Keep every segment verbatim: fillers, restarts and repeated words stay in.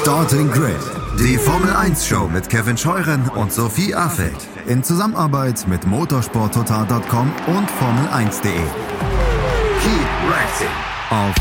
Starting Grid, die Formel eins Show mit Kevin Scheuren und Sophie Affeld in Zusammenarbeit mit motorsport total Punkt com und Formel eins Punkt de. Keep racing auf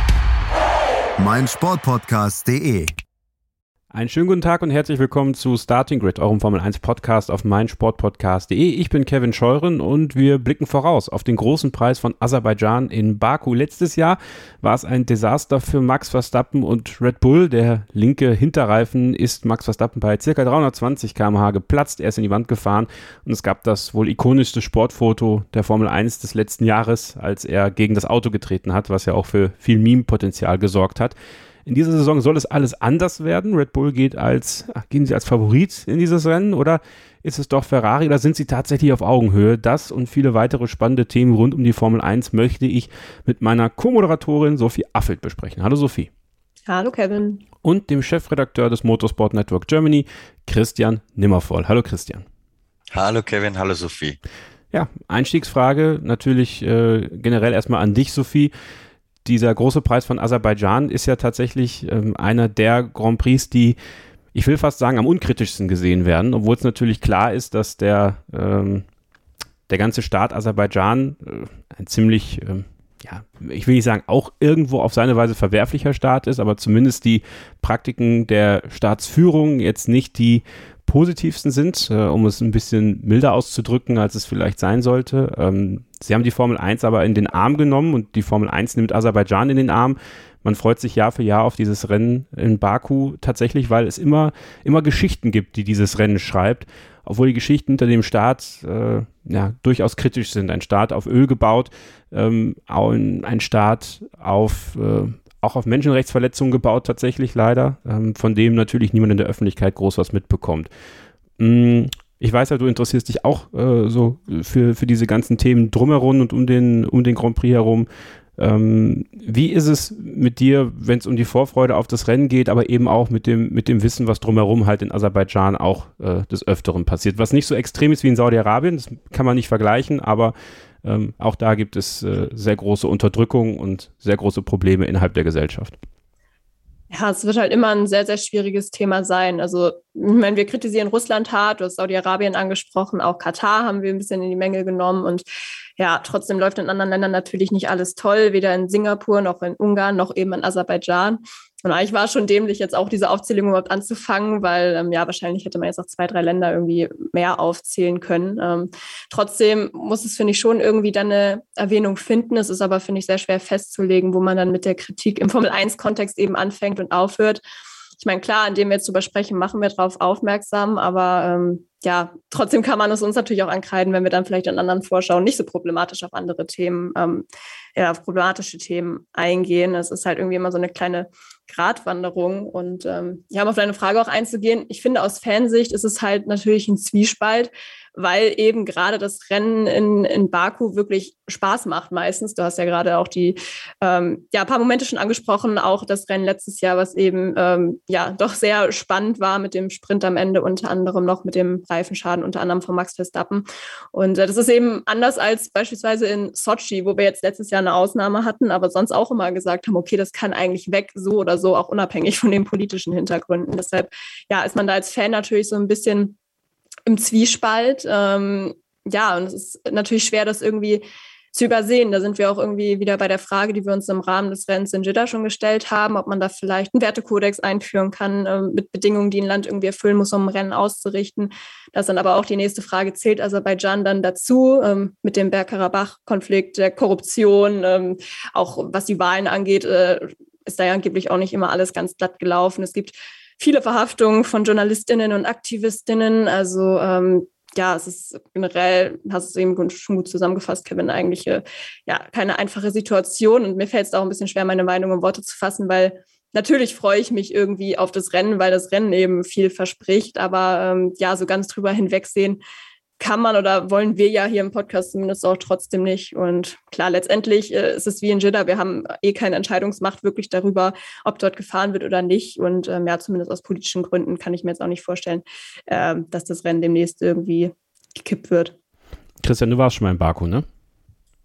meinsportpodcast Punkt de. Einen schönen guten Tag und herzlich willkommen zu Starting Grid, eurem Formel eins Podcast auf meinsportpodcast Punkt de. Ich bin Kevin Scheuren und wir blicken voraus auf den großen Preis von Aserbaidschan in Baku. Letztes Jahr war es ein Desaster für Max Verstappen und Red Bull. Der linke Hinterreifen ist Max Verstappen bei ca. dreihundertzwanzig Kilometer pro Stunde geplatzt. Er ist in die Wand gefahren und es gab das wohl ikonischste Sportfoto der Formel eins des letzten Jahres, als er gegen das Auto getreten hat, was ja auch für viel Meme-Potenzial gesorgt hat. In dieser Saison soll es alles anders werden. Red Bull geht als, ach, gehen sie als Favorit in dieses Rennen oder ist es doch Ferrari oder sind sie tatsächlich auf Augenhöhe? Das und viele weitere spannende Themen rund um die Formel eins möchte ich mit meiner Co-Moderatorin Sophie Affeld besprechen. Hallo Sophie. Hallo Kevin. Und dem Chefredakteur des Motorsport Network Germany, Christian Nimmervoll. Hallo Christian. Hallo Kevin, hallo Sophie. Ja, Einstiegsfrage natürlich äh, generell erstmal an dich, Sophie. Dieser große Preis von Aserbaidschan ist ja tatsächlich ähm, einer der Grand Prix, die, ich will fast sagen, am unkritischsten gesehen werden, obwohl es natürlich klar ist, dass der, ähm, der ganze Staat Aserbaidschan äh, ein ziemlich, ähm, ja, ich will nicht sagen, auch irgendwo auf seine Weise verwerflicher Staat ist, aber zumindest die Praktiken der Staatsführung jetzt nicht die positivsten sind, äh, um es ein bisschen milder auszudrücken, als es vielleicht sein sollte. Ähm, sie haben die Formel eins aber in den Arm genommen und die Formel eins nimmt Aserbaidschan in den Arm. Man freut sich Jahr für Jahr auf dieses Rennen in Baku tatsächlich, weil es immer, immer Geschichten gibt, die dieses Rennen schreibt, obwohl die Geschichten hinter dem Staat äh, ja, durchaus kritisch sind. Ein Staat auf Öl gebaut, ähm, ein Staat auf äh, auch auf Menschenrechtsverletzungen gebaut, tatsächlich leider, ähm, von dem natürlich niemand in der Öffentlichkeit groß was mitbekommt. Mm, ich weiß ja, du interessierst dich auch äh, so für, für diese ganzen Themen drumherum und um den, um den Grand Prix herum. Ähm, wie ist es mit dir, wenn es um die Vorfreude auf das Rennen geht, aber eben auch mit dem, mit dem Wissen, was drumherum halt in Aserbaidschan auch äh, des Öfteren passiert? Was nicht so extrem ist wie in Saudi-Arabien, das kann man nicht vergleichen, aber Ähm, auch da gibt es äh, sehr große Unterdrückung und sehr große Probleme innerhalb der Gesellschaft. Ja, es wird halt immer ein sehr, sehr schwieriges Thema sein. Also, ich meine, wir kritisieren Russland hart, du hast Saudi-Arabien angesprochen, auch Katar haben wir ein bisschen in die Menge genommen und ja, trotzdem läuft in anderen Ländern natürlich nicht alles toll, weder in Singapur noch in Ungarn noch eben in Aserbaidschan. Und eigentlich war es schon dämlich, jetzt auch diese Aufzählung überhaupt anzufangen, weil ähm, ja, wahrscheinlich hätte man jetzt auch zwei, drei Länder irgendwie mehr aufzählen können. Ähm, trotzdem muss es, finde ich, schon irgendwie dann eine Erwähnung finden. Es ist aber, finde ich, sehr schwer festzulegen, wo man dann mit der Kritik im Formel eins Kontext eben anfängt und aufhört. Ich meine, klar, indem wir jetzt drüber sprechen, machen wir darauf aufmerksam, aber ähm, ja, trotzdem kann man es uns natürlich auch ankreiden, wenn wir dann vielleicht in anderen Vorschauen nicht so problematisch auf andere Themen, ähm, ja, auf problematische Themen eingehen. Es ist halt irgendwie immer so eine kleine Gratwanderung und ähm, ja, um auf deine Frage auch einzugehen, ich finde, aus Fansicht ist es halt natürlich ein Zwiespalt, weil eben gerade das Rennen in, in Baku wirklich Spaß macht meistens. Du hast ja gerade auch die ähm, ja, ein paar Momente schon angesprochen, auch das Rennen letztes Jahr, was eben ähm, ja doch sehr spannend war mit dem Sprint am Ende, unter anderem noch mit dem Reifenschaden, unter anderem von Max Verstappen. Und äh, das ist eben anders als beispielsweise in Sochi, wo wir jetzt letztes Jahr eine Ausnahme hatten, aber sonst auch immer gesagt haben, okay, das kann eigentlich weg, so oder so, auch unabhängig von den politischen Hintergründen. Deshalb ja, ist man da als Fan natürlich so ein bisschen im Zwiespalt. Ähm, ja, und es ist natürlich schwer, das irgendwie zu übersehen. Da sind wir auch irgendwie wieder bei der Frage, die wir uns im Rahmen des Rennens in Jeddah schon gestellt haben, ob man da vielleicht einen Wertekodex einführen kann, äh, mit Bedingungen, die ein Land irgendwie erfüllen muss, um ein Rennen auszurichten. Das ist dann aber auch die nächste Frage, zählt Aserbaidschan dann dazu, ähm, mit dem Bergkarabach-Konflikt, der Korruption, ähm, auch was die Wahlen angeht, äh, ist da ja angeblich auch nicht immer alles ganz glatt gelaufen. Es gibt viele Verhaftungen von JournalistInnen und AktivistInnen. Also ähm, ja, es ist generell, hast du es eben schon gut zusammengefasst, Kevin, eigentlich äh, ja keine einfache Situation. Und mir fällt es auch ein bisschen schwer, meine Meinung in Worte zu fassen, weil natürlich freue ich mich irgendwie auf das Rennen, weil das Rennen eben viel verspricht. Aber ähm, ja, so ganz drüber hinwegsehen kann man oder wollen wir ja hier im Podcast zumindest auch trotzdem nicht. Und klar, letztendlich äh, ist es wie in Jeddah, wir haben eh keine Entscheidungsmacht wirklich darüber, ob dort gefahren wird oder nicht. Und ähm, ja, zumindest aus politischen Gründen kann ich mir jetzt auch nicht vorstellen, äh, dass das Rennen demnächst irgendwie gekippt wird. Christian, du warst schon mal in Baku, ne?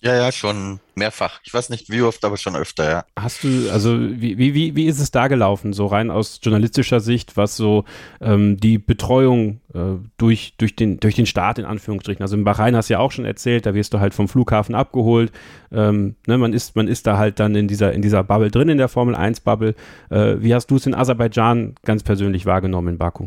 Ja, ja, schon mehrfach. Ich weiß nicht wie oft, aber schon öfter, ja. Hast du, also wie, wie, wie wie ist es da gelaufen, so rein aus journalistischer Sicht, was so ähm, die Betreuung äh, durch, durch, den, durch den Staat in Anführungsstrichen, also in Bahrain hast du ja auch schon erzählt, da wirst du halt vom Flughafen abgeholt, ähm, ne, man ist, man ist da halt dann in dieser, in dieser Bubble drin, in der Formel eins Bubble. Äh, wie hast du es in Aserbaidschan ganz persönlich wahrgenommen in Baku?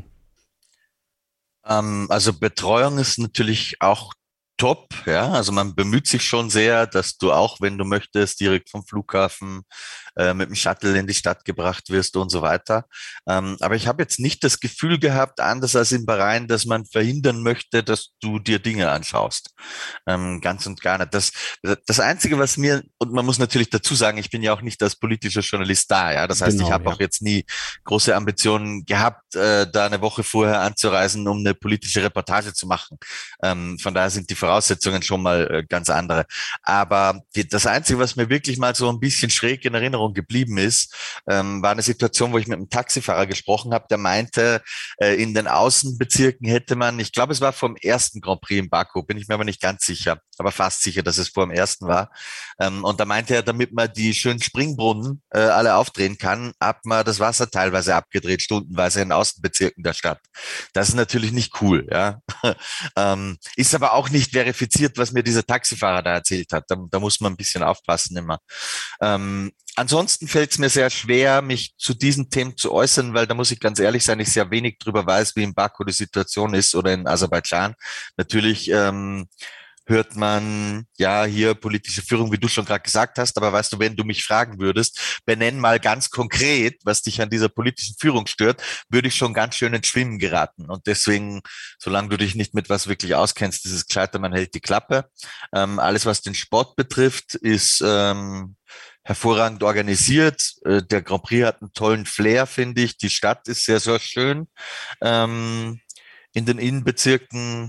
Ähm, also Betreuung ist natürlich auch top, ja. Also man bemüht sich schon sehr, dass du auch, wenn du möchtest, direkt vom Flughafen äh, mit dem Shuttle in die Stadt gebracht wirst und so weiter. Ähm, aber ich habe jetzt nicht das Gefühl gehabt, anders als in Bahrain, dass man verhindern möchte, dass du dir Dinge anschaust. Ähm, ganz und gar nicht. Das, das Einzige, was mir, und man muss natürlich dazu sagen, ich bin ja auch nicht als politischer Journalist da, ja. Das heißt, Genau, ich habe ja. auch jetzt nie große Ambitionen gehabt, äh, da eine Woche vorher anzureisen, um eine politische Reportage zu machen. Ähm, von daher sind die Voraussetzungen schon mal äh, ganz andere. Aber die, das Einzige, was mir wirklich mal so ein bisschen schräg in Erinnerung geblieben ist, ähm, war eine Situation, wo ich mit einem Taxifahrer gesprochen habe, der meinte, äh, in den Außenbezirken hätte man, ich glaube, es war vor dem ersten Grand Prix in Baku, bin ich mir aber nicht ganz sicher, aber fast sicher, dass es vor dem ersten war. Ähm, und da meinte er, damit man die schönen Springbrunnen äh, alle aufdrehen kann, hat man das Wasser teilweise abgedreht, stundenweise in Außenbezirken der Stadt. Das ist natürlich nicht cool, ja. ähm, ist aber auch nicht verifiziert, was mir dieser Taxifahrer da erzählt hat. Da, da muss man ein bisschen aufpassen immer. Ähm, ansonsten fällt es mir sehr schwer, mich zu diesen Themen zu äußern, weil da muss ich ganz ehrlich sein, ich sehr wenig drüber weiß, wie in Baku die Situation ist oder in Aserbaidschan. Natürlich ähm, hört man, ja, hier politische Führung, wie du schon gerade gesagt hast, aber weißt du, wenn du mich fragen würdest, benenn mal ganz konkret, was dich an dieser politischen Führung stört, würde ich schon ganz schön ins Schwimmen geraten. Und deswegen, solange du dich nicht mit was wirklich auskennst, ist es gescheiter, man hält die Klappe. Ähm, alles, was den Sport betrifft, ist ähm, hervorragend organisiert. Äh, der Grand Prix hat einen tollen Flair, finde ich. Die Stadt ist sehr, sehr schön. Ähm, in den Innenbezirken,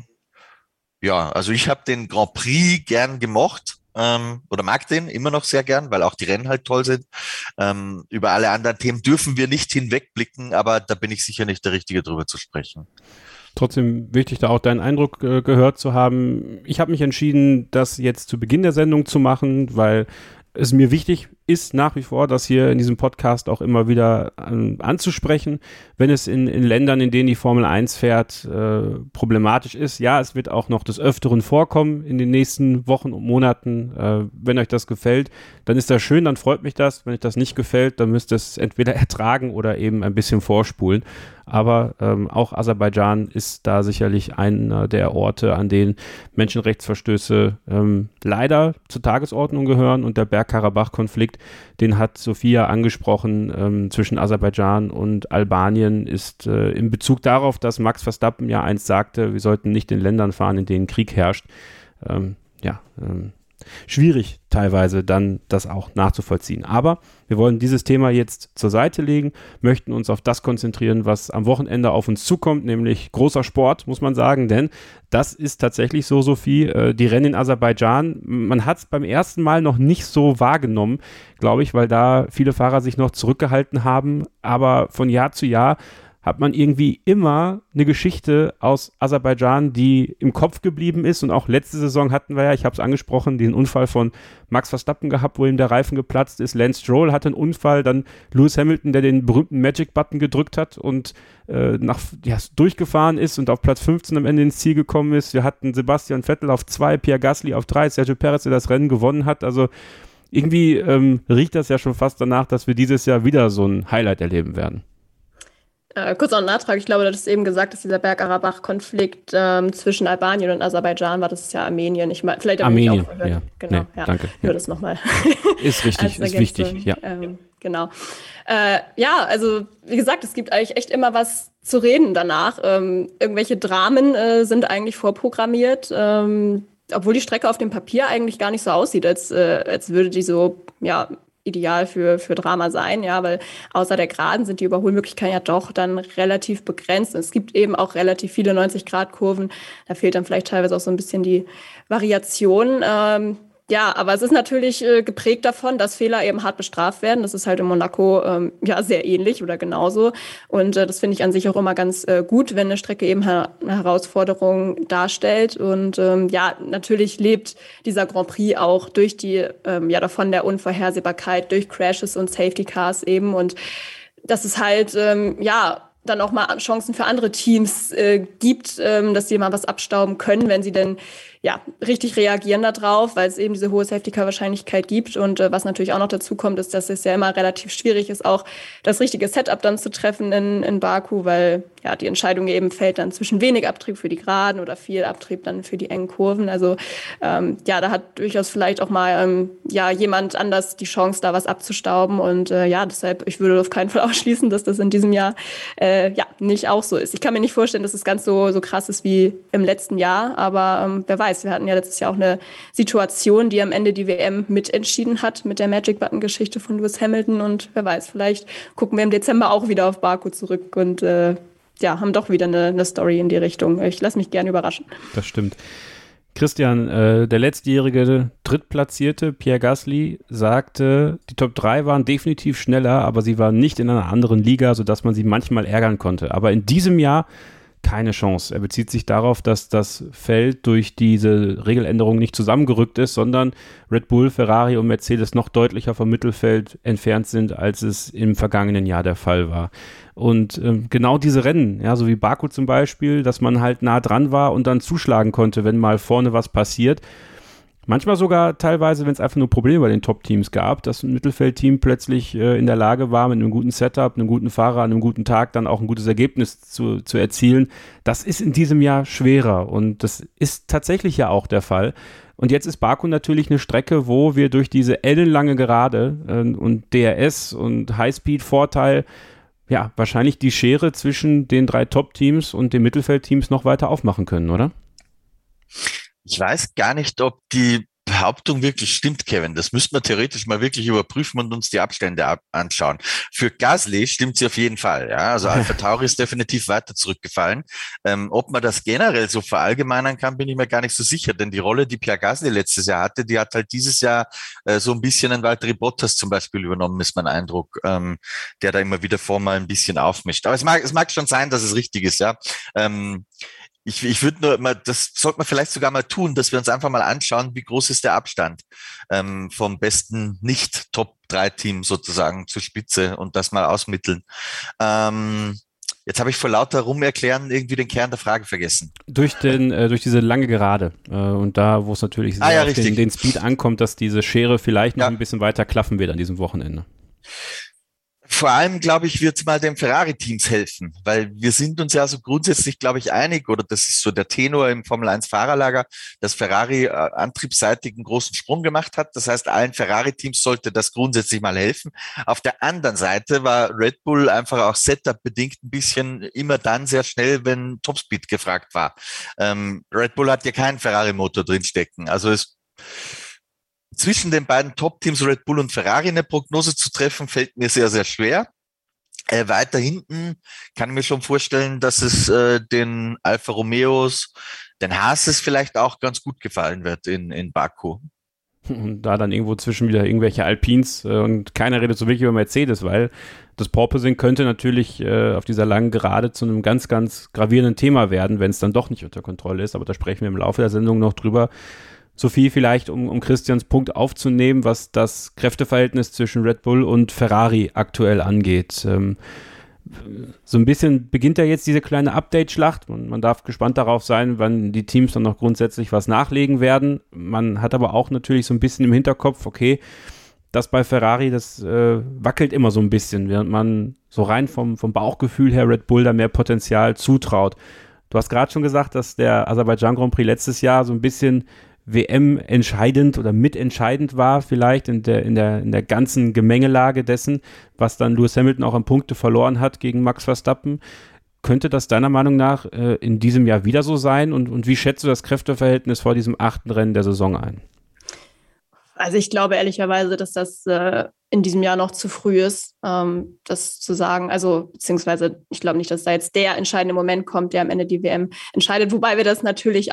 ja, also ich habe den Grand Prix gern gemocht ähm, oder mag den immer noch sehr gern, weil auch die Rennen halt toll sind. Ähm, über alle anderen Themen dürfen wir nicht hinwegblicken, aber da bin ich sicher nicht der Richtige, drüber zu sprechen. Trotzdem wichtig, da auch deinen Eindruck äh, gehört zu haben. Ich habe mich entschieden, das jetzt zu Beginn der Sendung zu machen, weil es mir wichtig ist nach wie vor, das hier in diesem Podcast auch immer wieder ähm, anzusprechen, wenn es in, in Ländern, in denen die Formel eins fährt, äh, problematisch ist. Ja, es wird auch noch des Öfteren vorkommen in den nächsten Wochen und Monaten. Äh, wenn euch das gefällt, dann ist das schön, dann freut mich das. Wenn euch das nicht gefällt, dann müsst ihr es entweder ertragen oder eben ein bisschen vorspulen. Aber ähm, auch Aserbaidschan ist da sicherlich einer der Orte, an denen Menschenrechtsverstöße ähm, leider zur Tagesordnung gehören. Und der Bergkarabach-Konflikt, den hat Sophia angesprochen, ähm, zwischen Aserbaidschan und Albanien, ist äh, in Bezug darauf, dass Max Verstappen ja einst sagte, wir sollten nicht in Ländern fahren, in denen Krieg herrscht. Ähm, ja, ähm, schwierig teilweise dann das auch nachzuvollziehen. Aber wir wollen dieses Thema jetzt zur Seite legen, möchten uns auf das konzentrieren, was am Wochenende auf uns zukommt, nämlich großer Sport, muss man sagen, denn das ist tatsächlich so, Sophie, äh, die Rennen in Aserbaidschan, man hat es beim ersten Mal noch nicht so wahrgenommen, glaube ich, weil da viele Fahrer sich noch zurückgehalten haben, aber von Jahr zu Jahr hat man irgendwie immer eine Geschichte aus Aserbaidschan, die im Kopf geblieben ist. Und auch letzte Saison hatten wir ja, ich habe es angesprochen, den Unfall von Max Verstappen gehabt, wo ihm der Reifen geplatzt ist. Lance Stroll hatte einen Unfall, dann Lewis Hamilton, der den berühmten Magic-Button gedrückt hat und äh, nach, ja, durchgefahren ist und auf Platz fünfzehn am Ende ins Ziel gekommen ist. Wir hatten Sebastian Vettel auf zwei, Pierre Gasly auf drei, Sergio Perez, der das Rennen gewonnen hat. Also irgendwie ähm, riecht das ja schon fast danach, dass wir dieses Jahr wieder so ein Highlight erleben werden. Äh, kurz noch ein Nachtrag. Ich glaube, du hast eben gesagt, dass dieser Bergkarabach-Konflikt ähm, zwischen Albanien und Aserbaidschan war. Das ist ja Armenien. Ich mein, vielleicht habe ich mich auch verhört. Ja. Genau, nee, ja. Danke. Nur das nochmal. Ist richtig, ist wichtig. Ja. Ähm, genau. Äh, ja, also wie gesagt, es gibt eigentlich echt immer was zu reden danach. Ähm, irgendwelche Dramen äh, sind eigentlich vorprogrammiert, ähm, obwohl die Strecke auf dem Papier eigentlich gar nicht so aussieht, als, äh, als würde die so, ja, ideal für, für Drama sein, ja, weil außer der Geraden sind die Überholmöglichkeiten ja doch dann relativ begrenzt. Und es gibt eben auch relativ viele neunzig Grad Kurven. Da fehlt dann vielleicht teilweise auch so ein bisschen die Variation. Ähm, Ja, aber es ist natürlich äh, geprägt davon, dass Fehler eben hart bestraft werden. Das ist halt in Monaco ähm, ja sehr ähnlich oder genauso. Und äh, das finde ich an sich auch immer ganz äh, gut, wenn eine Strecke eben eine Herausforderung darstellt. Und ähm, ja, natürlich lebt dieser Grand Prix auch durch die, ähm, ja, davon der Unvorhersehbarkeit, durch Crashes und Safety Cars eben. Und das ist halt, ähm, ja, dann auch mal Chancen für andere Teams äh, gibt, ähm, dass die mal was abstauben können, wenn sie denn ja richtig reagieren darauf, weil es eben diese hohe Safety-Car-Wahrscheinlichkeit gibt. Und äh, was natürlich auch noch dazu kommt, ist, dass es ja immer relativ schwierig ist, auch das richtige Setup dann zu treffen in, in Baku, weil ja die Entscheidung eben fällt dann zwischen wenig Abtrieb für die Geraden oder viel Abtrieb dann für die engen Kurven. Also ähm, ja, da hat durchaus vielleicht auch mal ähm, ja jemand anders die Chance, da was abzustauben. Und äh, ja, deshalb, ich würde auf keinen Fall ausschließen, dass das in diesem Jahr äh, ja nicht auch so ist. Ich kann mir nicht vorstellen, dass es ganz so, so krass ist wie im letzten Jahr, aber ähm, wer weiß, wir hatten ja letztes Jahr auch eine Situation, die am Ende die W M mitentschieden hat mit der Magic-Button-Geschichte von Lewis Hamilton und wer weiß, vielleicht gucken wir im Dezember auch wieder auf Baku zurück und äh, ja, haben doch wieder eine, eine Story in die Richtung. Ich lasse mich gerne überraschen. Das stimmt. Christian, äh, der letztjährige Drittplatzierte Pierre Gasly sagte, die Top drei waren definitiv schneller, aber sie waren nicht in einer anderen Liga, sodass man sie manchmal ärgern konnte. Aber in diesem Jahr keine Chance. Er bezieht sich darauf, dass das Feld durch diese Regeländerung nicht zusammengerückt ist, sondern Red Bull, Ferrari und Mercedes noch deutlicher vom Mittelfeld entfernt sind, als es im vergangenen Jahr der Fall war. Und ähm, genau diese Rennen, ja, so wie Baku zum Beispiel, dass man halt nah dran war und dann zuschlagen konnte, wenn mal vorne was passiert. Manchmal sogar teilweise, wenn es einfach nur Probleme bei den Top-Teams gab, dass ein Mittelfeldteam plötzlich äh, in der Lage war, mit einem guten Setup, einem guten Fahrer, einem guten Tag dann auch ein gutes Ergebnis zu, zu erzielen. Das ist in diesem Jahr schwerer und das ist tatsächlich ja auch der Fall. Und jetzt ist Baku natürlich eine Strecke, wo wir durch diese ellenlange Gerade äh, und D R S und Highspeed-Vorteil ja wahrscheinlich die Schere zwischen den drei Top-Teams und den Mittelfeldteams noch weiter aufmachen können, oder? Ich weiß gar nicht, ob die Behauptung wirklich stimmt, Kevin. Das müssten wir theoretisch mal wirklich überprüfen und uns die Abstände ab- anschauen. Für Gasly stimmt sie auf jeden Fall. Ja, also AlphaTauri ist definitiv weiter zurückgefallen. Ähm, ob man das generell so verallgemeinern kann, bin ich mir gar nicht so sicher, denn die Rolle, die Pierre Gasly letztes Jahr hatte, die hat halt dieses Jahr äh, so ein bisschen ein Valtteri Bottas zum Beispiel übernommen, ist mein Eindruck, ähm, der da immer wieder vor mal ein bisschen aufmischt. Aber es mag, es mag schon sein, dass es richtig ist, ja. Ähm, Ich, ich würde nur mal, das sollte man vielleicht sogar mal tun, dass wir uns einfach mal anschauen, wie groß ist der Abstand ähm, vom besten Nicht-Top drei Team sozusagen zur Spitze und das mal ausmitteln. Ähm, jetzt habe ich vor lauter Rumerklären irgendwie den Kern der Frage vergessen. Durch den, äh, durch diese lange Gerade äh, und da, wo es natürlich sehr ah, ja, auf den, den Speed ankommt, dass diese Schere vielleicht noch ja. ein bisschen weiter klaffen wird an diesem Wochenende. Vor allem, glaube ich, wird es mal den Ferrari-Teams helfen, weil wir sind uns ja so grundsätzlich, glaube ich, einig, oder das ist so der Tenor im Formel eins Fahrerlager, dass Ferrari äh, antriebsseitig einen großen Sprung gemacht hat. Das heißt, allen Ferrari-Teams sollte das grundsätzlich mal helfen. Auf der anderen Seite war Red Bull einfach auch Setup-bedingt ein bisschen immer dann sehr schnell, wenn Topspeed gefragt war. Ähm, Red Bull hat ja keinen Ferrari-Motor drinstecken. Also es zwischen den beiden Top-Teams Red Bull und Ferrari eine Prognose zu treffen, fällt mir sehr, sehr schwer. Äh, weiter hinten kann ich mir schon vorstellen, dass es äh, den Alfa Romeos, den Haases vielleicht auch ganz gut gefallen wird in, in Baku. Und da dann irgendwo zwischen wieder irgendwelche Alpines äh, und keiner redet so wirklich über Mercedes, weil das Porpoising könnte natürlich äh, auf dieser langen Gerade zu einem ganz, ganz gravierenden Thema werden, wenn es dann doch nicht unter Kontrolle ist. Aber da sprechen wir im Laufe der Sendung noch drüber. Sophie, vielleicht, um, um Christians Punkt aufzunehmen, was das Kräfteverhältnis zwischen Red Bull und Ferrari aktuell angeht. Ähm, so ein bisschen beginnt ja jetzt diese kleine Update-Schlacht. Man, man darf gespannt darauf sein, wann die Teams dann noch grundsätzlich was nachlegen werden. Man hat aber auch natürlich so ein bisschen im Hinterkopf, okay, das bei Ferrari, das äh, wackelt immer so ein bisschen, während man so rein vom, vom Bauchgefühl her Red Bull da mehr Potenzial zutraut. Du hast gerade schon gesagt, dass der Aserbaidschan Grand Prix letztes Jahr so ein bisschen W M entscheidend oder mitentscheidend war vielleicht in der, in der, in der ganzen Gemengelage dessen, was dann Lewis Hamilton auch an Punkte verloren hat gegen Max Verstappen. Könnte das deiner Meinung nach äh, in diesem Jahr wieder so sein? Und, und wie schätzt du das Kräfteverhältnis vor diesem achten Rennen der Saison ein? Also ich glaube ehrlicherweise, dass das äh, in diesem Jahr noch zu früh ist, ähm, das zu sagen. Also beziehungsweise ich glaube nicht, dass da jetzt der entscheidende Moment kommt, der am Ende die W M entscheidet. Wobei wir das natürlich auch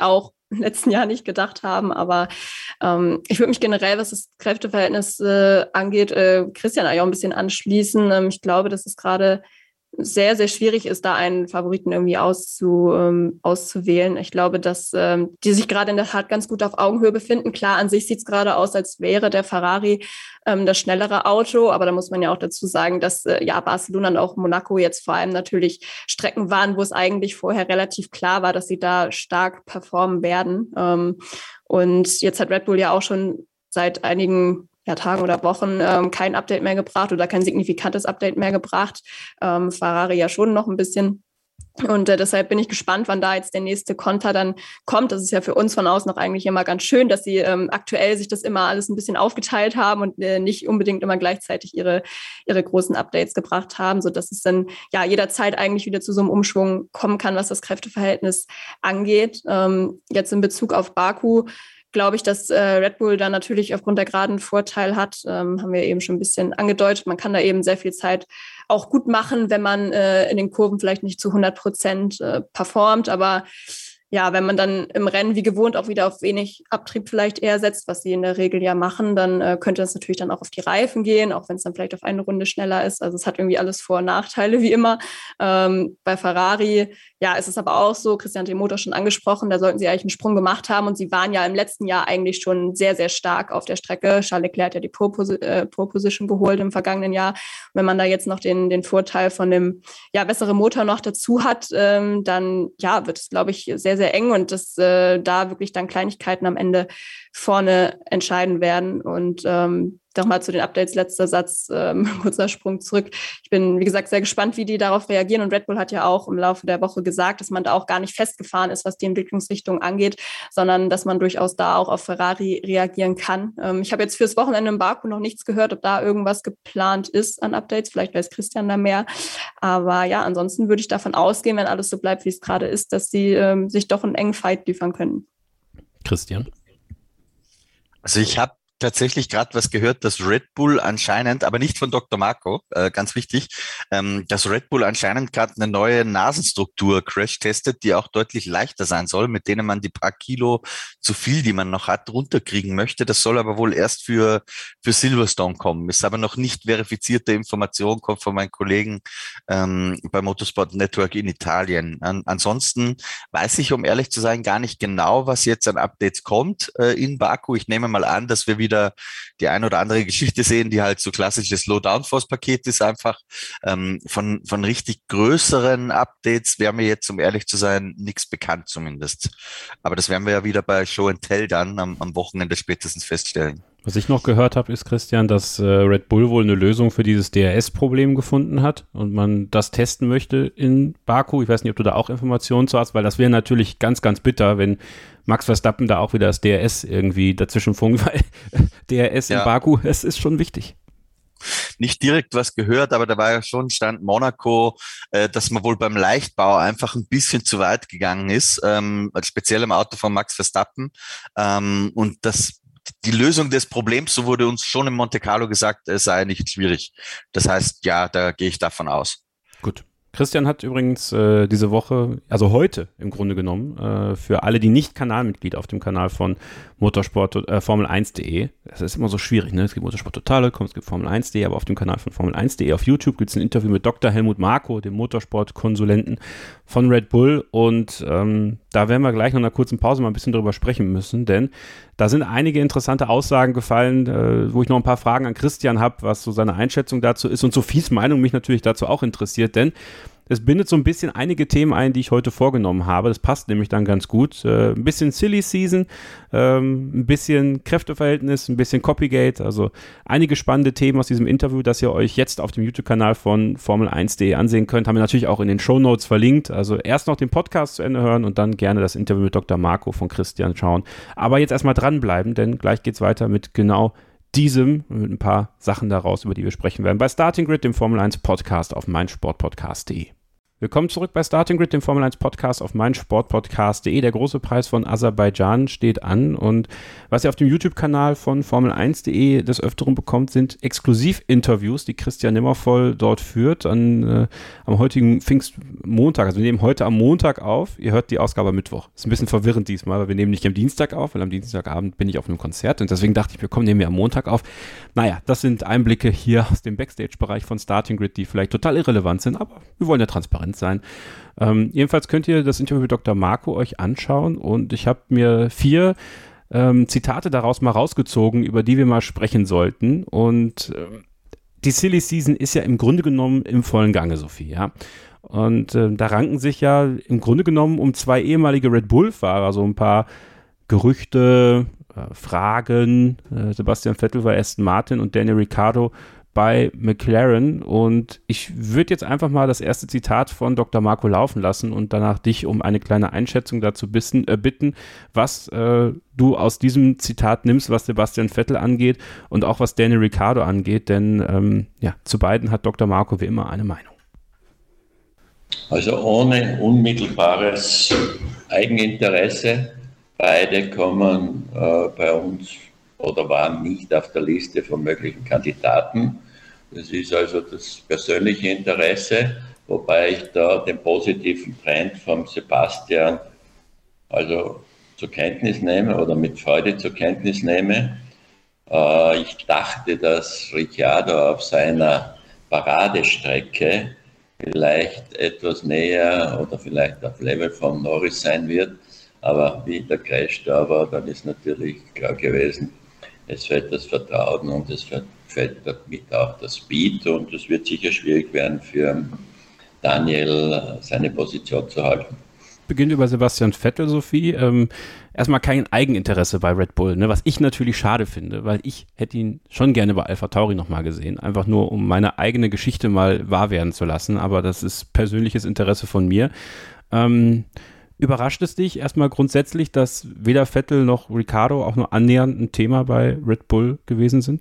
im letzten Jahr nicht gedacht haben. Aber ähm, ich würde mich generell, was das Kräfteverhältnis äh, angeht, äh, Christian eigentlich auch ein bisschen anschließen. Ähm, ich glaube, dass es gerade sehr, sehr schwierig ist, da einen Favoriten irgendwie auszu, ähm, auszuwählen. Ich glaube, dass ähm, die sich gerade in der Tat ganz gut auf Augenhöhe befinden. Klar, an sich sieht es gerade aus, als wäre der Ferrari ähm, das schnellere Auto, aber da muss man ja auch dazu sagen, dass äh, ja Barcelona und auch Monaco jetzt vor allem natürlich Strecken waren, wo es eigentlich vorher relativ klar war, dass sie da stark performen werden. Ähm, und jetzt hat Red Bull ja auch schon seit einigen ja, Tagen oder Wochen ähm, kein Update mehr gebracht oder kein signifikantes Update mehr gebracht. Ähm, Ferrari ja schon noch ein bisschen. Und äh, deshalb bin ich gespannt, wann da jetzt der nächste Konter dann kommt. Das ist ja für uns von außen noch eigentlich immer ganz schön, dass sie ähm, aktuell sich das immer alles ein bisschen aufgeteilt haben und äh, nicht unbedingt immer gleichzeitig ihre, ihre großen Updates gebracht haben, sodass es dann ja jederzeit eigentlich wieder zu so einem Umschwung kommen kann, was das Kräfteverhältnis angeht. Ähm, jetzt in Bezug auf Baku glaube ich, dass äh, Red Bull da natürlich aufgrund der geraden Vorteil hat, ähm, haben wir eben schon ein bisschen angedeutet. Man kann da eben sehr viel Zeit auch gut machen, wenn man äh, in den Kurven vielleicht nicht zu hundert Prozent äh, performt, aber ja, wenn man dann im Rennen wie gewohnt auch wieder auf wenig Abtrieb vielleicht eher setzt, was sie in der Regel ja machen, dann äh, könnte das natürlich dann auch auf die Reifen gehen, auch wenn es dann vielleicht auf eine Runde schneller ist. Also es hat irgendwie alles Vor- und Nachteile wie immer. Ähm, bei Ferrari, ja, ist es aber auch so, Christian hat den Motor schon angesprochen, da sollten sie eigentlich einen Sprung gemacht haben und sie waren ja im letzten Jahr eigentlich schon sehr, sehr stark auf der Strecke. Charles Leclerc hat ja die Pole äh, Position geholt im vergangenen Jahr. Und wenn man da jetzt noch den, den Vorteil von dem ja, besseren Motor noch dazu hat, ähm, dann ja, wird es, glaube ich, sehr, sehr eng und dass äh, da wirklich dann Kleinigkeiten am Ende vorne entscheiden werden. Und ähm, nochmal zu den Updates, letzter Satz, ähm, kurzer Sprung zurück. Ich bin, wie gesagt, sehr gespannt, wie die darauf reagieren. Und Red Bull hat ja auch im Laufe der Woche gesagt, dass man da auch gar nicht festgefahren ist, was die Entwicklungsrichtung angeht, sondern dass man durchaus da auch auf Ferrari reagieren kann. Ähm, ich habe jetzt fürs Wochenende in Baku noch nichts gehört, ob da irgendwas geplant ist an Updates. Vielleicht weiß Christian da mehr. Aber ja, ansonsten würde ich davon ausgehen, wenn alles so bleibt, wie es gerade ist, dass sie ähm, sich doch einen engen Fight liefern können. Christian? Also ich habe tatsächlich gerade was gehört, dass Red Bull anscheinend, aber nicht von Doktor Marco, äh, ganz wichtig, ähm, dass Red Bull anscheinend gerade eine neue Nasenstruktur crash testet, die auch deutlich leichter sein soll, mit denen man die paar Kilo zu viel, die man noch hat, runterkriegen möchte. Das soll aber wohl erst für für Silverstone kommen. Ist aber noch nicht verifizierte Information, kommt von meinen Kollegen ähm, bei Motorsport Network in Italien. An, ansonsten weiß ich, um ehrlich zu sein, gar nicht genau, was jetzt an Updates kommt äh, in Baku. Ich nehme mal an, dass wir wieder die ein oder andere Geschichte sehen, die halt so klassisches Low-Downforce-Paket ist einfach. Ähm, von, von richtig größeren Updates wäre mir jetzt, um ehrlich zu sein, nichts bekannt zumindest. Aber das werden wir ja wieder bei Show and Tell dann am, am Wochenende spätestens feststellen. Was ich noch gehört habe, ist, Christian, dass äh, Red Bull wohl eine Lösung für dieses D R S-Problem gefunden hat und man das testen möchte in Baku. Ich weiß nicht, ob du da auch Informationen zu hast, weil das wäre natürlich ganz, ganz bitter, wenn Max Verstappen da auch wieder das D R S irgendwie dazwischen funkt, weil D R S ja. in Baku, es ist schon wichtig. Nicht direkt was gehört, aber da war ja schon Stand Monaco, äh, dass man wohl beim Leichtbau einfach ein bisschen zu weit gegangen ist, ähm, speziell im Auto von Max Verstappen. Ähm, und das Die Lösung des Problems, so wurde uns schon in Monte Carlo gesagt, sei nicht schwierig. Das heißt, ja, da gehe ich davon aus. Gut. Christian hat übrigens äh, diese Woche, also heute im Grunde genommen, äh, für alle, die nicht Kanalmitglied auf dem Kanal von Motorsport äh, Formel eins punkt de, das ist immer so schwierig, ne? Es gibt Motorsport Total, es gibt Formel eins punkt de, aber auf dem Kanal von Formel eins punkt de auf YouTube gibt es ein Interview mit Doktor Helmut Marko, dem Motorsportkonsulenten von Red Bull, und ähm, da werden wir gleich nach einer kurzen Pause mal ein bisschen drüber sprechen müssen, denn da sind einige interessante Aussagen gefallen, äh, wo ich noch ein paar Fragen an Christian habe, was so seine Einschätzung dazu ist und Sophies Meinung mich natürlich dazu auch interessiert, denn es bindet so ein bisschen einige Themen ein, die ich heute vorgenommen habe. Das passt nämlich dann ganz gut. Äh, ein bisschen Silly Season, ähm, ein bisschen Kräfteverhältnis, ein bisschen Copygate. Also einige spannende Themen aus diesem Interview, das ihr euch jetzt auf dem YouTube-Kanal von Formel eins punkt de ansehen könnt. Haben wir natürlich auch in den Shownotes verlinkt. Also erst noch den Podcast zu Ende hören und dann gerne das Interview mit Doktor Marko von Christian schauen. Aber jetzt erstmal dranbleiben, denn gleich geht's weiter mit genau diesem, mit ein paar Sachen daraus, über die wir sprechen werden, bei Starting Grid, dem Formel eins Podcast auf meinsportpodcast punkt de. Willkommen zurück bei Starting Grid, dem Formel eins Podcast auf meinsportpodcast punkt de. Der große Preis von Aserbaidschan steht an und was ihr auf dem YouTube-Kanal von Formel eins punkt de des Öfteren bekommt, sind Exklusivinterviews, die Christian Nimmervoll dort führt an, äh, am heutigen Pfingstmontag. Also wir nehmen heute am Montag auf, ihr hört die Ausgabe am Mittwoch. Ist ein bisschen verwirrend diesmal, weil wir nehmen nicht am Dienstag auf, weil am Dienstagabend bin ich auf einem Konzert und deswegen dachte ich, wir kommen, nehmen wir am Montag auf. Naja, das sind Einblicke hier aus dem Backstage-Bereich von Starting Grid, die vielleicht total irrelevant sind, aber wir wollen ja transparent sein. Ähm, jedenfalls könnt ihr das Interview mit Doktor Marco euch anschauen und ich habe mir vier ähm, Zitate daraus mal rausgezogen, über die wir mal sprechen sollten und äh, die Silly Season ist ja im Grunde genommen im vollen Gange, Sophie, ja. Und äh, da ranken sich ja im Grunde genommen um zwei ehemalige Red Bull-Fahrer so ein paar Gerüchte, äh, Fragen. Äh, Sebastian Vettel bei Aston Martin und Daniel Ricciardo bei McLaren und ich würde jetzt einfach mal das erste Zitat von Doktor Marco laufen lassen und danach dich um eine kleine Einschätzung dazu bissen, äh, bitten, was äh, du aus diesem Zitat nimmst, was Sebastian Vettel angeht und auch was Daniel Ricciardo angeht, denn ähm, ja, zu beiden hat Doktor Marco wie immer eine Meinung. Also ohne unmittelbares Eigeninteresse, beide kommen äh, bei uns oder waren nicht auf der Liste von möglichen Kandidaten. Das ist also das persönliche Interesse, wobei ich da den positiven Trend vom Sebastian also zur Kenntnis nehme oder mit Freude zur Kenntnis nehme. Äh, ich dachte, dass Ricciardo auf seiner Paradestrecke vielleicht etwas näher oder vielleicht auf Level von Norris sein wird, aber wie der Crash da war, dann ist natürlich klar gewesen, es fällt das Vertrauen und es fällt damit auch das Speed und es wird sicher schwierig werden für Daniel, seine Position zu halten. Beginnt über Sebastian Vettel, Sophie. Ähm, erstmal kein Eigeninteresse bei Red Bull, ne? Was ich natürlich schade finde, weil ich hätte ihn schon gerne bei AlphaTauri nochmal gesehen, einfach nur um meine eigene Geschichte mal wahr werden zu lassen, aber das ist persönliches Interesse von mir. Ähm, Überrascht es dich erstmal grundsätzlich, dass weder Vettel noch Ricciardo auch nur annähernd ein Thema bei Red Bull gewesen sind?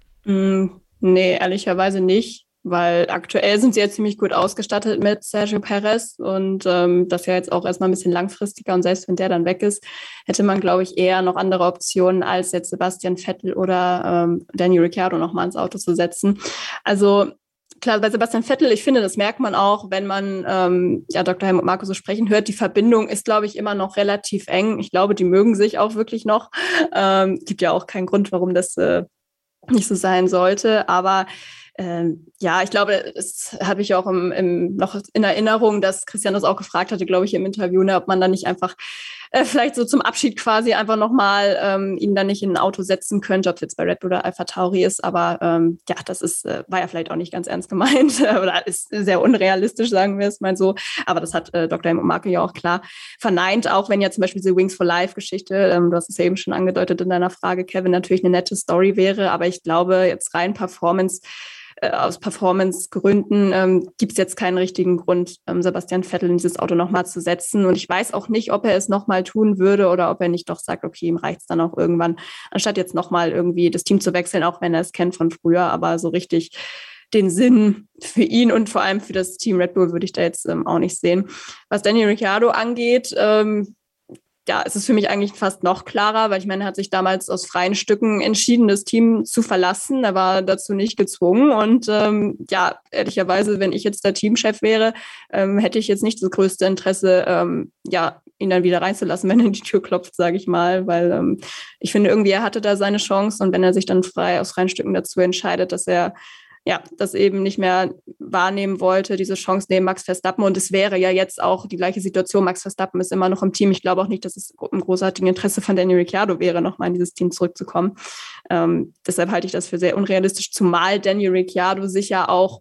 Mm, nee, ehrlicherweise nicht, weil aktuell sind sie ja ziemlich gut ausgestattet mit Sergio Perez und ähm, das ja jetzt auch erstmal ein bisschen langfristiger und selbst wenn der dann weg ist, hätte man, glaube ich, eher noch andere Optionen, als jetzt Sebastian Vettel oder ähm, Daniel Ricciardo nochmal ins Auto zu setzen. Also klar, bei Sebastian Vettel, ich finde, das merkt man auch, wenn man ähm, ja Doktor Helmut Marko so sprechen hört. Die Verbindung ist, glaube ich, immer noch relativ eng. Ich glaube, die mögen sich auch wirklich noch. Ähm, gibt ja auch keinen Grund, warum das äh, nicht so sein sollte. Aber ähm, ja, ich glaube, das habe ich auch im, im, noch in Erinnerung, dass Christian das auch gefragt hatte, glaube ich, im Interview, ne, ob man dann nicht einfach äh, vielleicht so zum Abschied quasi einfach nochmal ähm, ihn dann nicht in ein Auto setzen könnte, ob es jetzt bei Red Bull oder AlphaTauri ist. Aber ähm, ja, das ist, äh, war ja vielleicht auch nicht ganz ernst gemeint oder ist sehr unrealistisch, sagen wir es mal so. Aber das hat äh, Doktor Helmut Marko ja auch klar verneint, auch wenn ja zum Beispiel diese Wings for Life-Geschichte, ähm, du hast es ja eben schon angedeutet in deiner Frage, Kevin, natürlich eine nette Story wäre. Aber ich glaube, jetzt rein Performance aus Performance-Gründen ähm, gibt es jetzt keinen richtigen Grund, ähm, Sebastian Vettel in dieses Auto nochmal zu setzen. Und ich weiß auch nicht, ob er es nochmal tun würde oder ob er nicht doch sagt, okay, ihm reicht es dann auch irgendwann, anstatt jetzt nochmal irgendwie das Team zu wechseln, auch wenn er es kennt von früher. Aber so richtig den Sinn für ihn und vor allem für das Team Red Bull würde ich da jetzt ähm, auch nicht sehen. Was Daniel Ricciardo angeht, ähm, ja, es ist für mich eigentlich fast noch klarer, weil ich meine, er hat sich damals aus freien Stücken entschieden, das Team zu verlassen. Er war dazu nicht gezwungen. Und ähm, ja, ehrlicherweise, wenn ich jetzt der Teamchef wäre, ähm, hätte ich jetzt nicht das größte Interesse, ähm, ja, ihn dann wieder reinzulassen, wenn er in die Tür klopft, sage ich mal. Weil ähm, ich finde, irgendwie er hatte da seine Chance. Und wenn er sich dann frei aus freien Stücken dazu entscheidet, dass er ja, das eben nicht mehr wahrnehmen wollte, diese Chance neben Max Verstappen. Und es wäre ja jetzt auch die gleiche Situation. Max Verstappen ist immer noch im Team. Ich glaube auch nicht, dass es im großartigen Interesse von Daniel Ricciardo wäre, nochmal in dieses Team zurückzukommen. Ähm, deshalb halte ich das für sehr unrealistisch, zumal Daniel Ricciardo sich ja auch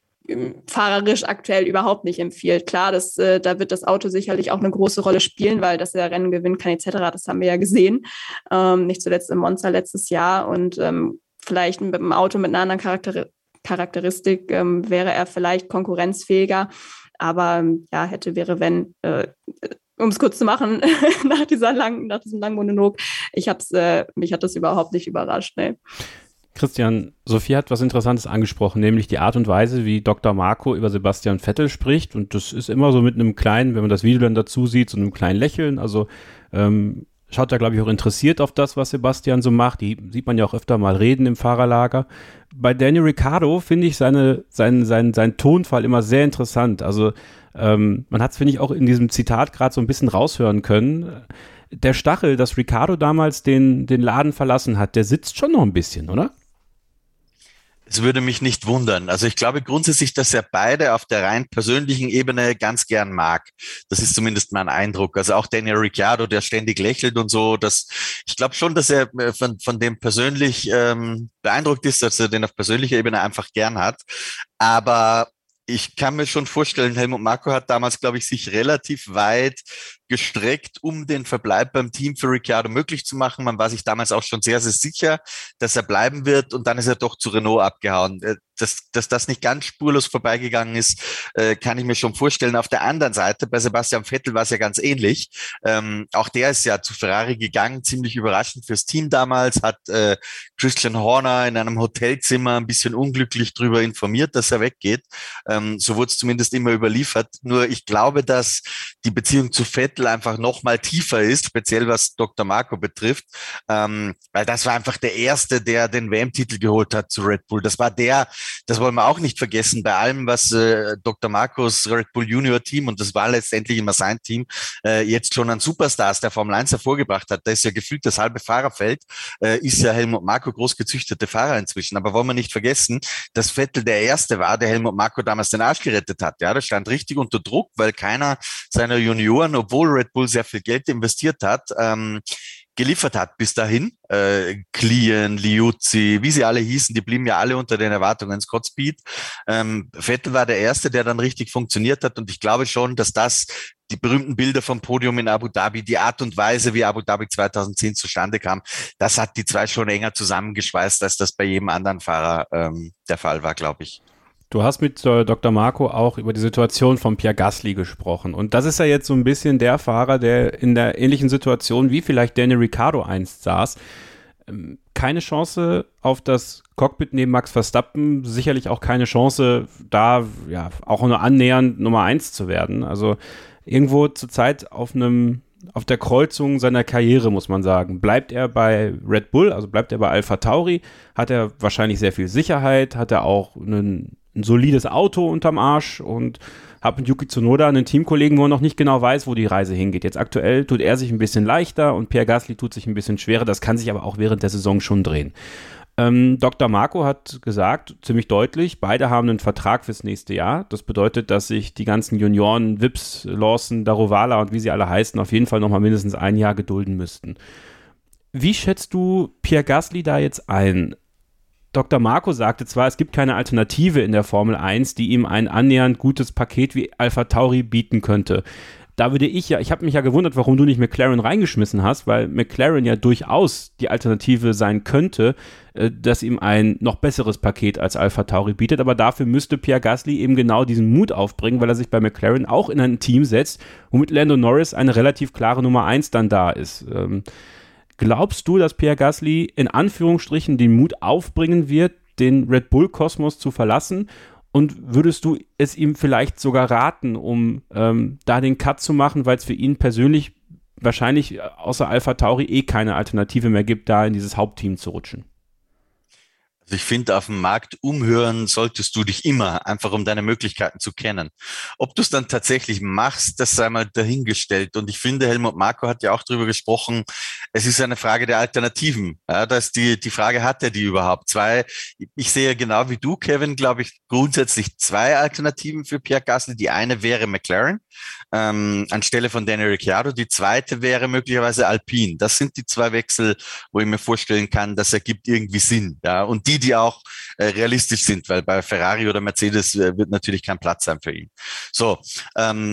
fahrerisch aktuell überhaupt nicht empfiehlt. Klar, das, äh, da wird das Auto sicherlich auch eine große Rolle spielen, weil dass er Rennen gewinnen kann et cetera, das haben wir ja gesehen. Ähm, nicht zuletzt im Monza letztes Jahr. Und ähm, vielleicht mit einem Auto mit einer anderen Charakter- Charakteristik ähm, wäre er vielleicht konkurrenzfähiger, aber ja, hätte, wäre, wenn, äh, um es kurz zu machen, nach dieser langen, nach diesem langen Monolog, ich hab's, äh, mich hat das überhaupt nicht überrascht. Ne? Christian, Sophie hat was Interessantes angesprochen, nämlich die Art und Weise, wie Doktor Marco über Sebastian Vettel spricht. Und das ist immer so mit einem kleinen, wenn man das Video dann dazu sieht, so einem kleinen Lächeln. Also ähm, schaut da, glaube ich, auch interessiert auf das, was Sebastian so macht. Die sieht man ja auch öfter mal reden im Fahrerlager. Bei Daniel Ricciardo finde ich seine, sein, sein, sein Tonfall immer sehr interessant. Also ähm, man hat es, finde ich, auch in diesem Zitat gerade so ein bisschen raushören können. Der Stachel, dass Ricciardo damals den, den Laden verlassen hat, der sitzt schon noch ein bisschen, oder? Es würde mich nicht wundern. Also ich glaube grundsätzlich, dass er beide auf der rein persönlichen Ebene ganz gern mag. Das ist zumindest mein Eindruck. Also auch Daniel Ricciardo, der ständig lächelt und so. Das, ich glaube schon, dass er von, von dem persönlich ähm, beeindruckt ist, dass er den auf persönlicher Ebene einfach gern hat. Aber ich kann mir schon vorstellen, Helmut Marko hat damals, glaube ich, sich relativ weit gestreckt, um den Verbleib beim Team für Ricciardo möglich zu machen. Man war sich damals auch schon sehr, sehr sicher, dass er bleiben wird, und dann ist er doch zu Renault abgehauen. Dass, dass das nicht ganz spurlos vorbeigegangen ist, kann ich mir schon vorstellen. Auf der anderen Seite, bei Sebastian Vettel war es ja ganz ähnlich. Ähm, auch der ist ja zu Ferrari gegangen, ziemlich überraschend fürs Team damals, hat äh, Christian Horner in einem Hotelzimmer ein bisschen unglücklich darüber informiert, dass er weggeht. Ähm, so wurde es zumindest immer überliefert. Nur ich glaube, dass die Beziehung zu Vettel einfach noch mal tiefer ist, speziell was Doktor Marko betrifft, ähm, weil das war einfach der Erste, der den W M-Titel geholt hat zu Red Bull. Das war der, das wollen wir auch nicht vergessen, bei allem, was äh, Doktor Markos Red Bull Junior Team, und das war letztendlich immer sein Team, äh, jetzt schon an Superstars der Formel eins hervorgebracht hat. Da ist ja gefühlt das halbe Fahrerfeld, äh, ist ja Helmut Marko groß gezüchtete Fahrer inzwischen. Aber wollen wir nicht vergessen, dass Vettel der Erste war, der Helmut Marko damals den Arsch gerettet hat. Ja, das stand richtig unter Druck, weil keiner seiner Junioren, obwohl Red Bull sehr viel Geld investiert hat, ähm, geliefert hat bis dahin. Äh, Klien, Liuzzi, wie sie alle hießen, die blieben ja alle unter den Erwartungen. Scott Speed. Ähm, Vettel war der Erste, der dann richtig funktioniert hat, und ich glaube schon, dass das die berühmten Bilder vom Podium in Abu Dhabi, die Art und Weise, wie Abu Dhabi zweitausendzehn zustande kam, das hat die zwei schon enger zusammengeschweißt, als das bei jedem anderen Fahrer ähm, der Fall war, glaube ich. Du hast mit äh, Doktor Marko auch über die Situation von Pierre Gasly gesprochen. Und das ist ja jetzt so ein bisschen der Fahrer, der in der ähnlichen Situation wie vielleicht Daniel Ricciardo einst saß. Ähm, keine Chance auf das Cockpit neben Max Verstappen, sicherlich auch keine Chance, da ja auch nur annähernd Nummer eins zu werden. Also irgendwo zurzeit auf einem auf der Kreuzung seiner Karriere, muss man sagen. Bleibt er bei Red Bull, also bleibt er bei AlphaTauri, hat er wahrscheinlich sehr viel Sicherheit, hat er auch einen ein solides Auto unterm Arsch und hat mit Yuki Tsunoda einen Teamkollegen, wo er noch nicht genau weiß, wo die Reise hingeht. Jetzt aktuell tut er sich ein bisschen leichter und Pierre Gasly tut sich ein bisschen schwerer. Das kann sich aber auch während der Saison schon drehen. Ähm, Doktor Marko hat gesagt, ziemlich deutlich, beide haben einen Vertrag fürs nächste Jahr. Das bedeutet, dass sich die ganzen Junioren, Vips, Lawson, Daruvala und wie sie alle heißen, auf jeden Fall noch mal mindestens ein Jahr gedulden müssten. Wie schätzt du Pierre Gasly da jetzt ein? Doktor Marko sagte zwar, es gibt keine Alternative in der Formel eins, die ihm ein annähernd gutes Paket wie AlphaTauri bieten könnte. Da würde ich ja, ich habe mich ja gewundert, warum du nicht McLaren reingeschmissen hast, weil McLaren ja durchaus die Alternative sein könnte, äh, dass ihm ein noch besseres Paket als AlphaTauri bietet, aber dafür müsste Pierre Gasly eben genau diesen Mut aufbringen, weil er sich bei McLaren auch in ein Team setzt, womit Lando Norris eine relativ klare Nummer eins dann da ist. Ähm, Glaubst du, dass Pierre Gasly in Anführungsstrichen den Mut aufbringen wird, den Red Bull-Kosmos zu verlassen? Und würdest du es ihm vielleicht sogar raten, um ähm, da den Cut zu machen, weil es für ihn persönlich wahrscheinlich außer AlphaTauri eh keine Alternative mehr gibt, da in dieses Hauptteam zu rutschen? Also ich finde, auf dem Markt umhören solltest du dich immer, einfach um deine Möglichkeiten zu kennen. Ob du es dann tatsächlich machst, das sei mal dahingestellt. Und ich finde, Helmut Marko hat ja auch darüber gesprochen, es ist eine Frage der Alternativen. Ja, da ist die, die Frage, hat er die überhaupt? Zwei, ich sehe genau wie du, Kevin, glaube ich, grundsätzlich zwei Alternativen für Pierre Gasly. Die eine wäre McLaren, ähm, anstelle von Daniel Ricciardo. Die zweite wäre möglicherweise Alpine. Das sind die zwei Wechsel, wo ich mir vorstellen kann, das ergibt irgendwie Sinn. Ja, und die, die auch äh, realistisch sind, weil bei Ferrari oder Mercedes äh, wird natürlich kein Platz sein für ihn. So, ähm,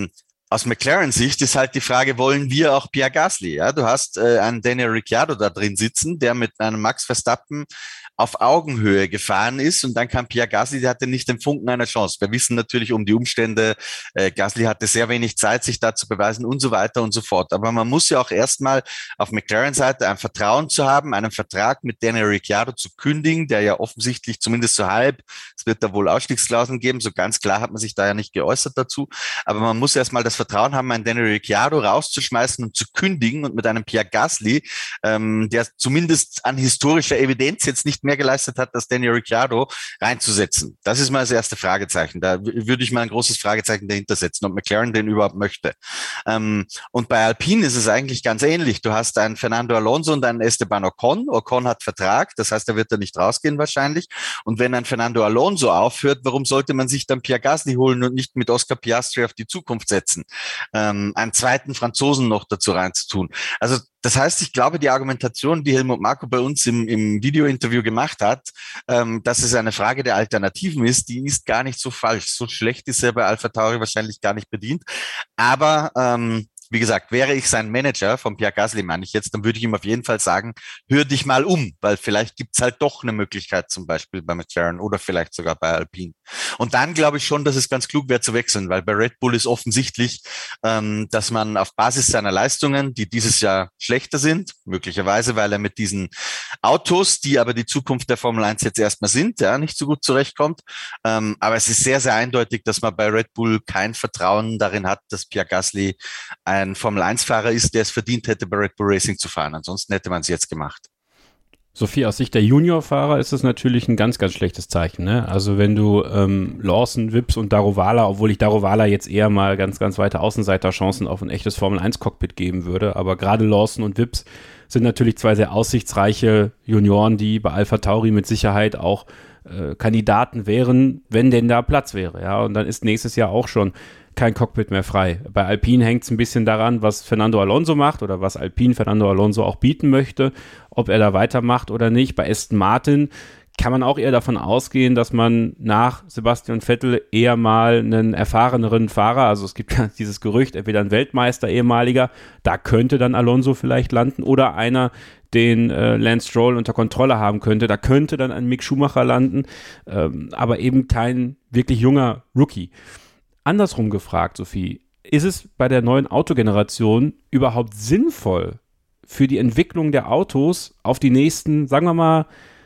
Aus McLaren-Sicht ist halt die Frage, wollen wir auch Pierre Gasly? Ja, du hast äh, einen Daniel Ricciardo da drin sitzen, der mit einem Max Verstappen auf Augenhöhe gefahren ist, und dann kam Pierre Gasly, der hatte nicht den Funken einer Chance. Wir wissen natürlich um die Umstände, äh, Gasly hatte sehr wenig Zeit, sich da zu beweisen und so weiter und so fort. Aber man muss ja auch erstmal auf McLaren-Seite ein Vertrauen zu haben, einen Vertrag mit Daniel Ricciardo zu kündigen, der ja offensichtlich zumindest so halb, es wird da wohl Ausstiegsklauseln geben, so ganz klar hat man sich da ja nicht geäußert dazu, aber man muss erstmal das Vertrauen haben, einen Daniel Ricciardo rauszuschmeißen und zu kündigen und mit einem Pierre Gasly, ähm, der zumindest an historischer Evidenz jetzt nicht mehr mehr geleistet hat, das Daniel Ricciardo reinzusetzen. Das ist mal das erste Fragezeichen. Da w- würde ich mal ein großes Fragezeichen dahinter setzen, ob McLaren den überhaupt möchte. Ähm, und bei Alpine ist es eigentlich ganz ähnlich. Du hast einen Fernando Alonso und einen Esteban Ocon. Ocon hat Vertrag, das heißt, er wird da nicht rausgehen wahrscheinlich. Und wenn ein Fernando Alonso aufhört, warum sollte man sich dann Pierre Gasly holen und nicht mit Oscar Piastri auf die Zukunft setzen? Ähm, einen zweiten Franzosen noch dazu reinzutun. Also das heißt, ich glaube, die Argumentation, die Helmut Marko bei uns im, im Videointerview gemacht hat, ähm, dass es eine Frage der Alternativen ist, die ist gar nicht so falsch. So schlecht ist er bei AlphaTauri wahrscheinlich gar nicht bedient. Aber ähm, wie gesagt, wäre ich sein Manager, von Pierre Gasly meine ich jetzt, dann würde ich ihm auf jeden Fall sagen, hör dich mal um, weil vielleicht gibt's halt doch eine Möglichkeit, zum Beispiel bei McLaren oder vielleicht sogar bei Alpine. Und dann glaube ich schon, dass es ganz klug wäre zu wechseln, weil bei Red Bull ist offensichtlich, ähm, dass man auf Basis seiner Leistungen, die dieses Jahr schlechter sind, möglicherweise, weil er mit diesen Autos, die aber die Zukunft der Formel eins jetzt erstmal sind, ja, nicht so gut zurechtkommt. Ähm, aber es ist sehr, sehr eindeutig, dass man bei Red Bull kein Vertrauen darin hat, dass Pierre Gasly ein Formel eins Fahrer ist, der es verdient hätte, bei Red Bull Racing zu fahren. Ansonsten hätte man es jetzt gemacht. Sophie, aus Sicht der Juniorfahrer ist es natürlich ein ganz, ganz schlechtes Zeichen. Ne? Also wenn du ähm, Lawson, Vips und Daruvala, obwohl ich Daruvala jetzt eher mal ganz, ganz weite Außenseiterchancen auf ein echtes Formel eins Cockpit geben würde, aber gerade Lawson und Vips sind natürlich zwei sehr aussichtsreiche Junioren, die bei AlphaTauri mit Sicherheit auch äh, Kandidaten wären, wenn denn da Platz wäre. Ja, und dann ist nächstes Jahr auch schon kein Cockpit mehr frei. Bei Alpine hängt es ein bisschen daran, was Fernando Alonso macht oder was Alpine Fernando Alonso auch bieten möchte, ob er da weitermacht oder nicht. Bei Aston Martin kann man auch eher davon ausgehen, dass man nach Sebastian Vettel eher mal einen erfahreneren Fahrer, also es gibt dieses Gerücht, entweder ein Weltmeister, ehemaliger, da könnte dann Alonso vielleicht landen, oder einer, den äh, Lance Stroll unter Kontrolle haben könnte, da könnte dann ein Mick Schumacher landen, ähm, aber eben kein wirklich junger Rookie. Andersrum gefragt, Sophie, ist es bei der neuen Autogeneration überhaupt sinnvoll für die Entwicklung der Autos auf die nächsten, sagen wir mal,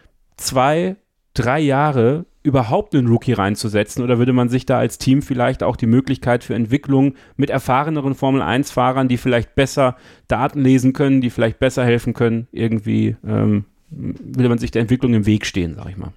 zwei, drei Jahre überhaupt einen Rookie reinzusetzen, oder würde man sich da als Team vielleicht auch die Möglichkeit für Entwicklung mit erfahreneren Formel eins Fahrern, die vielleicht besser Daten lesen können, die vielleicht besser helfen können, irgendwie ähm, würde man sich der Entwicklung im Weg stehen, sag ich mal?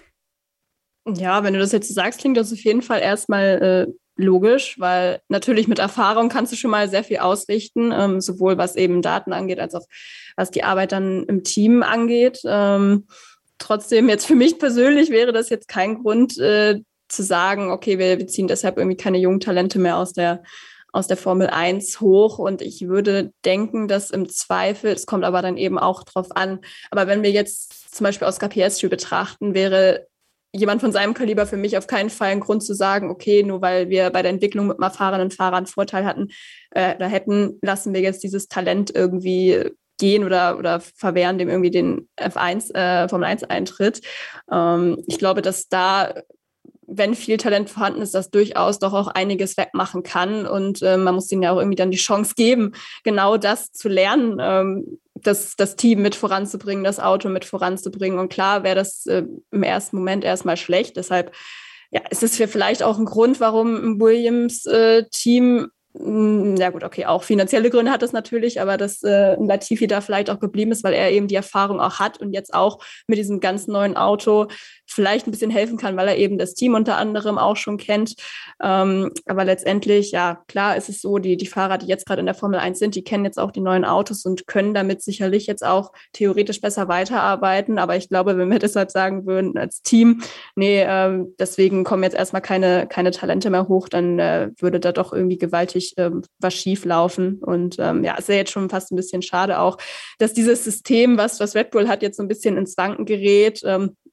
Ja, wenn du das jetzt so sagst, klingt das auf jeden Fall erstmal äh, logisch, weil natürlich mit Erfahrung kannst du schon mal sehr viel ausrichten, ähm, sowohl was eben Daten angeht, als auch was die Arbeit dann im Team angeht. Ähm, trotzdem, jetzt für mich persönlich wäre das jetzt kein Grund äh, zu sagen, okay, wir, wir ziehen deshalb irgendwie keine jungen Talente mehr aus der aus der Formel eins hoch, und ich würde denken, dass im Zweifel, es kommt aber dann eben auch drauf an, aber wenn wir jetzt zum Beispiel Oscar Piastri betrachten, wäre jemand von seinem Kaliber für mich auf keinen Fall ein Grund zu sagen, okay, nur weil wir bei der Entwicklung mit einem erfahrenen Fahrer einen Vorteil hatten, äh, da hätten, lassen wir jetzt dieses Talent irgendwie gehen oder, oder verwehren dem irgendwie den F eins, äh, Formel eins Eintritt. Ähm, ich glaube, dass da, wenn viel Talent vorhanden ist, das durchaus doch auch einiges wegmachen kann, und äh, man muss ihnen ja auch irgendwie dann die Chance geben, genau das zu lernen, ähm, das, das Team mit voranzubringen, das Auto mit voranzubringen. Und klar wäre das äh, im ersten Moment erstmal schlecht. Deshalb ja, ist es vielleicht auch ein Grund, warum ein Williams-Team, äh, ja gut, okay, auch finanzielle Gründe hat es natürlich, aber dass äh, Latifi da vielleicht auch geblieben ist, weil er eben die Erfahrung auch hat und jetzt auch mit diesem ganz neuen Auto vielleicht ein bisschen helfen kann, weil er eben das Team unter anderem auch schon kennt. Ähm, aber letztendlich, ja, klar ist es so, die, die Fahrer, die jetzt gerade in der Formel eins sind, die kennen jetzt auch die neuen Autos und können damit sicherlich jetzt auch theoretisch besser weiterarbeiten. Aber ich glaube, wenn wir deshalb sagen würden als Team, nee, äh, deswegen kommen jetzt erstmal keine, keine Talente mehr hoch, dann äh, würde da doch irgendwie gewaltig äh, was schief laufen. Und ähm, ja, ist ja jetzt schon fast ein bisschen schade auch, dass dieses System, was, was Red Bull hat, jetzt so ein bisschen ins Wanken gerät. Ähm,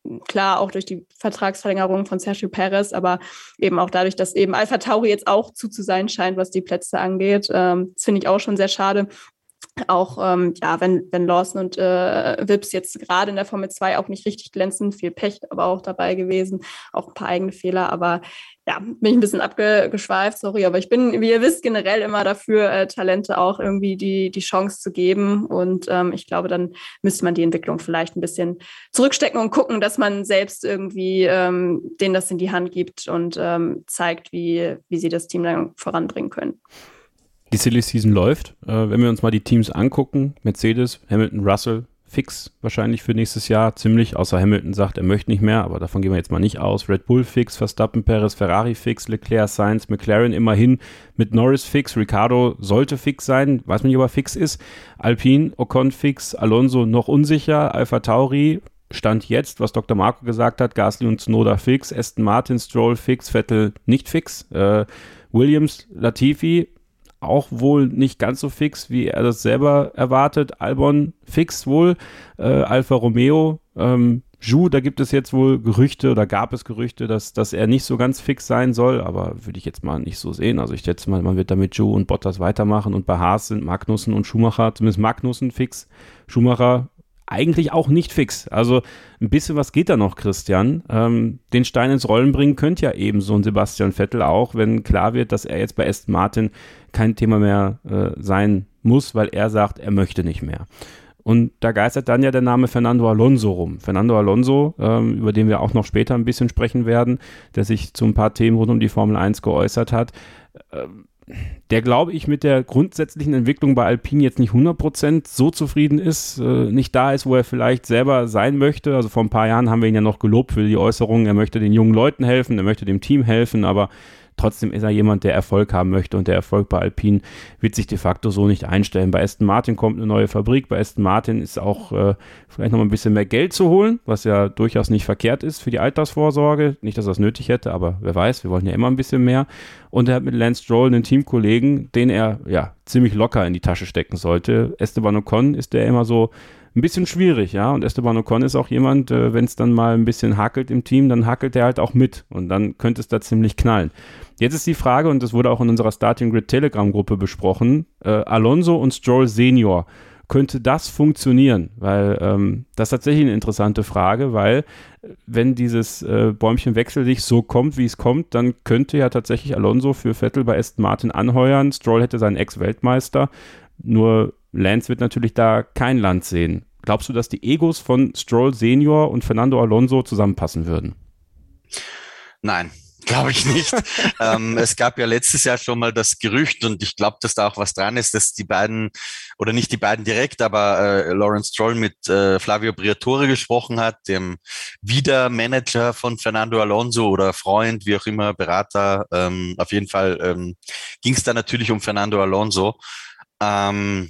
klar auch durch die Vertragsverlängerung von Sergio Perez, aber eben auch dadurch, dass eben AlphaTauri jetzt auch zu zu sein scheint, was die Plätze angeht. Ähm, das finde ich auch schon sehr schade. Auch ähm, ja, wenn, wenn Lawson und äh, Vips jetzt gerade in der Formel zwei auch nicht richtig glänzen, viel Pech aber auch dabei gewesen, auch ein paar eigene Fehler, aber ja, bin ich ein bisschen abgeschweift, sorry, aber ich bin, wie ihr wisst, generell immer dafür, äh, Talente auch irgendwie die, die Chance zu geben und ähm, ich glaube, dann müsste man die Entwicklung vielleicht ein bisschen zurückstecken und gucken, dass man selbst irgendwie ähm, denen das in die Hand gibt und ähm, zeigt, wie, wie sie das Team dann voranbringen können. Die Silly Season läuft. Äh, wenn wir uns mal die Teams angucken, Mercedes, Hamilton, Russell, fix wahrscheinlich für nächstes Jahr, ziemlich, außer Hamilton sagt, er möchte nicht mehr, aber davon gehen wir jetzt mal nicht aus. Red Bull fix, Verstappen, Perez, Ferrari fix, Leclerc, Sainz, McLaren immerhin mit Norris fix, Ricciardo sollte fix sein, weiß man nicht, ob er fix ist, Alpine, Ocon fix, Alonso noch unsicher, AlphaTauri Stand jetzt, was Doktor Marco gesagt hat, Gasly und Tsunoda fix, Aston Martin, Stroll fix, Vettel nicht fix, äh, Williams, Latifi auch wohl nicht ganz so fix, wie er das selber erwartet. Albon fix wohl. Äh, Alfa Romeo, ähm, Zhou, da gibt es jetzt wohl Gerüchte oder gab es Gerüchte, dass, dass er nicht so ganz fix sein soll, aber würde ich jetzt mal nicht so sehen. Also ich schätze mal, man wird da mit Zhou und Bottas weitermachen und bei Haas sind Magnussen und Schumacher, zumindest Magnussen fix, Schumacher eigentlich auch nicht fix. Also ein bisschen was geht da noch, Christian. Ähm, den Stein ins Rollen bringen könnte ja eben so ein Sebastian Vettel auch, wenn klar wird, dass er jetzt bei Aston Martin kein Thema mehr äh, sein muss, weil er sagt, er möchte nicht mehr. Und da geistert dann ja der Name Fernando Alonso rum. Fernando Alonso, ähm, über den wir auch noch später ein bisschen sprechen werden, der sich zu ein paar Themen rund um die Formel eins geäußert hat. Ähm, der, glaube ich, mit der grundsätzlichen Entwicklung bei Alpine jetzt nicht hundert Prozent so zufrieden ist, äh, nicht da ist, wo er vielleicht selber sein möchte. Also vor ein paar Jahren haben wir ihn ja noch gelobt für die Äußerungen, er möchte den jungen Leuten helfen, er möchte dem Team helfen, aber trotzdem ist er jemand, der Erfolg haben möchte und der Erfolg bei Alpine wird sich de facto so nicht einstellen. Bei Aston Martin kommt eine neue Fabrik, bei Aston Martin ist auch äh, vielleicht noch mal ein bisschen mehr Geld zu holen, was ja durchaus nicht verkehrt ist für die Altersvorsorge. Nicht, dass er es nötig hätte, aber wer weiß, wir wollen ja immer ein bisschen mehr. Und er hat mit Lance Stroll einen Teamkollegen, den er ja ziemlich locker in die Tasche stecken sollte. Esteban Ocon ist der immer so ein bisschen schwierig, ja, und Esteban Ocon ist auch jemand, äh, wenn es dann mal ein bisschen hakelt im Team, dann hakelt er halt auch mit und dann könnte es da ziemlich knallen. Jetzt ist die Frage, und das wurde auch in unserer Starting Grid Telegram-Gruppe besprochen, äh, Alonso und Stroll Senior, könnte das funktionieren? Weil ähm, das ist tatsächlich eine interessante Frage, weil wenn dieses äh, Bäumchen wechsel dich so kommt, wie es kommt, dann könnte ja tatsächlich Alonso für Vettel bei Aston Martin anheuern, Stroll hätte seinen Ex-Weltmeister, nur Lance wird natürlich da kein Land sehen. Glaubst du, dass die Egos von Stroll Senior und Fernando Alonso zusammenpassen würden? Nein, glaube ich nicht. ähm, es gab ja letztes Jahr schon mal das Gerücht und ich glaube, dass da auch was dran ist, dass die beiden, oder nicht die beiden direkt, aber äh, Lawrence Stroll mit äh, Flavio Briatore gesprochen hat, dem Wiedermanager von Fernando Alonso oder Freund, wie auch immer, Berater. Ähm, auf jeden Fall ähm, ging es da natürlich um Fernando Alonso. Ähm,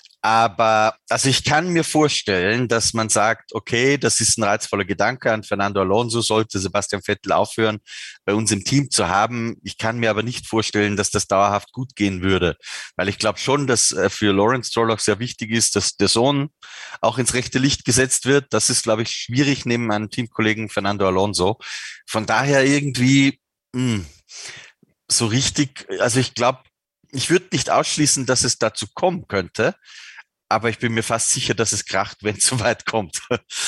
Aber also ich kann mir vorstellen, dass man sagt, okay, das ist ein reizvoller Gedanke, an Fernando Alonso sollte Sebastian Vettel aufhören, bei uns im Team zu haben. Ich kann mir aber nicht vorstellen, dass das dauerhaft gut gehen würde, weil ich glaube schon, dass für Lawrence Stroll auch sehr wichtig ist, dass der Sohn auch ins rechte Licht gesetzt wird. Das ist, glaube ich, schwierig neben einem Teamkollegen Fernando Alonso. Von daher irgendwie mh, so richtig, also ich glaube, ich würde nicht ausschließen, dass es dazu kommen könnte, aber ich bin mir fast sicher, dass es kracht, wenn es so weit kommt.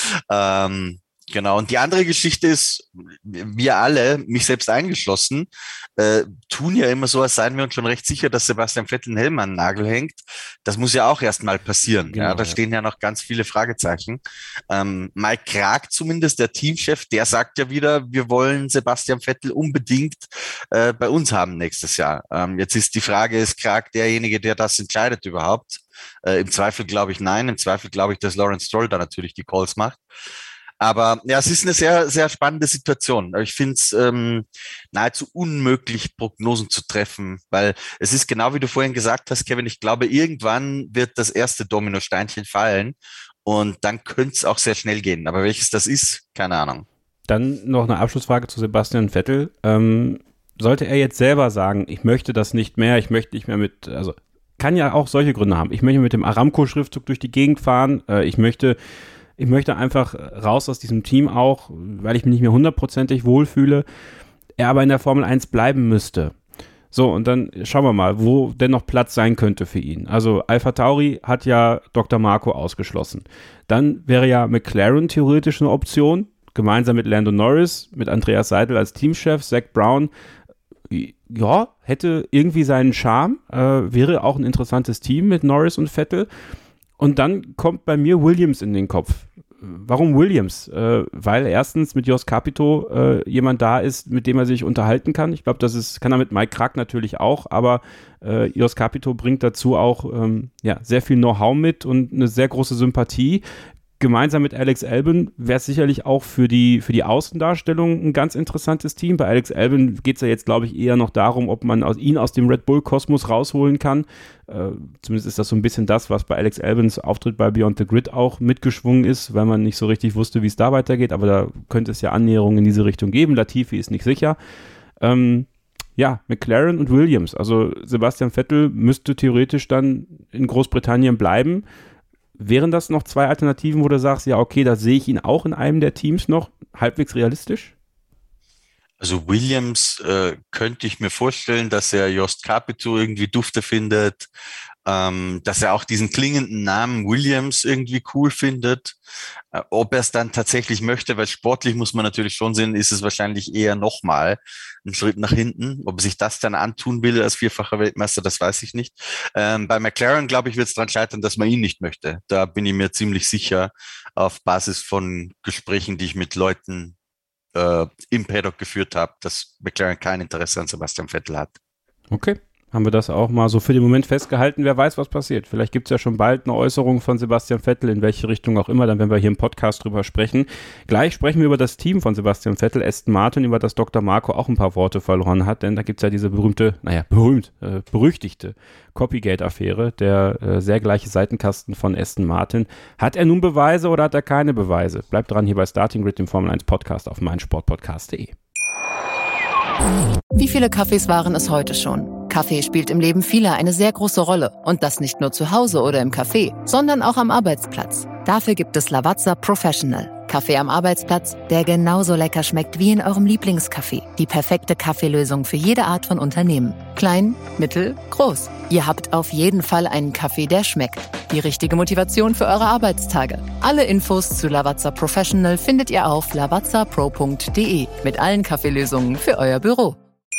ähm, genau. Und die andere Geschichte ist, wir alle, mich selbst eingeschlossen, äh, tun ja immer so, als seien wir uns schon recht sicher, dass Sebastian Vettel einen Helm an den Nagel hängt. Das muss ja auch erst mal passieren. Genau, ja, da ja. stehen ja noch ganz viele Fragezeichen. Ähm, Mike Krag zumindest, der Teamchef, der sagt ja wieder, wir wollen Sebastian Vettel unbedingt äh, bei uns haben nächstes Jahr. Ähm, jetzt ist die Frage, ist Krag derjenige, der das entscheidet überhaupt? Äh, Im Zweifel glaube ich nein, im Zweifel glaube ich, dass Lawrence Stroll da natürlich die Calls macht. Aber ja, es ist eine sehr, sehr spannende Situation. Ich finde es ähm, nahezu unmöglich, Prognosen zu treffen, weil es ist genau wie du vorhin gesagt hast, Kevin, ich glaube, irgendwann wird das erste Dominosteinchen fallen und dann könnte es auch sehr schnell gehen. Aber welches das ist, keine Ahnung. Dann noch eine Abschlussfrage zu Sebastian Vettel. Ähm, sollte er jetzt selber sagen, ich möchte das nicht mehr, ich möchte nicht mehr mit, also kann ja auch solche Gründe haben. Ich möchte mit dem Aramco-Schriftzug durch die Gegend fahren, äh, ich möchte ich möchte einfach raus aus diesem Team auch, weil ich mich nicht mehr hundertprozentig wohlfühle, er aber in der Formel eins bleiben müsste. So, und dann schauen wir mal, wo denn noch Platz sein könnte für ihn. Also AlphaTauri hat ja Doktor Marko ausgeschlossen. Dann wäre ja McLaren theoretisch eine Option, gemeinsam mit Lando Norris, mit Andreas Seidel als Teamchef, Zach Brown. Ja, hätte irgendwie seinen Charme, äh, wäre auch ein interessantes Team mit Norris und Vettel. Und dann kommt bei mir Williams in den Kopf. Warum Williams? Äh, weil erstens mit Jost Capito äh, jemand da ist, mit dem er sich unterhalten kann. Ich glaube, das ist, kann er mit Mike Krack natürlich auch, aber äh, Jost Capito bringt dazu auch ähm, ja, sehr viel Know-how mit und eine sehr große Sympathie. Gemeinsam mit Alex Albon wäre es sicherlich auch für die, für die Außendarstellung ein ganz interessantes Team. Bei Alex Albon geht es ja jetzt, glaube ich, eher noch darum, ob man aus, ihn aus dem Red Bull-Kosmos rausholen kann. Äh, zumindest ist das so ein bisschen das, was bei Alex Albons Auftritt bei Beyond the Grid auch mitgeschwungen ist, weil man nicht so richtig wusste, wie es da weitergeht. Aber da könnte es ja Annäherungen in diese Richtung geben. Latifi ist nicht sicher. Ähm, ja, McLaren und Williams. Also Sebastian Vettel müsste theoretisch dann in Großbritannien bleiben. Wären das noch zwei Alternativen, wo du sagst, ja, okay, da sehe ich ihn auch in einem der Teams noch halbwegs realistisch? Also Williams äh, könnte ich mir vorstellen, dass er Jost Capito irgendwie dufte findet, ähm, dass er auch diesen klingenden Namen Williams irgendwie cool findet. Äh, ob er es dann tatsächlich möchte, weil sportlich muss man natürlich schon sehen, ist es wahrscheinlich eher nochmal ein Schritt nach hinten. Ob er sich das dann antun will als vierfacher Weltmeister, das weiß ich nicht. Ähm, bei McLaren, glaube ich, wird es daran scheitern, dass man ihn nicht möchte. Da bin ich mir ziemlich sicher auf Basis von Gesprächen, die ich mit Leuten äh, im Paddock geführt habe, dass McLaren kein Interesse an Sebastian Vettel hat. Okay. Haben wir das auch mal so für den Moment festgehalten. Wer weiß, was passiert. Vielleicht gibt es ja schon bald eine Äußerung von Sebastian Vettel, in welche Richtung auch immer, dann werden wir hier im Podcast drüber sprechen. Gleich sprechen wir über das Team von Sebastian Vettel, Aston Martin, über das Doktor Marko auch ein paar Worte verloren hat, denn da gibt es ja diese berühmte, naja, berühmt, äh, berüchtigte Copygate-Affäre, der äh, sehr gleiche Seitenkasten von Aston Martin. Hat er nun Beweise oder hat er keine Beweise? Bleibt dran hier bei Starting Grid, dem Formel eins Podcast auf meinsportpodcast punkt de. Wie viele Kaffees waren es heute schon? Kaffee spielt im Leben vieler eine sehr große Rolle. Und das nicht nur zu Hause oder im Café, sondern auch am Arbeitsplatz. Dafür gibt es Lavazza Professional. Kaffee am Arbeitsplatz, der genauso lecker schmeckt wie in eurem Lieblingscafé. Die perfekte Kaffeelösung für jede Art von Unternehmen. Klein, mittel, groß. Ihr habt auf jeden Fall einen Kaffee, der schmeckt. Die richtige Motivation für eure Arbeitstage. Alle Infos zu Lavazza Professional findet ihr auf lavazza pro punkt de mit allen Kaffeelösungen für euer Büro.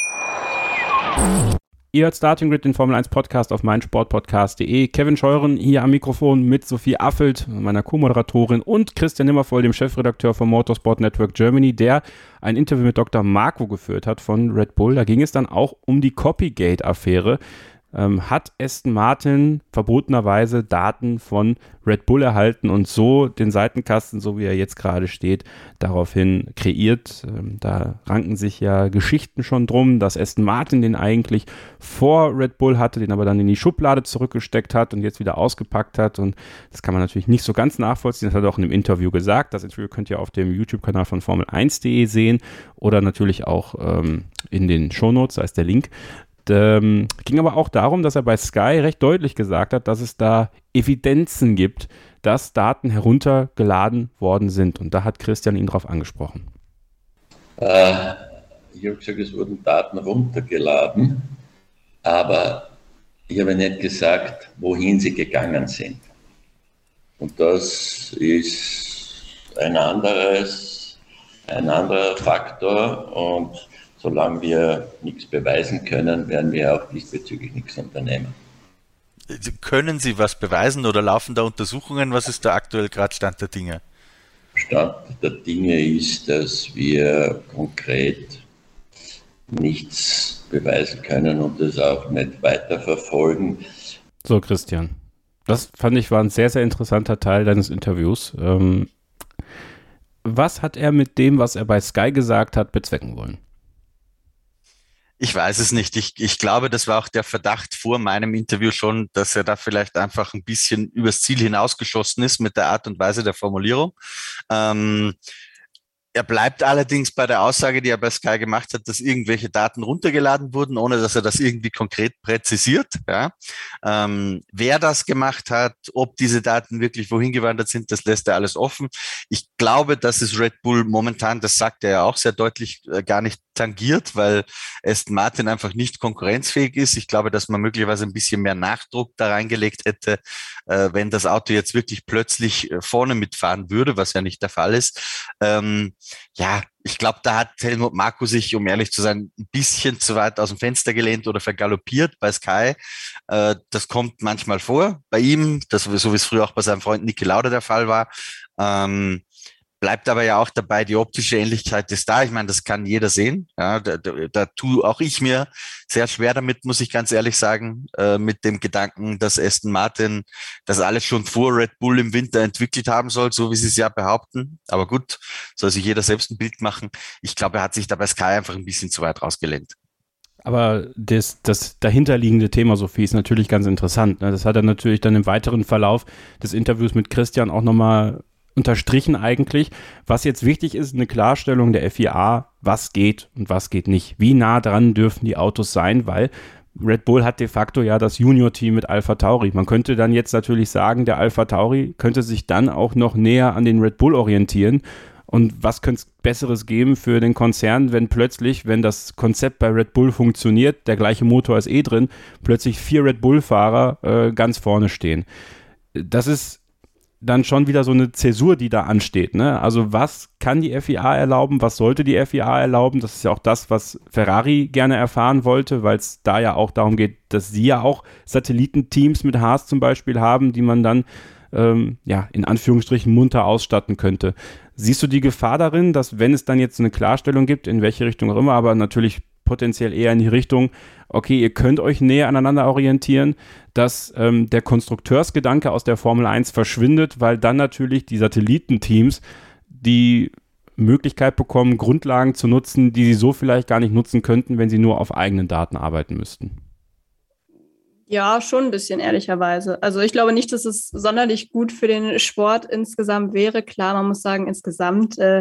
Ihr hört Starting Grid, den Formel eins Podcast auf meinsportpodcast punkt de. Kevin Scheuren hier am Mikrofon mit Sophie Affelt, meiner Co-Moderatorin, und Christian Nimmervoll, dem Chefredakteur von Motorsport Network Germany, der ein Interview mit Doktor Marko geführt hat von Red Bull. Da ging es dann auch um die Copygate-Affäre. Ähm, hat Aston Martin verbotenerweise Daten von Red Bull erhalten und so den Seitenkasten, so wie er jetzt gerade steht, daraufhin kreiert. Ähm, da ranken sich ja Geschichten schon drum, dass Aston Martin den eigentlich vor Red Bull hatte, den aber dann in die Schublade zurückgesteckt hat und jetzt wieder ausgepackt hat, und das kann man natürlich nicht so ganz nachvollziehen. Das hat er auch in einem Interview gesagt. Das Interview könnt ihr auf dem YouTube-Kanal von Formel eins punkt de sehen oder natürlich auch ähm, in den Shownotes, da ist der Link. Ähm, ging aber auch darum, dass er bei Sky recht deutlich gesagt hat, dass es da Evidenzen gibt, dass Daten heruntergeladen worden sind. Und da hat Christian ihn drauf angesprochen. Äh, ich habe gesagt, es wurden Daten runtergeladen, aber ich habe nicht gesagt, wohin sie gegangen sind. Und das ist ein anderes, ein anderer Faktor, und solange wir nichts beweisen können, werden wir auch diesbezüglich nichts unternehmen. Können Sie was beweisen oder laufen da Untersuchungen? Was ist da aktuell gerade Stand der Dinge? Stand der Dinge ist, dass wir konkret nichts beweisen können und das auch nicht weiterverfolgen. So, Christian, das fand ich war ein sehr, sehr interessanter Teil deines Interviews. Ähm, was hat er mit dem, was er bei Sky gesagt hat, bezwecken wollen? Ich weiß es nicht. Ich, ich glaube, das war auch der Verdacht vor meinem Interview schon, dass er da vielleicht einfach ein bisschen übers Ziel hinausgeschossen ist mit der Art und Weise der Formulierung. Ähm, Er bleibt allerdings bei der Aussage, die er bei Sky gemacht hat, dass irgendwelche Daten runtergeladen wurden, ohne dass er das irgendwie konkret präzisiert. Ja. Ähm, wer das gemacht hat, ob diese Daten wirklich wohin gewandert sind, das lässt er alles offen. Ich glaube, dass es Red Bull momentan, das sagt er ja auch sehr deutlich, äh, gar nicht tangiert, weil Aston Martin einfach nicht konkurrenzfähig ist. Ich glaube, dass man möglicherweise ein bisschen mehr Nachdruck da reingelegt hätte, äh, wenn das Auto jetzt wirklich plötzlich äh, vorne mitfahren würde, was ja nicht der Fall ist. Ähm, Ja, ich glaube, da hat Helmut Marko sich, um ehrlich zu sein, ein bisschen zu weit aus dem Fenster gelehnt oder vergaloppiert bei Sky. Äh, das kommt manchmal vor bei ihm, das, so wie es früher auch bei seinem Freund Niki Lauda der Fall war. Ähm, bleibt aber ja auch dabei, die optische Ähnlichkeit ist da. Ich meine, das kann jeder sehen. Ja, da, da, da tue auch ich mir sehr schwer damit, muss ich ganz ehrlich sagen, äh, mit dem Gedanken, dass Aston Martin das alles schon vor Red Bull im Winter entwickelt haben soll, so wie sie es ja behaupten. Aber gut, soll sich jeder selbst ein Bild machen. Ich glaube, er hat sich da bei Sky einfach ein bisschen zu weit rausgelehnt. Aber das, das dahinterliegende Thema, Sophie, ist natürlich ganz interessant. Das hat er natürlich dann im weiteren Verlauf des Interviews mit Christian auch nochmal unterstrichen eigentlich. Was jetzt wichtig ist, eine Klarstellung der F I A, was geht und was geht nicht. Wie nah dran dürfen die Autos sein, weil Red Bull hat de facto ja das Junior-Team mit AlphaTauri. Man könnte dann jetzt natürlich sagen, der AlphaTauri könnte sich dann auch noch näher an den Red Bull orientieren. Und was könnte es Besseres geben für den Konzern, wenn plötzlich, wenn das Konzept bei Red Bull funktioniert, der gleiche Motor ist eh drin, plötzlich vier Red Bull-Fahrer äh, ganz vorne stehen. Das ist dann schon wieder so eine Zäsur, die da ansteht. Ne? Also was kann die F I A erlauben, was sollte die F I A erlauben? Das ist ja auch das, was Ferrari gerne erfahren wollte, weil es da ja auch darum geht, dass sie ja auch Satellitenteams mit Haas zum Beispiel haben, die man dann ähm, ja in Anführungsstrichen munter ausstatten könnte. Siehst du die Gefahr darin, dass wenn es dann jetzt eine Klarstellung gibt, in welche Richtung auch immer, aber natürlich potenziell eher in die Richtung, okay, ihr könnt euch näher aneinander orientieren, dass ähm, der Konstrukteursgedanke aus der Formel eins verschwindet, weil dann natürlich die Satellitenteams die Möglichkeit bekommen, Grundlagen zu nutzen, die sie so vielleicht gar nicht nutzen könnten, wenn sie nur auf eigenen Daten arbeiten müssten? Ja, schon ein bisschen, ehrlicherweise. Also ich glaube nicht, dass es sonderlich gut für den Sport insgesamt wäre. Klar, man muss sagen, insgesamt äh,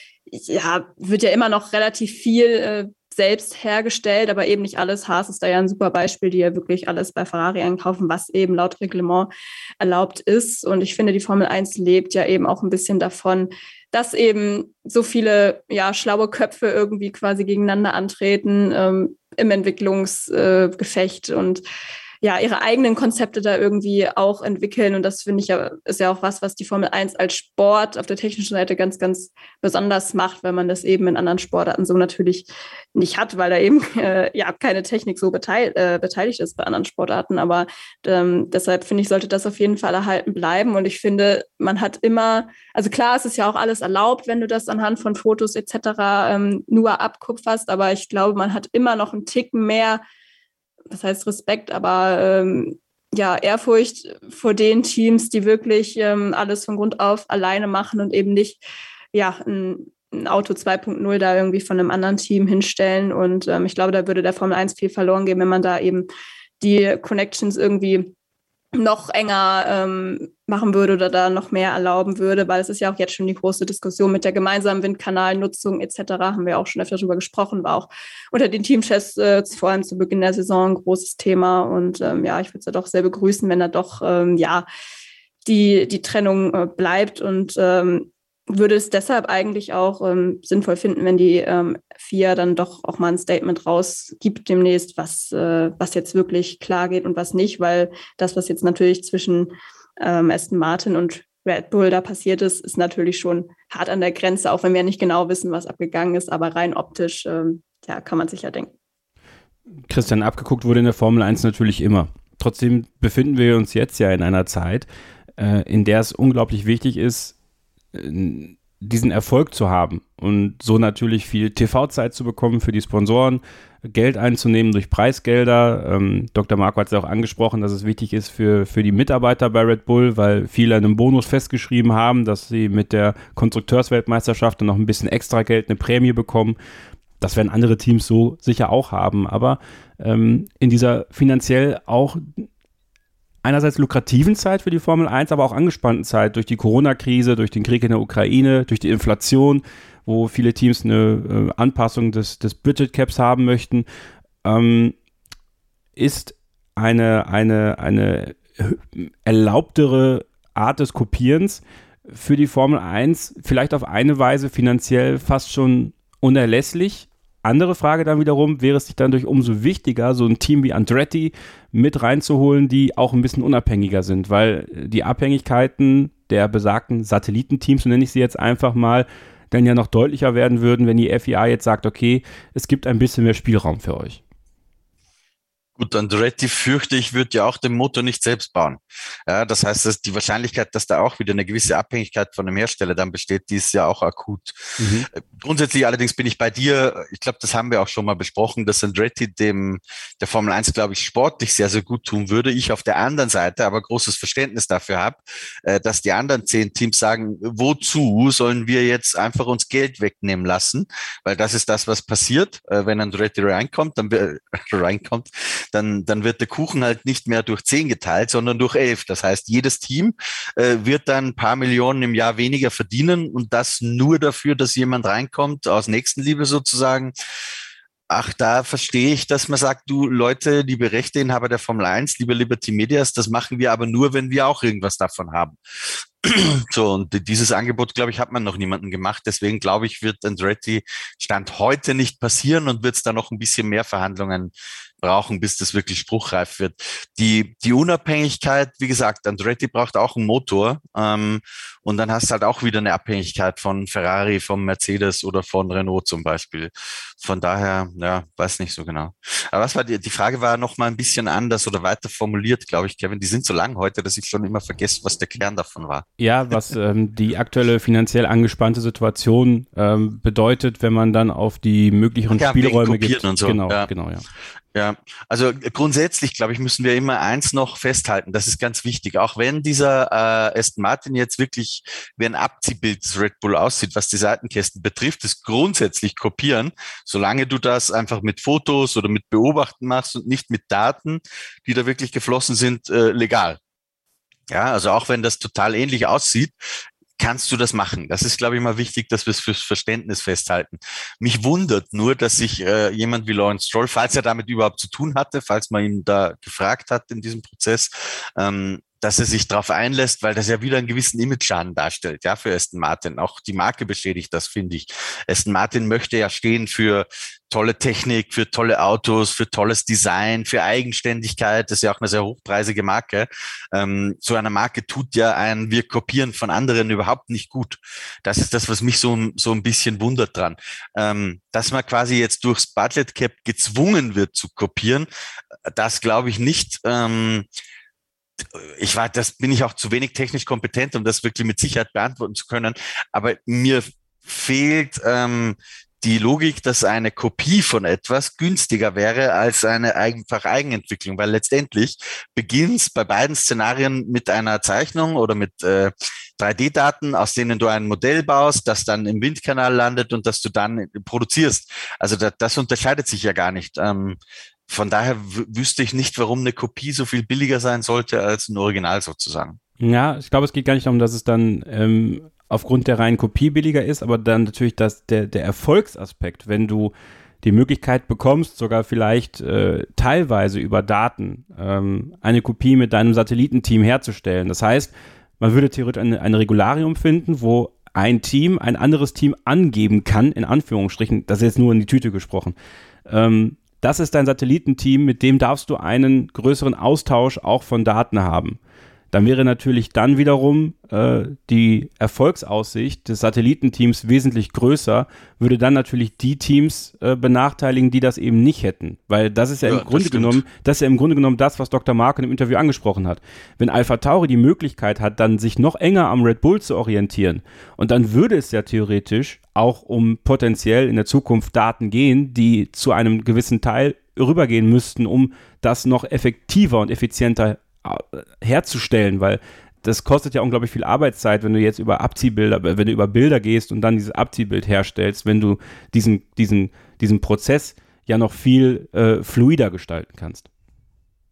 ja, wird ja immer noch relativ viel äh, selbst hergestellt, aber eben nicht alles. Haas ist da ja ein super Beispiel, die ja wirklich alles bei Ferrari einkaufen, was eben laut Reglement erlaubt ist. Und ich finde, die Formel eins lebt ja eben auch ein bisschen davon, dass eben so viele ja, schlaue Köpfe irgendwie quasi gegeneinander antreten ähm, im Entwicklungsgefecht äh, und ja, ihre eigenen Konzepte da irgendwie auch entwickeln. Und das finde ich ja, ist ja auch was, was die Formel eins als Sport auf der technischen Seite ganz, ganz besonders macht, weil man das eben in anderen Sportarten so natürlich nicht hat, weil da eben äh, ja keine Technik so beteil- äh, beteiligt ist bei anderen Sportarten. Aber ähm, deshalb finde ich, sollte das auf jeden Fall erhalten bleiben. Und ich finde, man hat immer, also klar, es ist ja auch alles erlaubt, wenn du das anhand von Fotos et cetera ähm, nur abkupferst. Aber ich glaube, man hat immer noch einen Ticken mehr, das heißt Respekt, aber ähm, ja, Ehrfurcht vor den Teams, die wirklich ähm, alles von Grund auf alleine machen und eben nicht ja, ein, ein Auto zwei Punkt null da irgendwie von einem anderen Team hinstellen. Und ähm, ich glaube, da würde der Formel eins viel verloren gehen, wenn man da eben die Connections irgendwie noch enger ähm, machen würde oder da noch mehr erlauben würde, weil es ist ja auch jetzt schon die große Diskussion mit der gemeinsamen Windkanalnutzung et cetera, haben wir auch schon öfter darüber gesprochen, war auch unter den Teamchefs äh, vor allem zu Beginn der Saison ein großes Thema und ähm, ja, ich würde es ja doch sehr begrüßen, wenn da doch ähm, ja die, die Trennung äh, bleibt und ähm, würde es deshalb eigentlich auch ähm, sinnvoll finden, wenn die ähm, F I A dann doch auch mal ein Statement rausgibt demnächst, was, äh, was jetzt wirklich klar geht und was nicht, weil das, was jetzt natürlich zwischen ähm, Aston Martin und Red Bull da passiert ist, ist natürlich schon hart an der Grenze, auch wenn wir nicht genau wissen, was abgegangen ist, aber rein optisch, ähm, ja, kann man sich ja denken. Christian, abgeguckt wurde in der Formel eins natürlich immer. Trotzdem befinden wir uns jetzt ja in einer Zeit, äh, in der es unglaublich wichtig ist, diesen Erfolg zu haben und so natürlich viel T V-Zeit zu bekommen für die Sponsoren, Geld einzunehmen durch Preisgelder. Ähm, Doktor Marko hat es ja auch angesprochen, dass es wichtig ist für, für die Mitarbeiter bei Red Bull, weil viele einen Bonus festgeschrieben haben, dass sie mit der Konstrukteursweltmeisterschaft dann noch ein bisschen extra Geld, eine Prämie bekommen. Das werden andere Teams so sicher auch haben, aber ähm, in dieser finanziell auch einerseits lukrativen Zeit für die Formel eins, aber auch angespannten Zeit durch die Corona-Krise, durch den Krieg in der Ukraine, durch die Inflation, wo viele Teams eine äh, Anpassung des, des Budget Caps haben möchten, ähm, ist eine, eine, eine erlaubtere Art des Kopierens für die Formel eins vielleicht auf eine Weise finanziell fast schon unerlässlich. Andere Frage dann wiederum, wäre es sich dann durch umso wichtiger, so ein Team wie Andretti mit reinzuholen, die auch ein bisschen unabhängiger sind, weil die Abhängigkeiten der besagten Satellitenteams, so nenne ich sie jetzt einfach mal, dann ja noch deutlicher werden würden, wenn die F I A jetzt sagt, okay, es gibt ein bisschen mehr Spielraum für euch. Gut, Andretti, fürchte ich, wird ja auch den Motor nicht selbst bauen. Ja, das heißt, dass die Wahrscheinlichkeit, dass da auch wieder eine gewisse Abhängigkeit von dem Hersteller dann besteht, die ist ja auch akut. Mhm. Grundsätzlich allerdings bin ich bei dir, ich glaube, das haben wir auch schon mal besprochen, dass Andretti dem der Formel eins, glaube ich, sportlich sehr, sehr gut tun würde. Ich auf der anderen Seite aber großes Verständnis dafür habe, dass die anderen zehn Teams sagen, wozu sollen wir jetzt einfach uns Geld wegnehmen lassen? Weil das ist das, was passiert, wenn Andretti reinkommt, dann reinkommt, Dann, dann wird der Kuchen halt nicht mehr durch zehn geteilt, sondern durch elf. Das heißt, jedes Team äh, wird dann ein paar Millionen im Jahr weniger verdienen und das nur dafür, dass jemand reinkommt, aus Nächstenliebe sozusagen. Ach, da verstehe ich, dass man sagt, du Leute, liebe Rechteinhaber der Formel eins, liebe Liberty Medias, das machen wir aber nur, wenn wir auch irgendwas davon haben. So, und dieses Angebot, glaube ich, hat man noch niemandem gemacht. Deswegen, glaube ich, wird Andretti Stand heute nicht passieren und wird es da noch ein bisschen mehr Verhandlungen brauchen, bis das wirklich spruchreif wird. Die, die Unabhängigkeit, wie gesagt, Andretti braucht auch einen Motor ähm, und dann hast du halt auch wieder eine Abhängigkeit von Ferrari, von Mercedes oder von Renault zum Beispiel. Von daher, ja, weiß nicht so genau. Aber was war die, die Frage war noch mal ein bisschen anders oder weiter formuliert, glaube ich, Kevin. Die sind so lang heute, dass ich schon immer vergesse, was der Kern davon war. Ja, was ähm, die aktuelle finanziell angespannte Situation ähm, bedeutet, wenn man dann auf die möglichen ja, Spielräume geht. Und so. Genau, ja. genau, ja. Ja, also grundsätzlich, glaube ich, müssen wir immer eins noch festhalten. Das ist ganz wichtig. Auch wenn dieser äh, Aston Martin jetzt wirklich wie ein Abziehbild des Red Bull aussieht, was die Seitenkästen betrifft, ist grundsätzlich kopieren, solange du das einfach mit Fotos oder mit Beobachten machst und nicht mit Daten, die da wirklich geflossen sind, äh, legal. Ja, also auch wenn das total ähnlich aussieht, kannst du das machen. Das ist, glaube ich, mal wichtig, dass wir es fürs Verständnis festhalten. Mich wundert nur, dass sich äh, jemand wie Lawrence Stroll, falls er damit überhaupt zu tun hatte, falls man ihn da gefragt hat in diesem Prozess, ähm, dass er sich darauf einlässt, weil das ja wieder einen gewissen Image-Schaden darstellt, ja, für Aston Martin. Auch die Marke beschädigt das, finde ich. Aston Martin möchte ja stehen für tolle Technik, für tolle Autos, für tolles Design, für Eigenständigkeit. Das ist ja auch eine sehr hochpreisige Marke. Ähm, so eine Marke tut ja ein wir kopieren von anderen überhaupt nicht gut. Das ist das, was mich so, so ein bisschen wundert dran. Ähm, dass man quasi jetzt durchs Budget Cap gezwungen wird zu kopieren, das glaube ich nicht. Ähm, Ich war, das bin ich auch zu wenig technisch kompetent, um das wirklich mit Sicherheit beantworten zu können. Aber mir fehlt ähm, die Logik, dass eine Kopie von etwas günstiger wäre als eine einfach Eigenentwicklung, weil letztendlich beginnt's bei beiden Szenarien mit einer Zeichnung oder mit äh, drei D Daten, aus denen du ein Modell baust, das dann im Windkanal landet und das du dann produzierst. Also das, das unterscheidet sich ja gar nicht. Ähm, Von daher w- wüsste ich nicht, warum eine Kopie so viel billiger sein sollte als ein Original sozusagen. Ja, ich glaube, es geht gar nicht darum, dass es dann ähm, aufgrund der reinen Kopie billiger ist, aber dann natürlich das, der, der Erfolgsaspekt, wenn du die Möglichkeit bekommst, sogar vielleicht äh, teilweise über Daten ähm, eine Kopie mit deinem Satellitenteam herzustellen. Das heißt, man würde theoretisch ein, ein Regularium finden, wo ein Team ein anderes Team angeben kann, in Anführungsstrichen, das ist jetzt nur in die Tüte gesprochen, ähm, das ist dein Satellitenteam, mit dem darfst du einen größeren Austausch auch von Daten haben. Dann wäre natürlich dann wiederum äh, die Erfolgsaussicht des Satellitenteams wesentlich größer, würde dann natürlich die Teams äh, benachteiligen, die das eben nicht hätten. Weil das ist ja, ja im Grunde genommen, das ist ja im Grunde genommen das, was Doktor Marko im Interview angesprochen hat. Wenn AlphaTauri die Möglichkeit hat, dann sich noch enger am Red Bull zu orientieren, und dann würde es ja theoretisch auch um potenziell in der Zukunft Daten gehen, die zu einem gewissen Teil rübergehen müssten, um das noch effektiver und effizienter herzustellen, weil das kostet ja unglaublich viel Arbeitszeit, wenn du jetzt über Abziehbilder, wenn du über Bilder gehst und dann dieses Abziehbild herstellst, wenn du diesen, diesen, diesen Prozess ja noch viel äh, fluider gestalten kannst.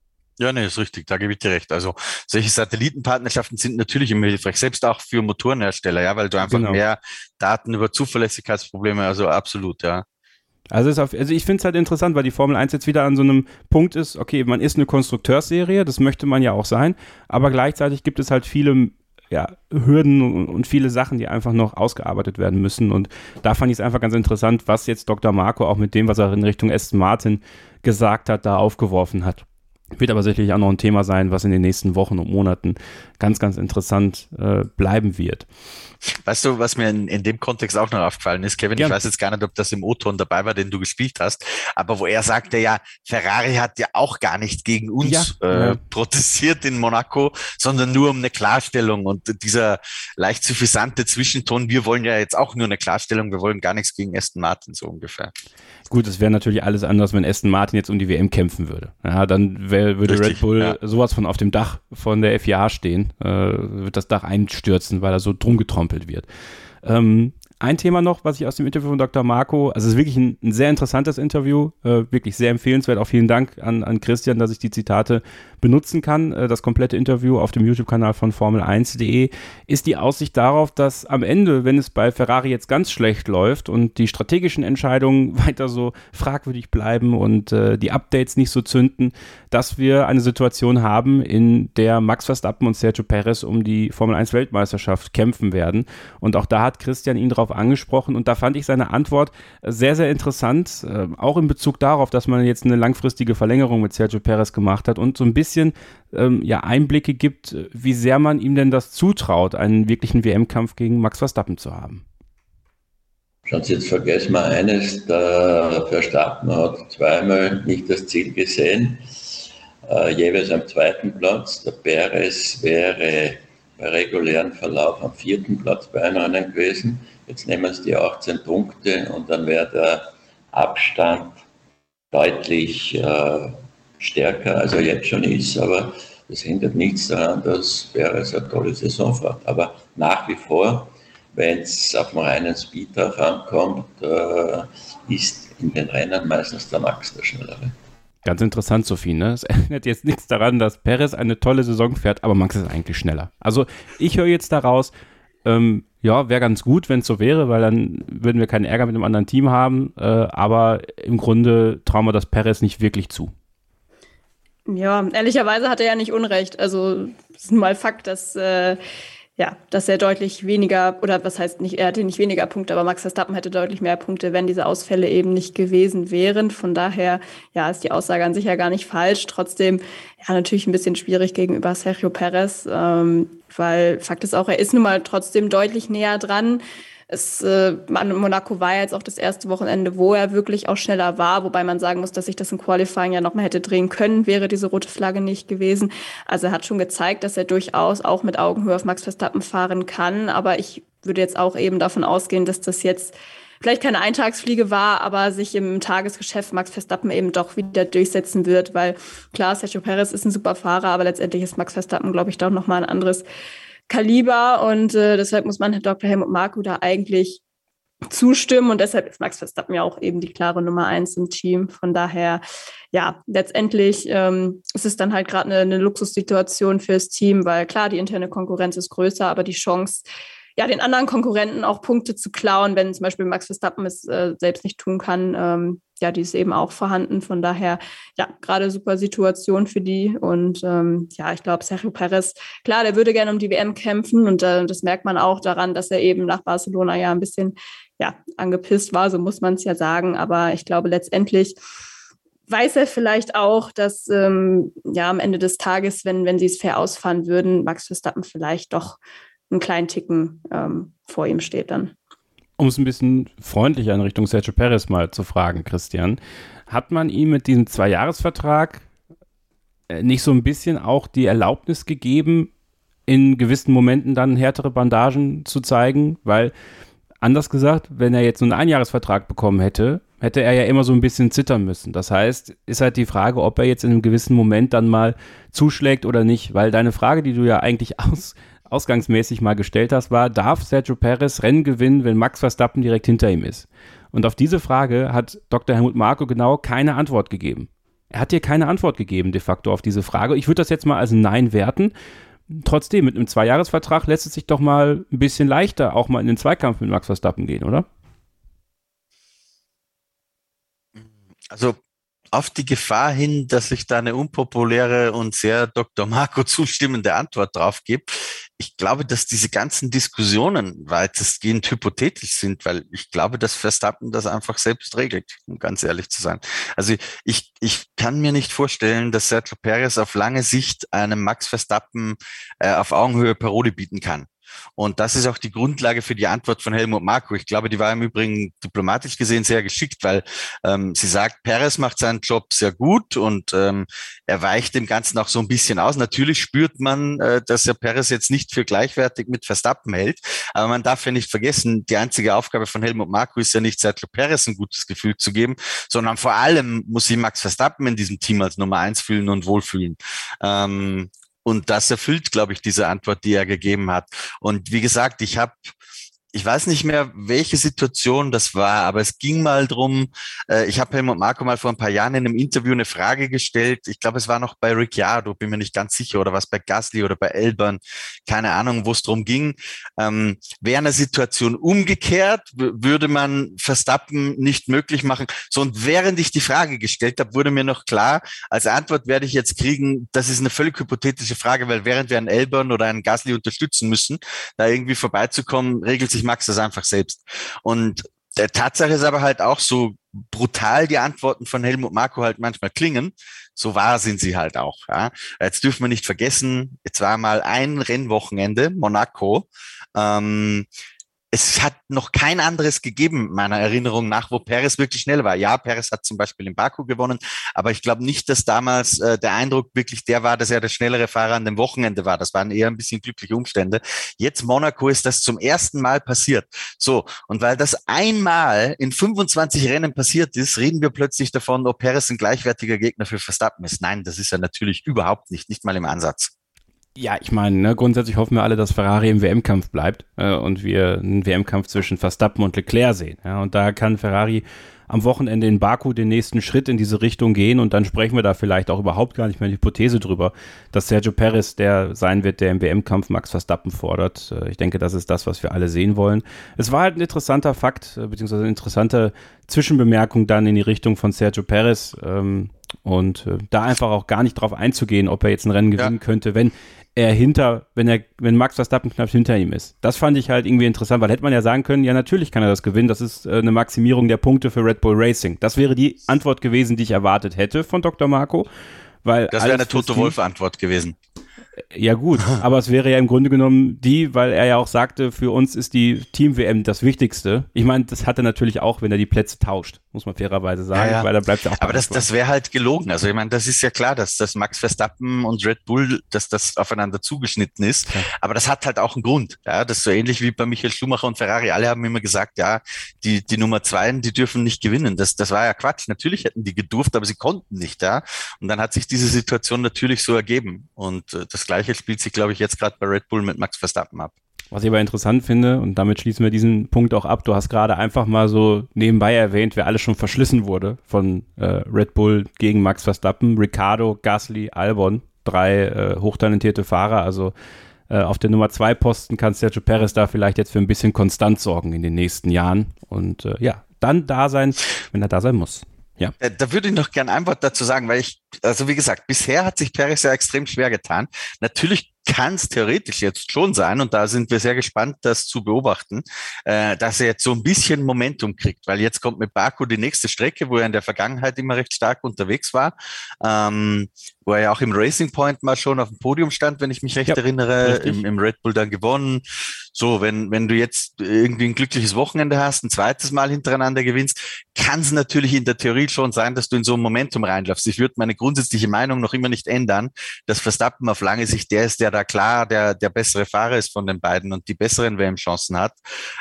Ja, nee, ist richtig, da gebe ich dir recht. Also solche Satellitenpartnerschaften sind natürlich immer hilfreich, selbst auch für Motorenhersteller, ja, weil du einfach Genau. mehr Daten über Zuverlässigkeitsprobleme, also absolut, ja. Also, ist auf, also ich finde es halt interessant, weil die Formel eins jetzt wieder an so einem Punkt ist, okay, man ist eine Konstrukteursserie, das möchte man ja auch sein, aber gleichzeitig gibt es halt viele ja, Hürden und, und viele Sachen, die einfach noch ausgearbeitet werden müssen, und da fand ich es einfach ganz interessant, was jetzt Doktor Marco auch mit dem, was er in Richtung Aston Martin gesagt hat, da aufgeworfen hat. Wird aber sicherlich auch noch ein Thema sein, was in den nächsten Wochen und Monaten ganz, ganz interessant äh, bleiben wird. Weißt du, was mir in, in dem Kontext auch noch aufgefallen ist, Kevin, Ja. ich weiß jetzt gar nicht, ob das im O-Ton dabei war, den du gespielt hast, aber wo er sagte, ja, Ferrari hat ja auch gar nicht gegen uns Ja, äh, ja. protestiert in Monaco, sondern nur um eine Klarstellung, und dieser leicht suffisante Zwischenton, wir wollen ja jetzt auch nur eine Klarstellung, wir wollen gar nichts gegen Aston Martin, so ungefähr. Gut, es wäre natürlich alles anders, wenn Aston Martin jetzt um die W M kämpfen würde. Ja, dann wär, würde Richtig, Red Bull ja. sowas von auf dem Dach von der F I A stehen, äh, wird das Dach einstürzen, weil er so drum getrompelt wird. Ähm, ein Thema noch, was ich aus dem Interview von Doktor Marco, also es ist wirklich ein, ein sehr interessantes Interview, äh, wirklich sehr empfehlenswert. Auch vielen Dank an, an Christian, dass ich die Zitate benutzen kann. Äh, das komplette Interview auf dem YouTube-Kanal von Formel eins punkt de ist die Aussicht darauf, dass am Ende, wenn es bei Ferrari jetzt ganz schlecht läuft und die strategischen Entscheidungen weiter so fragwürdig bleiben und äh, die Updates nicht so zünden, dass wir eine Situation haben, in der Max Verstappen und Sergio Perez um die Formel eins Weltmeisterschaft kämpfen werden. Und auch da hat Christian ihn darauf angesprochen, und da fand ich seine Antwort sehr, sehr interessant, äh, auch in Bezug darauf, dass man jetzt eine langfristige Verlängerung mit Sergio Perez gemacht hat und so ein bisschen ähm, ja, Einblicke gibt, wie sehr man ihm denn das zutraut, einen wirklichen W M-Kampf gegen Max Verstappen zu haben. Schauen Sie, jetzt vergessen wir eines, der Verstappen hat zweimal nicht das Ziel gesehen, äh, jeweils am zweiten Platz. Der Perez wäre bei regulären Verlauf am vierten Platz bei einem Rennen gewesen. Jetzt nehmen es die achtzehn Punkte und dann wäre der Abstand deutlich äh, stärker, als er jetzt schon ist. Aber das hindert nichts daran, dass Perez eine tolle Saison fährt. Aber nach wie vor, wenn es auf einen reinen Speed drauf ankommt, äh, ist in den Rennen meistens der Max der Schnellere. Ganz interessant, Sophie, ne? Es ändert jetzt nichts daran, dass Perez eine tolle Saison fährt, aber Max ist eigentlich schneller. Also ich höre jetzt daraus, ähm, ja, wäre ganz gut, wenn es so wäre, weil dann würden wir keinen Ärger mit einem anderen Team haben, äh, aber im Grunde trauen wir das Perez nicht wirklich zu. Ja, ehrlicherweise hat er ja nicht Unrecht. Also es ist nun mal Fakt, dass, äh, ja, dass er deutlich weniger, oder was heißt nicht, er hatte nicht weniger Punkte, aber Max Verstappen hätte deutlich mehr Punkte, wenn diese Ausfälle eben nicht gewesen wären. Von daher, ja, ist die Aussage an sich ja gar nicht falsch. Trotzdem, ja, natürlich ein bisschen schwierig gegenüber Sergio Perez, ähm, weil Fakt ist auch, er ist nun mal trotzdem deutlich näher dran. Es, äh, Monaco war ja jetzt auch das erste Wochenende, wo er wirklich auch schneller war, wobei man sagen muss, dass sich das im Qualifying ja nochmal hätte drehen können, wäre diese rote Flagge nicht gewesen. Also er hat schon gezeigt, dass er durchaus auch mit Augenhöhe auf Max Verstappen fahren kann, aber ich würde jetzt auch eben davon ausgehen, dass das jetzt vielleicht keine Eintagsfliege war, aber sich im Tagesgeschäft Max Verstappen eben doch wieder durchsetzen wird, weil klar, Sergio Perez ist ein super Fahrer, aber letztendlich ist Max Verstappen, glaube ich, doch nochmal ein anderes Kaliber, und äh, deshalb muss man Doktor Helmut Marko da eigentlich zustimmen, und deshalb ist Max Verstappen ja auch eben die klare Nummer eins im Team. Von daher, ja, letztendlich ähm, ist es dann halt gerade eine, eine Luxussituation fürs Team, weil klar, die interne Konkurrenz ist größer, aber die Chance, ja, den anderen Konkurrenten auch Punkte zu klauen, wenn zum Beispiel Max Verstappen es äh, selbst nicht tun kann, ähm, ja, die ist eben auch vorhanden. Von daher, ja, gerade super Situation für die. Und ähm, ja, ich glaube, Sergio Perez, klar, der würde gerne um die W M kämpfen, und äh, das merkt man auch daran, dass er eben nach Barcelona ja ein bisschen, ja, angepisst war, so muss man es ja sagen. Aber ich glaube, letztendlich weiß er vielleicht auch, dass ähm, ja am Ende des Tages, wenn, wenn sie es fair ausfahren würden, Max Verstappen vielleicht doch einen kleinen Ticken ähm, vor ihm steht dann. Um es ein bisschen freundlicher in Richtung Sergio Perez mal zu fragen, Christian, hat man ihm mit diesem Zweijahresvertrag nicht so ein bisschen auch die Erlaubnis gegeben, in gewissen Momenten dann härtere Bandagen zu zeigen? Weil, anders gesagt, wenn er jetzt nur einen Einjahresvertrag bekommen hätte, hätte er ja immer so ein bisschen zittern müssen. Das heißt, ist halt die Frage, ob er jetzt in einem gewissen Moment dann mal zuschlägt oder nicht. Weil deine Frage, die du ja eigentlich aus ausgangsmäßig mal gestellt hast, war, darf Sergio Perez Rennen gewinnen, wenn Max Verstappen direkt hinter ihm ist? Und auf diese Frage hat Doktor Helmut Marko genau keine Antwort gegeben. Er hat dir keine Antwort gegeben, de facto, auf diese Frage. Ich würde das jetzt mal als Nein werten. Trotzdem, mit einem Zweijahresvertrag lässt es sich doch mal ein bisschen leichter auch mal in den Zweikampf mit Max Verstappen gehen, oder? Also auf die Gefahr hin, dass ich da eine unpopuläre und sehr Doktor Marco zustimmende Antwort drauf gebe. Ich glaube, dass diese ganzen Diskussionen weitestgehend hypothetisch sind, weil ich glaube, dass Verstappen das einfach selbst regelt, um ganz ehrlich zu sein. Also ich, ich kann mir nicht vorstellen, dass Sergio Perez auf lange Sicht einem Max Verstappen äh, auf Augenhöhe Paroli bieten kann. Und das ist auch die Grundlage für die Antwort von Helmut Marko. Ich glaube, die war im Übrigen diplomatisch gesehen sehr geschickt, weil ähm, sie sagt, Perez macht seinen Job sehr gut und ähm, er weicht dem Ganzen auch so ein bisschen aus. Natürlich spürt man, äh, dass er Perez jetzt nicht für gleichwertig mit Verstappen hält, aber man darf ja nicht vergessen, die einzige Aufgabe von Helmut Marko ist ja nicht, Sergio Perez ein gutes Gefühl zu geben, sondern vor allem muss sich Max Verstappen in diesem Team als Nummer eins fühlen und wohlfühlen. Ähm, Und das erfüllt, glaube ich, diese Antwort, die er gegeben hat. Und wie gesagt, ich habe, ich weiß nicht mehr, welche Situation das war, aber es ging mal drum, äh, ich habe Helmut Marko mal vor ein paar Jahren in einem Interview eine Frage gestellt. Ich glaube, es war noch bei Ricciardo, bin mir nicht ganz sicher, oder was bei Gasly oder bei Albon, keine Ahnung, wo es drum ging. Ähm, wäre eine Situation umgekehrt, w- würde man Verstappen nicht möglich machen. So, und während ich die Frage gestellt habe, wurde mir noch klar, als Antwort werde ich jetzt kriegen, das ist eine völlig hypothetische Frage, weil während wir einen Albon oder einen Gasly unterstützen müssen, da irgendwie vorbeizukommen, regelt sich Max das einfach selbst. Und der Tatsache ist aber halt auch, so brutal die Antworten von Helmut Marko halt manchmal klingen, so wahr sind sie halt auch. Ja. Jetzt dürfen wir nicht vergessen, jetzt war mal ein Rennwochenende, Monaco. Ähm, es hat noch kein anderes gegeben, meiner Erinnerung nach, wo Perez wirklich schnell war. Ja, Perez hat zum Beispiel in Baku gewonnen, aber ich glaube nicht, dass damals äh, der Eindruck wirklich der war, dass er der schnellere Fahrer an dem Wochenende war. Das waren eher ein bisschen glückliche Umstände. Jetzt Monaco ist das zum ersten Mal passiert. So, und weil das einmal in fünfundzwanzig Rennen passiert ist, reden wir plötzlich davon, ob Perez ein gleichwertiger Gegner für Verstappen ist. Nein, das ist er natürlich überhaupt nicht, nicht mal im Ansatz. Ja, ich meine, ne, grundsätzlich hoffen wir alle, dass Ferrari im W M-Kampf bleibt äh, und wir einen W M-Kampf zwischen Verstappen und Leclerc sehen. Ja, und da kann Ferrari am Wochenende in Baku den nächsten Schritt in diese Richtung gehen und dann sprechen wir da vielleicht auch überhaupt gar nicht mehr eine Hypothese drüber, dass Sergio Perez der sein wird, der im W M-Kampf Max Verstappen fordert. Äh, ich denke, das ist das, was wir alle sehen wollen. Es war halt ein interessanter Fakt, äh, beziehungsweise eine interessante Zwischenbemerkung dann in die Richtung von Sergio Perez ähm, und äh, da einfach auch gar nicht drauf einzugehen, ob er jetzt ein Rennen gewinnen ja. könnte, wenn er hinter, wenn er, wenn Max Verstappen knapp hinter ihm ist. Das fand ich halt irgendwie interessant, weil hätte man ja sagen können, ja natürlich kann er das gewinnen, das ist äh, eine Maximierung der Punkte für Red Bull Racing. Das wäre die Antwort gewesen, die ich erwartet hätte von Doktor Marko, weil das wäre eine Toto-Wolff-Antwort gewesen. Ja gut, aber es wäre ja im Grunde genommen die, weil er ja auch sagte, für uns ist die Team-W M das Wichtigste. Ich meine, das hat er natürlich auch, wenn er die Plätze tauscht, muss man fairerweise sagen, ja, ja. weil da bleibt er auch. Aber das, das wäre halt gelogen. Also ich meine, das ist ja klar, dass, dass Max Verstappen und Red Bull, dass das aufeinander zugeschnitten ist. Ja. Aber das hat halt auch einen Grund. Ja, das ist so ähnlich wie bei Michael Schumacher und Ferrari. Alle haben immer gesagt, ja, die, die Nummer zwei, die dürfen nicht gewinnen. Das, das war ja Quatsch. Natürlich hätten die gedurft, aber sie konnten nicht. Ja, und dann hat sich diese Situation natürlich so ergeben. Und äh, das Gleiche spielt sich, glaube ich, jetzt gerade bei Red Bull mit Max Verstappen ab. Was ich aber interessant finde, und damit schließen wir diesen Punkt auch ab, du hast gerade einfach mal so nebenbei erwähnt, wer alles schon verschlissen wurde von äh, Red Bull gegen Max Verstappen, Ricciardo, Gasly, Albon, drei äh, hochtalentierte Fahrer, also äh, auf der Nummer zwei Posten kann Sergio Perez da vielleicht jetzt für ein bisschen Konstanz sorgen in den nächsten Jahren und äh, ja, dann da sein, wenn er da sein muss. Ja. Da würde ich noch gern ein Wort dazu sagen, weil ich, also wie gesagt, bisher hat sich Perez ja extrem schwer getan. Natürlich kann es theoretisch jetzt schon sein, und da sind wir sehr gespannt, das zu beobachten, äh, dass er jetzt so ein bisschen Momentum kriegt, weil jetzt kommt mit Baku die nächste Strecke, wo er in der Vergangenheit immer recht stark unterwegs war, ähm, wo er ja auch im Racing Point mal schon auf dem Podium stand, wenn ich mich recht ja, erinnere, im, im Red Bull dann gewonnen. So, wenn wenn du jetzt irgendwie ein glückliches Wochenende hast, ein zweites Mal hintereinander gewinnst, kann es natürlich in der Theorie schon sein, dass du in so ein Momentum reinläufst. Ich würde meine grundsätzliche Meinung noch immer nicht ändern, dass Verstappen auf lange Sicht der ist, der da klar der der bessere Fahrer ist von den beiden und die besseren W M-Chancen hat.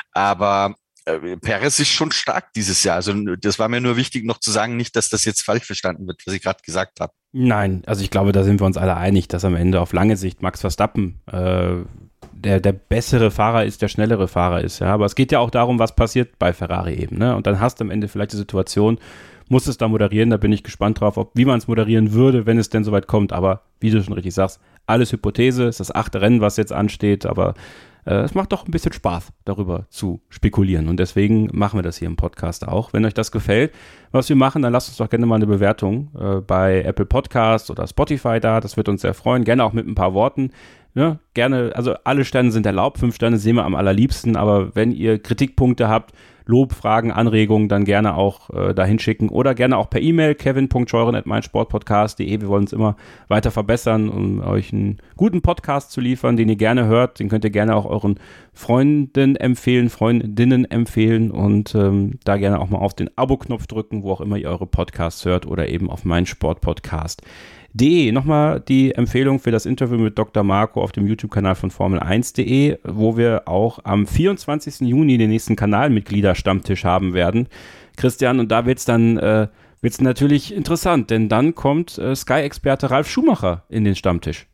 Aber äh, Perez ist schon stark dieses Jahr. Also das war mir nur wichtig noch zu sagen, nicht, dass das jetzt falsch verstanden wird, was ich gerade gesagt habe. Nein, also ich glaube, da sind wir uns alle einig, dass am Ende auf lange Sicht Max Verstappen äh, der, der bessere Fahrer ist, der schnellere Fahrer ist. Ja, aber es geht ja auch darum, was passiert bei Ferrari eben. Ne? Und dann hast du am Ende vielleicht die Situation, muss es da moderieren. Da bin ich gespannt drauf, ob, wie man es moderieren würde, wenn es denn soweit kommt. Aber wie du schon richtig sagst, alles Hypothese, es ist das achte Rennen, was jetzt ansteht, aber äh, es macht doch ein bisschen Spaß, darüber zu spekulieren. Und deswegen machen wir das hier im Podcast auch. Wenn euch das gefällt, was wir machen, dann lasst uns doch gerne mal eine Bewertung äh, bei Apple Podcasts oder Spotify da. Das wird uns sehr freuen. Gerne auch mit ein paar Worten. Ja, gerne, also alle Sterne sind erlaubt, fünf Sterne sehen wir am allerliebsten, aber wenn ihr Kritikpunkte habt, Lob, Fragen, Anregungen, dann gerne auch äh, dahin schicken oder gerne auch per E-Mail kevin punkt scheuren at meinsportpodcast punkt de. Wir wollen uns immer weiter verbessern, um euch einen guten Podcast zu liefern, den ihr gerne hört. Den könnt ihr gerne auch euren Freunden empfehlen, Freundinnen empfehlen und ähm, da gerne auch mal auf den Abo-Knopf drücken, wo auch immer ihr eure Podcasts hört oder eben auf meinsportpodcast punkt de. Nochmal die Empfehlung für das Interview mit Doktor Marco auf dem YouTube-Kanal von Formel eins punkt de, wo wir auch am vierundzwanzigsten Juni den nächsten Kanalmitglieder-Stammtisch haben werden. Christian, und da wird es dann äh, wird's natürlich interessant, denn dann kommt äh, Sky-Experte Ralf Schumacher in den Stammtisch.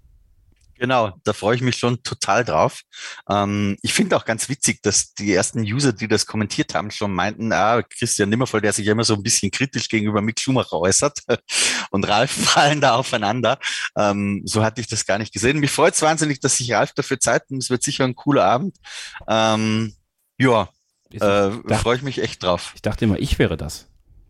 Genau, da freue ich mich schon total drauf. Ähm, ich finde auch ganz witzig, dass die ersten User, die das kommentiert haben, schon meinten, ah, Christian Nimmervoll, der sich ja immer so ein bisschen kritisch gegenüber Mick Schumacher äußert und Ralf fallen da aufeinander. Ähm, so hatte ich das gar nicht gesehen. Mich freut es wahnsinnig, dass sich Ralf dafür Zeit nimmt. Es wird sicher ein cooler Abend. Ähm, ja, äh, freue ich mich echt drauf. Ich dachte immer, ich wäre das.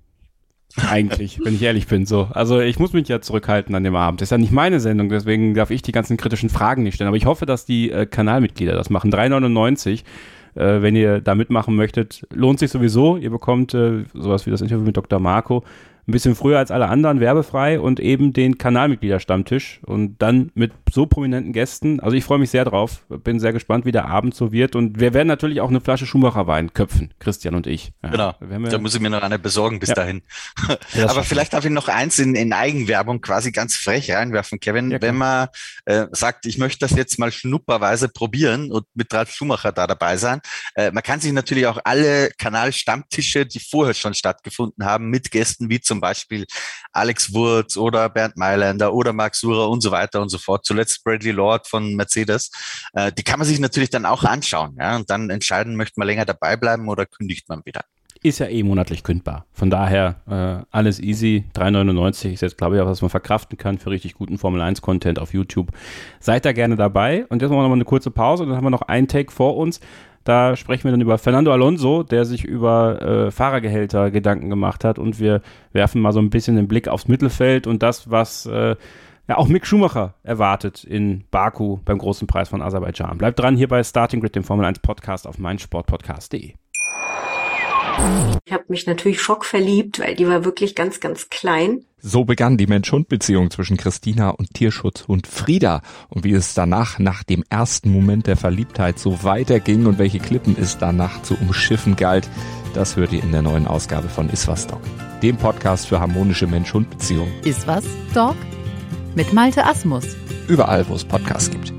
Eigentlich, wenn ich ehrlich bin, so. Also ich muss mich ja zurückhalten an dem Abend. Das ist ja nicht meine Sendung, deswegen darf ich die ganzen kritischen Fragen nicht stellen. Aber ich hoffe, dass die äh, Kanalmitglieder das machen. drei neunundneunzig, äh, wenn ihr da mitmachen möchtet, lohnt sich sowieso. Ihr bekommt äh, sowas wie das Interview mit Doktor Marco ein bisschen früher als alle anderen, werbefrei und eben den Kanalmitgliederstammtisch und dann mit so prominenten Gästen. Also ich freue mich sehr drauf, bin sehr gespannt, wie der Abend so wird und wir werden natürlich auch eine Flasche Schumacher-Wein köpfen, Christian und ich. Ja, genau, wir, da muss ich mir noch eine besorgen bis ja. dahin. Ja, aber vielleicht darf ich noch eins in, in Eigenwerbung quasi ganz frech reinwerfen, Kevin. Ja, wenn man äh, sagt, ich möchte das jetzt mal schnupperweise probieren und mit Ralf Schumacher da dabei sein, äh, man kann sich natürlich auch alle Kanalstammtische, die vorher schon stattgefunden haben, mit Gästen wie zum Zum Beispiel Alex Wurz oder Bernd Mailänder oder Marc Surer und so weiter und so fort. Zuletzt Bradley Lord von Mercedes. Äh, die kann man sich natürlich dann auch anschauen, ja, und dann entscheiden, möchte man länger dabei bleiben oder kündigt man wieder. Ist ja eh monatlich kündbar. Von daher äh, alles easy. drei neunundneunzig ist jetzt, glaube ich, auch, was man verkraften kann für richtig guten Formel eins Content auf YouTube. Seid da gerne dabei. Und jetzt machen wir noch mal eine kurze Pause und dann haben wir noch einen Take vor uns. Da sprechen wir dann über Fernando Alonso, der sich über äh, Fahrergehälter Gedanken gemacht hat und wir werfen mal so ein bisschen den Blick aufs Mittelfeld und das, was äh, ja auch Mick Schumacher erwartet in Baku beim großen Preis von Aserbaidschan. Bleibt dran hier bei Starting Grid, dem Formel eins Podcast auf meinsportpodcast punkt de. Ich habe mich natürlich schockverliebt, weil die war wirklich ganz, ganz klein. So begann die Mensch-Hund-Beziehung zwischen Christina und Tierschutzhund Frieda. Und wie es danach, nach dem ersten Moment der Verliebtheit, so weiterging und welche Klippen es danach zu umschiffen galt, das hört ihr in der neuen Ausgabe von Iswas Dog, dem Podcast für harmonische Mensch-Hund-Beziehungen. Iswas Dog? Mit Malte Asmus. Überall, wo es Podcasts gibt.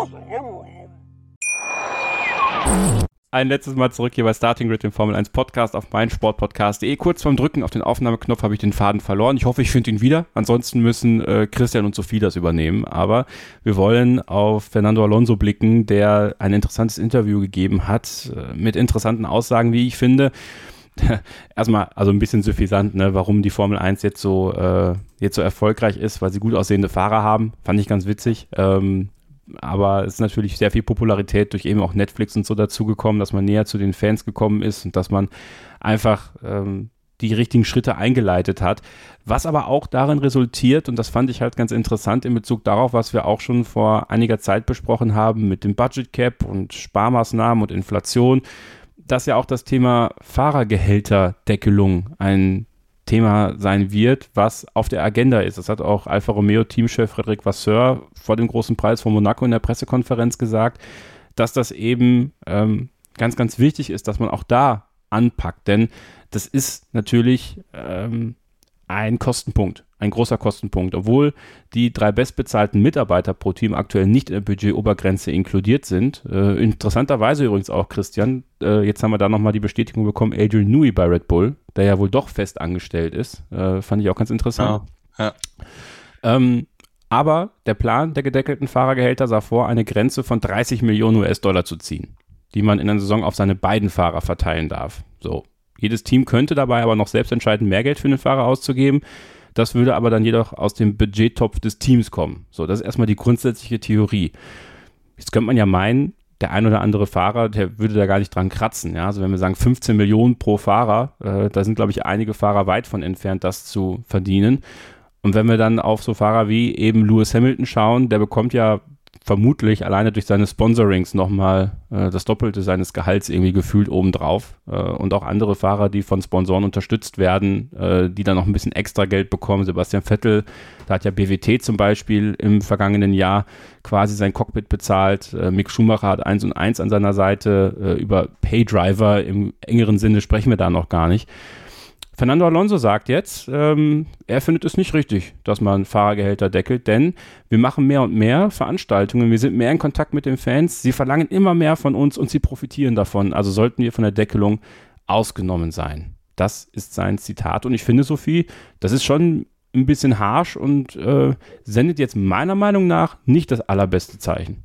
Ein letztes Mal zurück hier bei Starting Grid, dem Formel eins Podcast auf meinsportpodcast punkt de. Kurz vorm Drücken auf den Aufnahmeknopf habe ich den Faden verloren. Ich hoffe, ich finde ihn wieder. Ansonsten müssen äh, Christian und Sophie das übernehmen. Aber wir wollen auf Fernando Alonso blicken, der ein interessantes Interview gegeben hat, äh, mit interessanten Aussagen, wie ich finde. Erstmal, also ein bisschen suffisant, ne, warum die Formel eins jetzt so, äh, jetzt so erfolgreich ist, weil sie gut aussehende Fahrer haben. Fand ich ganz witzig. Ähm, aber es ist natürlich sehr viel Popularität durch eben auch Netflix und so dazugekommen, dass man näher zu den Fans gekommen ist und dass man einfach ähm, die richtigen Schritte eingeleitet hat. Was aber auch darin resultiert, und das fand ich halt ganz interessant in Bezug darauf, was wir auch schon vor einiger Zeit besprochen haben mit dem Budget Cap und Sparmaßnahmen und Inflation, dass ja auch das Thema Fahrergehälterdeckelung ein Thema sein wird, was auf der Agenda ist. Das hat auch Alfa Romeo-Teamchef Frédéric Vasseur vor dem großen Preis von Monaco in der Pressekonferenz gesagt, dass das eben ähm, ganz, ganz wichtig ist, dass man auch da anpackt. Denn das ist natürlich ähm, ein Kostenpunkt, ein großer Kostenpunkt. Obwohl die drei bestbezahlten Mitarbeiter pro Team aktuell nicht in der Budgetobergrenze inkludiert sind. Äh, interessanterweise übrigens auch, Christian, äh, jetzt haben wir da nochmal die Bestätigung bekommen, Adrian Newey bei Red Bull, der ja wohl doch fest angestellt ist. Äh, fand ich auch ganz interessant. Ja, ja. Ähm, aber der Plan der gedeckelten Fahrergehälter sah vor, eine Grenze von dreißig Millionen U S-Dollar zu ziehen, die man in der Saison auf seine beiden Fahrer verteilen darf. So. Jedes Team könnte dabei aber noch selbst entscheiden, mehr Geld für einen Fahrer auszugeben. Das würde aber dann jedoch aus dem Budgettopf des Teams kommen. So, das ist erstmal die grundsätzliche Theorie. Jetzt könnte man ja meinen, der ein oder andere Fahrer, der würde da gar nicht dran kratzen. Ja? Also wenn wir sagen fünfzehn Millionen pro Fahrer, äh, da sind, glaube ich, einige Fahrer weit von entfernt, das zu verdienen. Und wenn wir dann auf so Fahrer wie eben Lewis Hamilton schauen, der bekommt ja vermutlich alleine durch seine Sponsorings nochmal äh, das Doppelte seines Gehalts irgendwie gefühlt obendrauf. Äh, und auch andere Fahrer, die von Sponsoren unterstützt werden, äh, die dann noch ein bisschen extra Geld bekommen. Sebastian Vettel, da hat ja B W T zum Beispiel im vergangenen Jahr quasi sein Cockpit bezahlt. Äh, Mick Schumacher hat eins und eins an seiner Seite. Äh, über Paydriver im engeren Sinne sprechen wir da noch gar nicht. Fernando Alonso sagt jetzt, ähm, er findet es nicht richtig, dass man Fahrergehälter deckelt, denn wir machen mehr und mehr Veranstaltungen, wir sind mehr in Kontakt mit den Fans, sie verlangen immer mehr von uns und sie profitieren davon, also sollten wir von der Deckelung ausgenommen sein. Das ist sein Zitat und ich finde, Sophie, das ist schon ein bisschen harsch und äh, sendet jetzt meiner Meinung nach nicht das allerbeste Zeichen.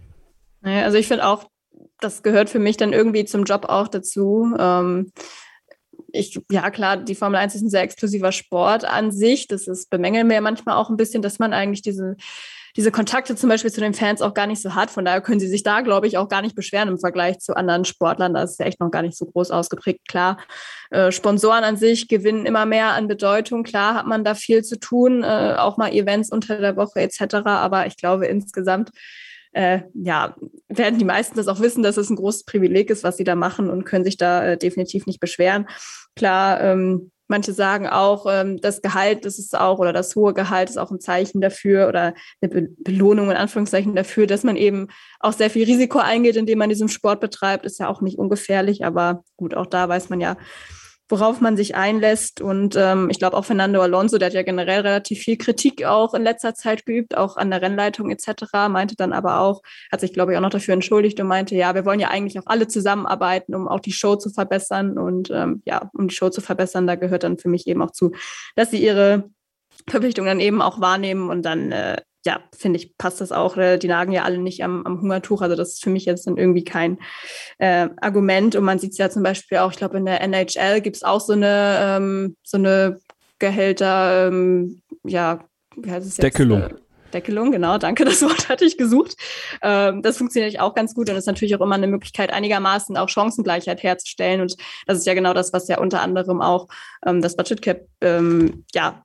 Naja, also ich finde auch, das gehört für mich dann irgendwie zum Job auch dazu. Ähm, Ich, ja klar, die Formel eins ist ein sehr exklusiver Sport an sich. Das ist, bemängeln wir ja manchmal auch ein bisschen, dass man eigentlich diese, diese Kontakte zum Beispiel zu den Fans auch gar nicht so hat. Von daher können sie sich da, glaube ich, auch gar nicht beschweren im Vergleich zu anderen Sportlern. Da ist es ja echt noch gar nicht so groß ausgeprägt. Klar, äh, Sponsoren an sich gewinnen immer mehr an Bedeutung. Klar hat man da viel zu tun, äh, auch mal Events unter der Woche et cetera. Aber ich glaube insgesamt Äh, ja, werden die meisten das auch wissen, dass es ein großes Privileg ist, was sie da machen und können sich da äh, definitiv nicht beschweren. Klar, ähm, manche sagen auch, ähm, das Gehalt, das ist auch, oder das hohe Gehalt ist auch ein Zeichen dafür oder eine Be- Belohnung in Anführungszeichen dafür, dass man eben auch sehr viel Risiko eingeht, indem man diesen Sport betreibt, ist ja auch nicht ungefährlich, aber gut, auch da weiß man ja, worauf man sich einlässt. Und ähm, ich glaube auch Fernando Alonso, der hat ja generell relativ viel Kritik auch in letzter Zeit geübt, auch an der Rennleitung et cetera, meinte dann aber auch, hat sich, glaube ich, auch noch dafür entschuldigt und meinte, ja, wir wollen ja eigentlich auch alle zusammenarbeiten, um auch die Show zu verbessern. Und ähm, ja, um die Show zu verbessern, da gehört dann für mich eben auch zu, dass sie ihre Verpflichtungen dann eben auch wahrnehmen und dann äh, ja, finde ich, passt das auch. Die nagen ja alle nicht am, am Hungertuch. Also das ist für mich jetzt dann irgendwie kein äh, Argument. Und man sieht es ja zum Beispiel auch, ich glaube, in der N H L gibt es auch so eine, ähm, so eine Gehälter, ähm, ja, wie heißt es jetzt? Deckelung. Äh, Deckelung, genau, danke, das Wort hatte ich gesucht. Ähm, das funktioniert auch ganz gut und ist natürlich auch immer eine Möglichkeit, einigermaßen auch Chancengleichheit herzustellen. Und das ist ja genau das, was ja unter anderem auch ähm, das Budget Cap ähm, ja,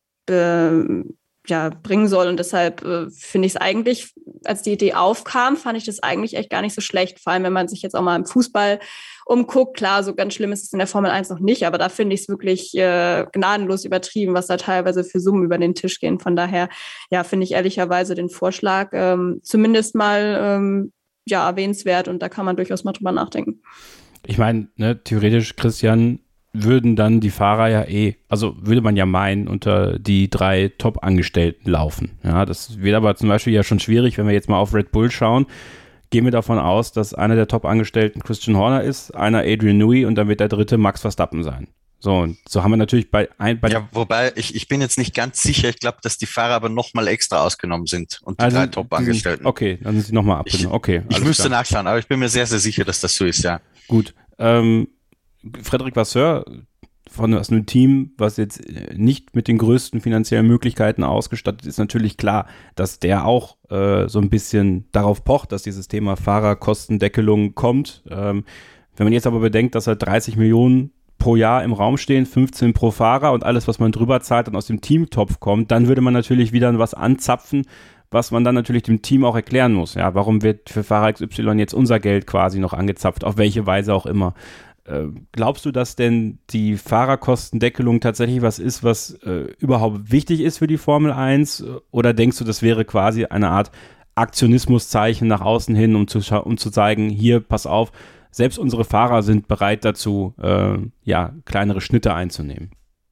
äh, ja, bringen soll. Und deshalb äh, finde ich es eigentlich, als die Idee aufkam, fand ich das eigentlich echt gar nicht so schlecht. Vor allem, wenn man sich jetzt auch mal im Fußball umguckt. Klar, so ganz schlimm ist es in der Formel eins noch nicht, aber da finde ich es wirklich äh, gnadenlos übertrieben, was da teilweise für Summen über den Tisch gehen. Von daher, ja, finde ich ehrlicherweise den Vorschlag ähm, zumindest mal ähm, ja, erwähnenswert und da kann man durchaus mal drüber nachdenken. Ich meine, ne, theoretisch, Christian, würden dann die Fahrer ja eh, also würde man ja meinen, unter die drei Top-Angestellten laufen. Ja, das wird aber zum Beispiel ja schon schwierig, wenn wir jetzt mal auf Red Bull schauen. Gehen wir davon aus, dass einer der Top-Angestellten Christian Horner ist, einer Adrian Newey und dann wird der dritte Max Verstappen sein. So, und so haben wir natürlich bei... Ein, bei ja, wobei, ich, ich bin jetzt nicht ganz sicher, ich glaube, dass die Fahrer aber nochmal extra ausgenommen sind und die also, drei Top-Angestellten. Okay, dann sind sie nochmal abgenommen. Okay, ich müsste klar. nachschauen, aber ich bin mir sehr, sehr sicher, dass das so ist, ja. Gut, ähm, Frederic Vasseur von aus einem Team, was jetzt nicht mit den größten finanziellen Möglichkeiten ausgestattet ist, natürlich klar, dass der auch äh, so ein bisschen darauf pocht, dass dieses Thema Fahrerkostendeckelung kommt. Ähm, wenn man jetzt aber bedenkt, dass halt dreißig Millionen pro Jahr im Raum stehen, fünfzehn pro Fahrer und alles, was man drüber zahlt, dann aus dem Teamtopf kommt, dann würde man natürlich wieder was anzapfen, was man dann natürlich dem Team auch erklären muss. Ja, warum wird für Fahrer X Y jetzt unser Geld quasi noch angezapft, auf welche Weise auch immer. Glaubst du, dass denn die Fahrerkostendeckelung tatsächlich was ist, was äh, überhaupt wichtig ist für die Formel eins? Oder denkst du, das wäre quasi eine Art Aktionismuszeichen nach außen hin, um zu, scha- um zu zeigen, hier, pass auf, selbst unsere Fahrer sind bereit dazu, äh, ja, kleinere Schnitte einzunehmen?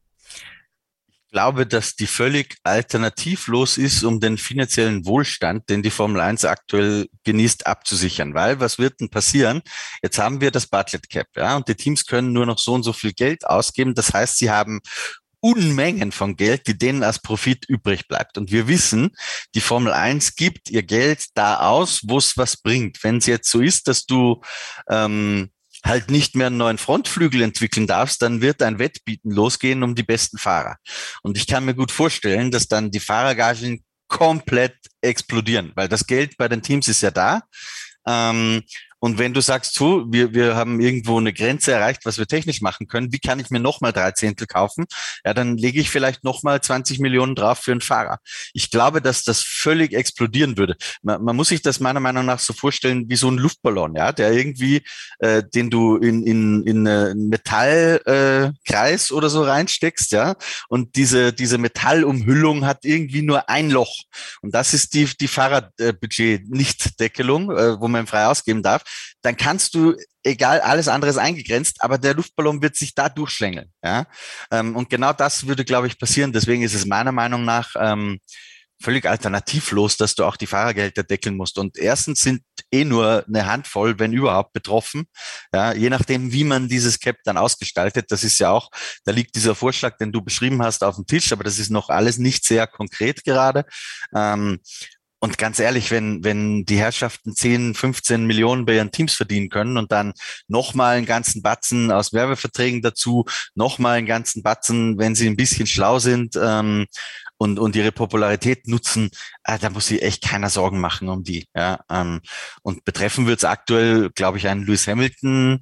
Ich glaube, dass die völlig alternativlos ist, um den finanziellen Wohlstand, den die Formel eins aktuell genießt, abzusichern. Weil, was wird denn passieren? Jetzt haben wir das Budget Cap, ja, und die Teams können nur noch so und so viel Geld ausgeben. Das heißt, sie haben Unmengen von Geld, die denen als Profit übrig bleibt. Und wir wissen, die Formel eins gibt ihr Geld da aus, wo es was bringt. Wenn es jetzt so ist, dass du ähm, halt nicht mehr einen neuen Frontflügel entwickeln darfst, dann wird ein Wettbieten losgehen um die besten Fahrer. Und ich kann mir gut vorstellen, dass dann die Fahrergagen komplett explodieren, weil das Geld bei den Teams ist ja da. Ähm, Und wenn du sagst, so, wir, wir haben irgendwo eine Grenze erreicht, was wir technisch machen können, wie kann ich mir nochmal drei Zehntel kaufen? Ja, dann lege ich vielleicht nochmal zwanzig Millionen drauf für einen Fahrer. Ich glaube, dass das völlig explodieren würde. Man, man muss sich das meiner Meinung nach so vorstellen wie so ein Luftballon, ja, der irgendwie, äh, den du in, in, in einen Metallkreis äh, oder so reinsteckst, ja, und diese, diese Metallumhüllung hat irgendwie nur ein Loch. Und das ist die, die Fahrradbudget-Nichtdeckelung, äh, wo man frei ausgeben darf. Dann kannst du, egal, alles andere ist eingegrenzt, aber der Luftballon wird sich da durchschlängeln. Ja? Und genau das würde, glaube ich, passieren. Deswegen ist es meiner Meinung nach ähm, völlig alternativlos, dass du auch die Fahrergehälter deckeln musst. Und erstens sind eh nur eine Handvoll, wenn überhaupt, betroffen. Ja, je nachdem, wie man dieses Cap dann ausgestaltet. Das ist ja auch, da liegt dieser Vorschlag, den du beschrieben hast, auf dem Tisch, aber das ist noch alles nicht sehr konkret gerade. Ähm, Und ganz ehrlich, wenn wenn die Herrschaften zehn, fünfzehn Millionen bei ihren Teams verdienen können und dann nochmal einen ganzen Batzen aus Werbeverträgen dazu, nochmal einen ganzen Batzen, wenn sie ein bisschen schlau sind ähm, und und ihre Popularität nutzen, äh, da muss sich echt keiner Sorgen machen um die. Ja, ähm, und betreffen wird es aktuell, glaube ich, einen Lewis Hamilton,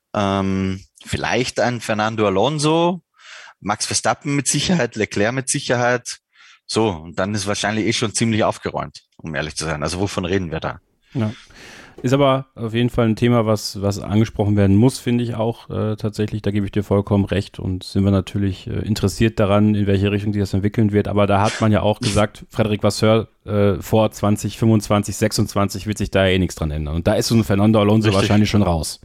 ähm, vielleicht einen Fernando Alonso, Max Verstappen mit Sicherheit, Leclerc mit Sicherheit. So, und dann ist wahrscheinlich eh schon ziemlich aufgeräumt, um ehrlich zu sein. Also wovon reden wir da? Ja. Ist aber auf jeden Fall ein Thema, was, was angesprochen werden muss, finde ich auch äh, tatsächlich. Da gebe ich dir vollkommen recht und sind wir natürlich äh, interessiert daran, in welche Richtung sich das entwickeln wird. Aber da hat man ja auch gesagt, Frederic Vasseur, äh, vor zwanzig fünfundzwanzig, sechsundzwanzig wird sich da ja eh nichts dran ändern. Und da ist so ein Fernando Alonso Richtig. wahrscheinlich schon raus.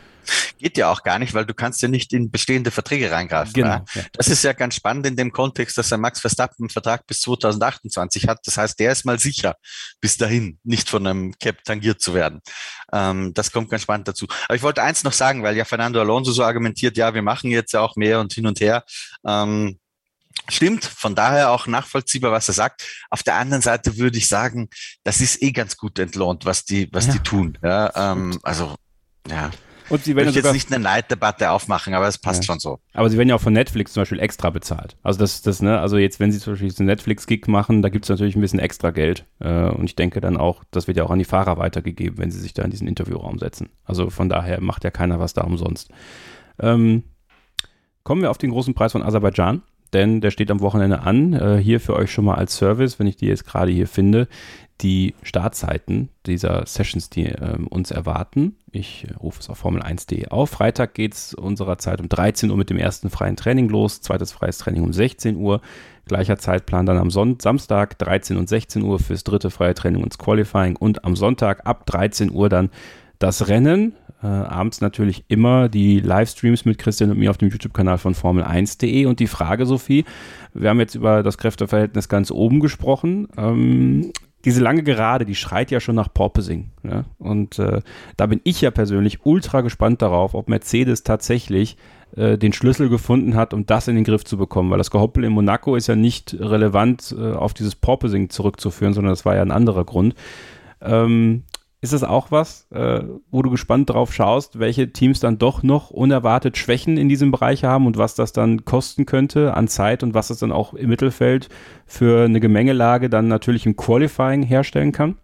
Geht ja auch gar nicht, weil du kannst ja nicht in bestehende Verträge reingreifen. Genau, ja. Ja. Das ist ja ganz spannend in dem Kontext, dass der Max Verstappen einen Vertrag bis zwanzig achtundzwanzig hat. Das heißt, der ist mal sicher, bis dahin nicht von einem Cap tangiert zu werden. Ähm, das kommt ganz spannend dazu. Aber ich wollte eins noch sagen, weil ja Fernando Alonso so argumentiert, ja, wir machen jetzt ja auch mehr und hin und her. Ähm, Stimmt, von daher auch nachvollziehbar, was er sagt. Auf der anderen Seite würde ich sagen, das ist eh ganz gut entlohnt, was die, was ja. die tun. Ja, ähm, also, ja. Und sie werden ich will jetzt nicht eine Neiddebatte aufmachen, aber es passt ja. schon so. Aber sie werden ja auch von Netflix zum Beispiel extra bezahlt. Also das, das, ne, also jetzt, wenn sie zum Beispiel einen Netflix-Gig machen, da gibt es natürlich ein bisschen extra Geld. Äh, und ich denke dann auch, das wird ja auch an die Fahrer weitergegeben, wenn sie sich da in diesen Interviewraum setzen. Also von daher macht ja keiner was da umsonst. Ähm, kommen wir auf den großen Preis von Aserbaidschan, denn der steht am Wochenende an. Äh, hier für euch schon mal als Service, wenn ich die jetzt gerade hier finde, die Startzeiten dieser Sessions, die äh, uns erwarten. Ich äh, rufe es auf Formel eins punkt de auf. Freitag geht es unserer Zeit um dreizehn Uhr mit dem ersten freien Training los, zweites freies Training um sechzehn Uhr. Gleicher Zeitplan dann am Son- Samstag dreizehn und sechzehn Uhr fürs dritte freie Training und das Qualifying und am Sonntag ab dreizehn Uhr dann das Rennen. Äh, abends natürlich immer die Livestreams mit Christian und mir auf dem YouTube-Kanal von Formel eins punkt de. Und die Frage, Sophie, wir haben jetzt über das Kräfteverhältnis ganz oben gesprochen. Ähm, diese lange Gerade, die schreit ja schon nach Porpoising. Ja? Und äh, da bin ich ja persönlich ultra gespannt darauf, ob Mercedes tatsächlich äh, den Schlüssel gefunden hat, um das in den Griff zu bekommen. Weil das Gehoppel in Monaco ist ja nicht relevant äh, auf dieses Porpoising zurückzuführen, sondern das war ja ein anderer Grund. Ähm, Ist das auch was, äh, wo du gespannt drauf schaust, welche Teams dann doch noch unerwartet Schwächen in diesem Bereich haben und was das dann kosten könnte an Zeit und was es dann auch im Mittelfeld für eine Gemengelage dann natürlich im Qualifying herstellen kann?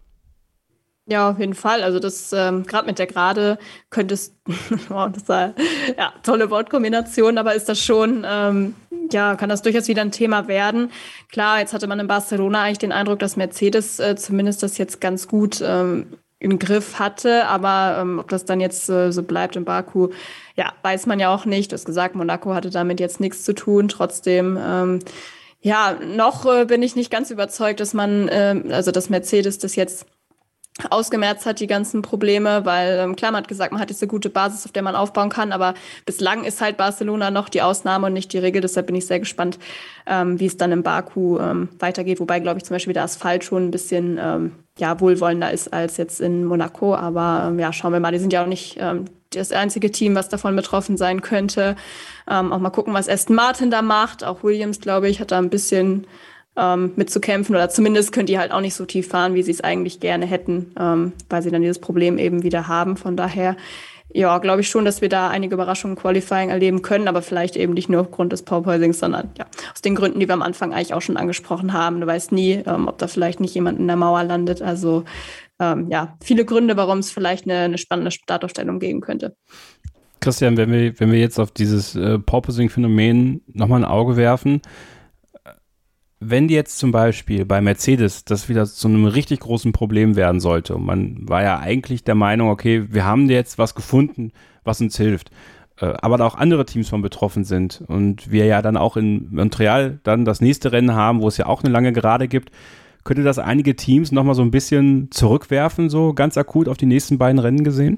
Ja, auf jeden Fall. Also das, ähm, gerade mit der Gerade könnte es, wow, das war, ja, tolle Wortkombination, aber ist das schon, ähm, ja, kann das durchaus wieder ein Thema werden. Klar, jetzt hatte man in Barcelona eigentlich den Eindruck, dass Mercedes äh, zumindest das jetzt ganz gut ähm, im Griff hatte, aber ähm, ob das dann jetzt äh, so bleibt in Baku, ja, weiß man ja auch nicht. Du hast gesagt, Monaco hatte damit jetzt nichts zu tun. Trotzdem, ähm, ja, noch äh, bin ich nicht ganz überzeugt, dass man, äh, also dass Mercedes das jetzt ausgemerzt hat, die ganzen Probleme, weil ähm, klar, man hat gesagt, man hat jetzt eine gute Basis, auf der man aufbauen kann, aber bislang ist halt Barcelona noch die Ausnahme und nicht die Regel, deshalb bin ich sehr gespannt, ähm, wie es dann in Baku ähm, weitergeht, wobei, glaube ich, zum Beispiel der Asphalt schon ein bisschen ähm, ja, wohlwollender ist als jetzt in Monaco, aber ähm, ja, schauen wir mal, die sind ja auch nicht ähm, das einzige Team, was davon betroffen sein könnte. Ähm, auch mal gucken, was Aston Martin da macht, auch Williams, glaube ich, hat da ein bisschen Ähm, mitzukämpfen oder zumindest können die halt auch nicht so tief fahren, wie sie es eigentlich gerne hätten, ähm, weil sie dann dieses Problem eben wieder haben. Von daher, ja, glaube ich schon, dass wir da einige Überraschungen im Qualifying erleben können, aber vielleicht eben nicht nur aufgrund des Porpoisings, sondern ja, aus den Gründen, die wir am Anfang eigentlich auch schon angesprochen haben. Du weißt nie, ähm, ob da vielleicht nicht jemand in der Mauer landet. Also ähm, ja, viele Gründe, warum es vielleicht eine, eine spannende Startaufstellung geben könnte. Christian, wenn wir, wenn wir jetzt auf dieses äh, Porpoising-Phänomen nochmal ein Auge werfen, wenn jetzt zum Beispiel bei Mercedes das wieder zu einem richtig großen Problem werden sollte und man war ja eigentlich der Meinung, okay, wir haben jetzt was gefunden, was uns hilft, äh, aber da auch andere Teams von betroffen sind und wir ja dann auch in Montreal dann das nächste Rennen haben, wo es ja auch eine lange Gerade gibt, könnte das einige Teams nochmal so ein bisschen zurückwerfen, so ganz akut auf die nächsten beiden Rennen gesehen?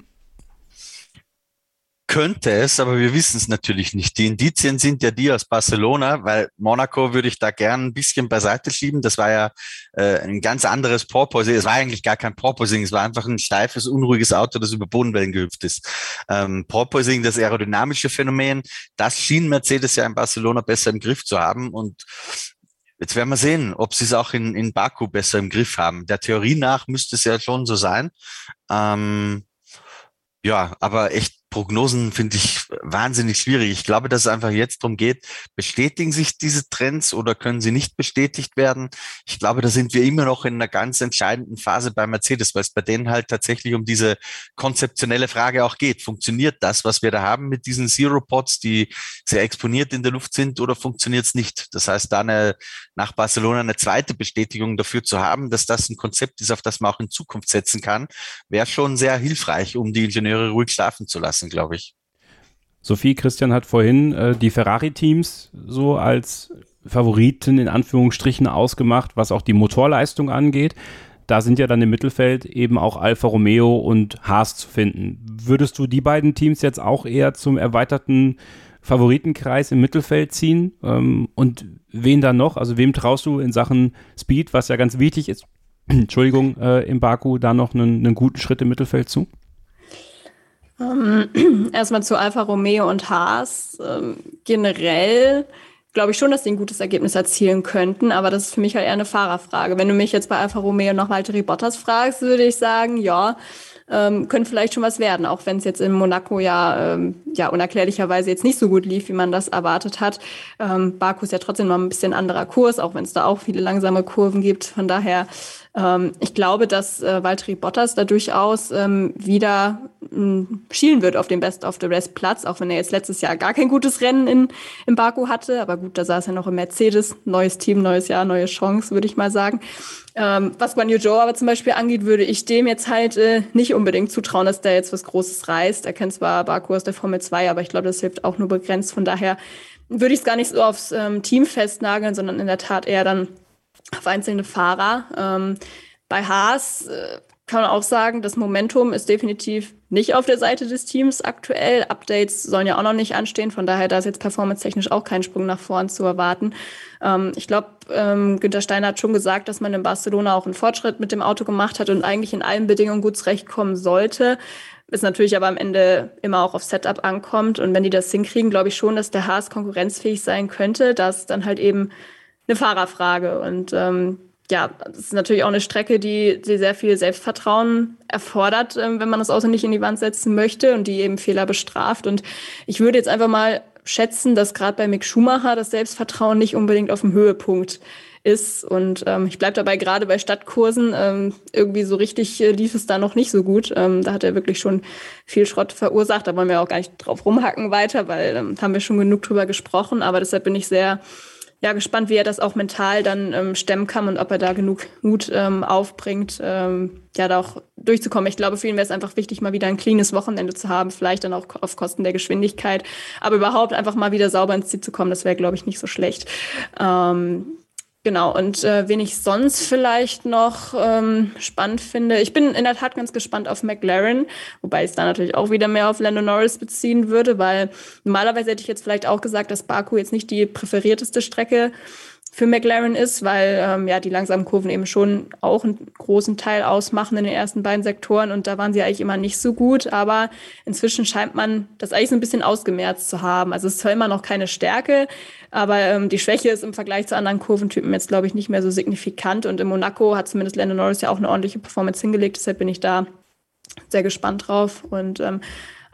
Könnte es, aber wir wissen es natürlich nicht. Die Indizien sind ja die aus Barcelona, weil Monaco würde ich da gern ein bisschen beiseite schieben. Das war ja äh, ein ganz anderes Porpoising. Es war eigentlich gar kein Porpoising, es war einfach ein steifes, unruhiges Auto, das über Bodenwellen gehüpft ist. Ähm, Porpoising, das aerodynamische Phänomen, das schien Mercedes ja in Barcelona besser im Griff zu haben und jetzt werden wir sehen, ob sie es auch in, in Baku besser im Griff haben. Der Theorie nach müsste es ja schon so sein. Ähm, ja, aber echt Prognosen finde ich wahnsinnig schwierig. Ich glaube, dass es einfach jetzt darum geht, bestätigen sich diese Trends oder können sie nicht bestätigt werden? Ich glaube, da sind wir immer noch in einer ganz entscheidenden Phase bei Mercedes, weil es bei denen halt tatsächlich um diese konzeptionelle Frage auch geht. Funktioniert das, was wir da haben mit diesen Zero-Pods, die sehr exponiert in der Luft sind, oder funktioniert es nicht? Das heißt, da eine, nach Barcelona eine zweite Bestätigung dafür zu haben, dass das ein Konzept ist, auf das man auch in Zukunft setzen kann, wäre schon sehr hilfreich, um die Ingenieure ruhig schlafen zu lassen, glaube ich. Sophie, Christian hat vorhin äh, die Ferrari-Teams so als Favoriten in Anführungsstrichen ausgemacht, was auch die Motorleistung angeht. Da sind ja dann im Mittelfeld eben auch Alfa Romeo und Haas zu finden. Würdest du die beiden Teams jetzt auch eher zum erweiterten Favoritenkreis im Mittelfeld ziehen? Ähm, und wen dann noch? Also wem traust du in Sachen Speed, was ja ganz wichtig ist, Entschuldigung, äh, im Baku, da noch einen, einen guten Schritt im Mittelfeld zu? Ähm, erstmal zu Alfa Romeo und Haas. Ähm, generell glaube ich schon, dass die ein gutes Ergebnis erzielen könnten, aber das ist für mich halt eher eine Fahrerfrage. Wenn du mich jetzt bei Alfa Romeo noch Valtteri Bottas fragst, würde ich sagen, ja, ähm, könnte vielleicht schon was werden, auch wenn es jetzt in Monaco ja, ähm, ja unerklärlicherweise jetzt nicht so gut lief, wie man das erwartet hat. Ähm, Baku ist ja trotzdem noch ein bisschen anderer Kurs, auch wenn es da auch viele langsame Kurven gibt. Von daher, ähm, ich glaube, dass äh, Valtteri Bottas da durchaus ähm, wieder mh, schielen wird auf den Best-of-the-Rest-Platz, auch wenn er jetzt letztes Jahr gar kein gutes Rennen in, in Baku hatte. Aber gut, da saß er noch im Mercedes. Neues Team, neues Jahr, neue Chance, würde ich mal sagen. Ähm, was Guan Yu Zhou aber zum Beispiel angeht, würde ich dem jetzt halt äh, nicht unbedingt zutrauen, dass der jetzt was Großes reißt. Er kennt zwar Baku aus der Formel zwei, aber ich glaube, das hilft auch nur begrenzt. Von daher würde ich es gar nicht so aufs ähm, Team festnageln, sondern in der Tat eher dann auf einzelne Fahrer. Ähm, bei Haas äh, kann man auch sagen, das Momentum ist definitiv nicht auf der Seite des Teams aktuell. Updates sollen ja auch noch nicht anstehen. Von daher, da ist jetzt performance-technisch auch kein Sprung nach vorn zu erwarten. Ähm, ich glaube, ähm, Günther Steiner hat schon gesagt, dass man in Barcelona auch einen Fortschritt mit dem Auto gemacht hat und eigentlich in allen Bedingungen gut zurechtkommen sollte. Ist natürlich aber am Ende immer auch auf Setup ankommt. Und wenn die das hinkriegen, glaube ich schon, dass der Haas konkurrenzfähig sein könnte. Das ist dann halt eben eine Fahrerfrage. Und ähm, ja, das ist natürlich auch eine Strecke, die, die sehr viel Selbstvertrauen erfordert, ähm, wenn man das Auto nicht in die Wand setzen möchte und die eben Fehler bestraft. Und ich würde jetzt einfach mal schätzen, dass gerade bei Mick Schumacher das Selbstvertrauen nicht unbedingt auf dem Höhepunkt ist. Und ähm, ich bleibe dabei, gerade bei Stadtkursen, ähm, irgendwie so richtig äh, lief es da noch nicht so gut. Ähm, da hat er wirklich schon viel Schrott verursacht. Da wollen wir auch gar nicht drauf rumhacken weiter, weil ähm, haben wir schon genug drüber gesprochen. Aber deshalb bin ich sehr ja, gespannt, wie er das auch mental dann ähm, stemmen kann und ob er da genug Mut ähm, aufbringt, ähm, ja, da auch durchzukommen. Ich glaube, für ihn wäre es einfach wichtig, mal wieder ein cleanes Wochenende zu haben, vielleicht dann auch auf Kosten der Geschwindigkeit, aber überhaupt einfach mal wieder sauber ins Ziel zu kommen, das wäre, glaube ich, nicht so schlecht. Ähm, Genau, und äh, wen ich sonst vielleicht noch ähm, spannend finde, ich bin in der Tat ganz gespannt auf McLaren, wobei ich es da natürlich auch wieder mehr auf Lando Norris beziehen würde, weil normalerweise hätte ich jetzt vielleicht auch gesagt, dass Baku jetzt nicht die präferierteste Strecke für McLaren ist, weil ähm, ja die langsamen Kurven eben schon auch einen großen Teil ausmachen in den ersten beiden Sektoren und da waren sie eigentlich immer nicht so gut, aber inzwischen scheint man das eigentlich so ein bisschen ausgemerzt zu haben. Also es ist zwar immer noch keine Stärke, aber ähm, die Schwäche ist im Vergleich zu anderen Kurventypen jetzt, glaube ich, nicht mehr so signifikant und in Monaco hat zumindest Lando Norris ja auch eine ordentliche Performance hingelegt, deshalb bin ich da sehr gespannt drauf und ähm,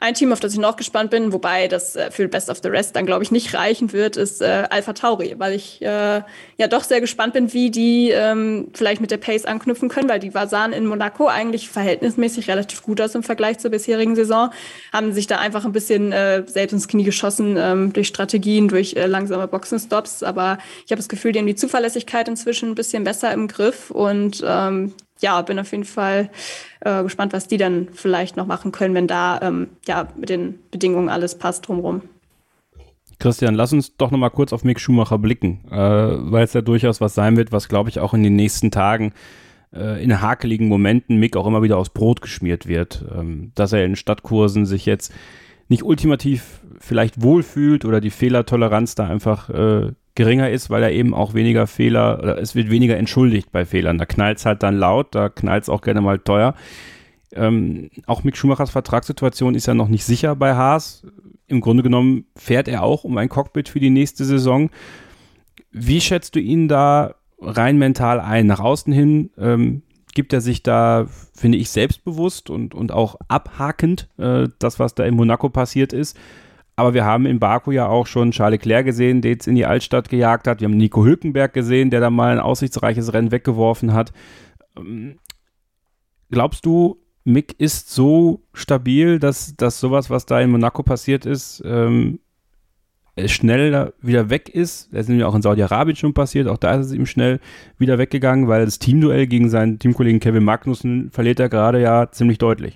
Ein Team, auf das ich noch gespannt bin, wobei das äh, für Best of the Rest dann, glaube ich, nicht reichen wird, ist äh, AlphaTauri, weil ich äh, ja doch sehr gespannt bin, wie die ähm, vielleicht mit der Pace anknüpfen können, weil die sahen in Monaco eigentlich verhältnismäßig relativ gut aus im Vergleich zur bisherigen Saison, haben sich da einfach ein bisschen äh, selbst ins Knie geschossen ähm, durch Strategien, durch äh, langsame Boxenstops, aber ich habe das Gefühl, die haben die Zuverlässigkeit inzwischen ein bisschen besser im Griff und ähm, ja, bin auf jeden Fall äh, gespannt, was die dann vielleicht noch machen können, wenn da ähm, ja mit den Bedingungen alles passt drumherum. Christian, lass uns doch noch mal kurz auf Mick Schumacher blicken, äh, weil es ja durchaus was sein wird, was, glaube ich, auch in den nächsten Tagen äh, in hakeligen Momenten Mick auch immer wieder aufs Brot geschmiert wird. Ähm, dass er in Stadtkursen sich jetzt nicht ultimativ vielleicht wohlfühlt oder die Fehlertoleranz da einfach äh, geringer ist, weil er eben auch weniger Fehler, oder es wird weniger entschuldigt bei Fehlern. Da knallt es halt dann laut, da knallt es auch gerne mal teuer. Ähm, auch Mick Schumachers Vertragssituation ist ja noch nicht sicher bei Haas. Im Grunde genommen fährt er auch um ein Cockpit für die nächste Saison. Wie schätzt du ihn da rein mental ein? Nach außen hin ähm, gibt er sich da, finde ich, selbstbewusst und, und auch abhakend, äh, das, was da in Monaco passiert ist. Aber wir haben in Baku ja auch schon Charles Leclerc gesehen, der jetzt in die Altstadt gejagt hat. Wir haben Nico Hülkenberg gesehen, der da mal ein aussichtsreiches Rennen weggeworfen hat. Ähm, glaubst du, Mick ist so stabil, dass, dass sowas, was da in Monaco passiert ist, ähm, schnell wieder weg ist? Das ist nämlich auch in Saudi-Arabien schon passiert. Auch da ist es ihm schnell wieder weggegangen, weil das Teamduell gegen seinen Teamkollegen Kevin Magnussen verliert er gerade ja ziemlich deutlich.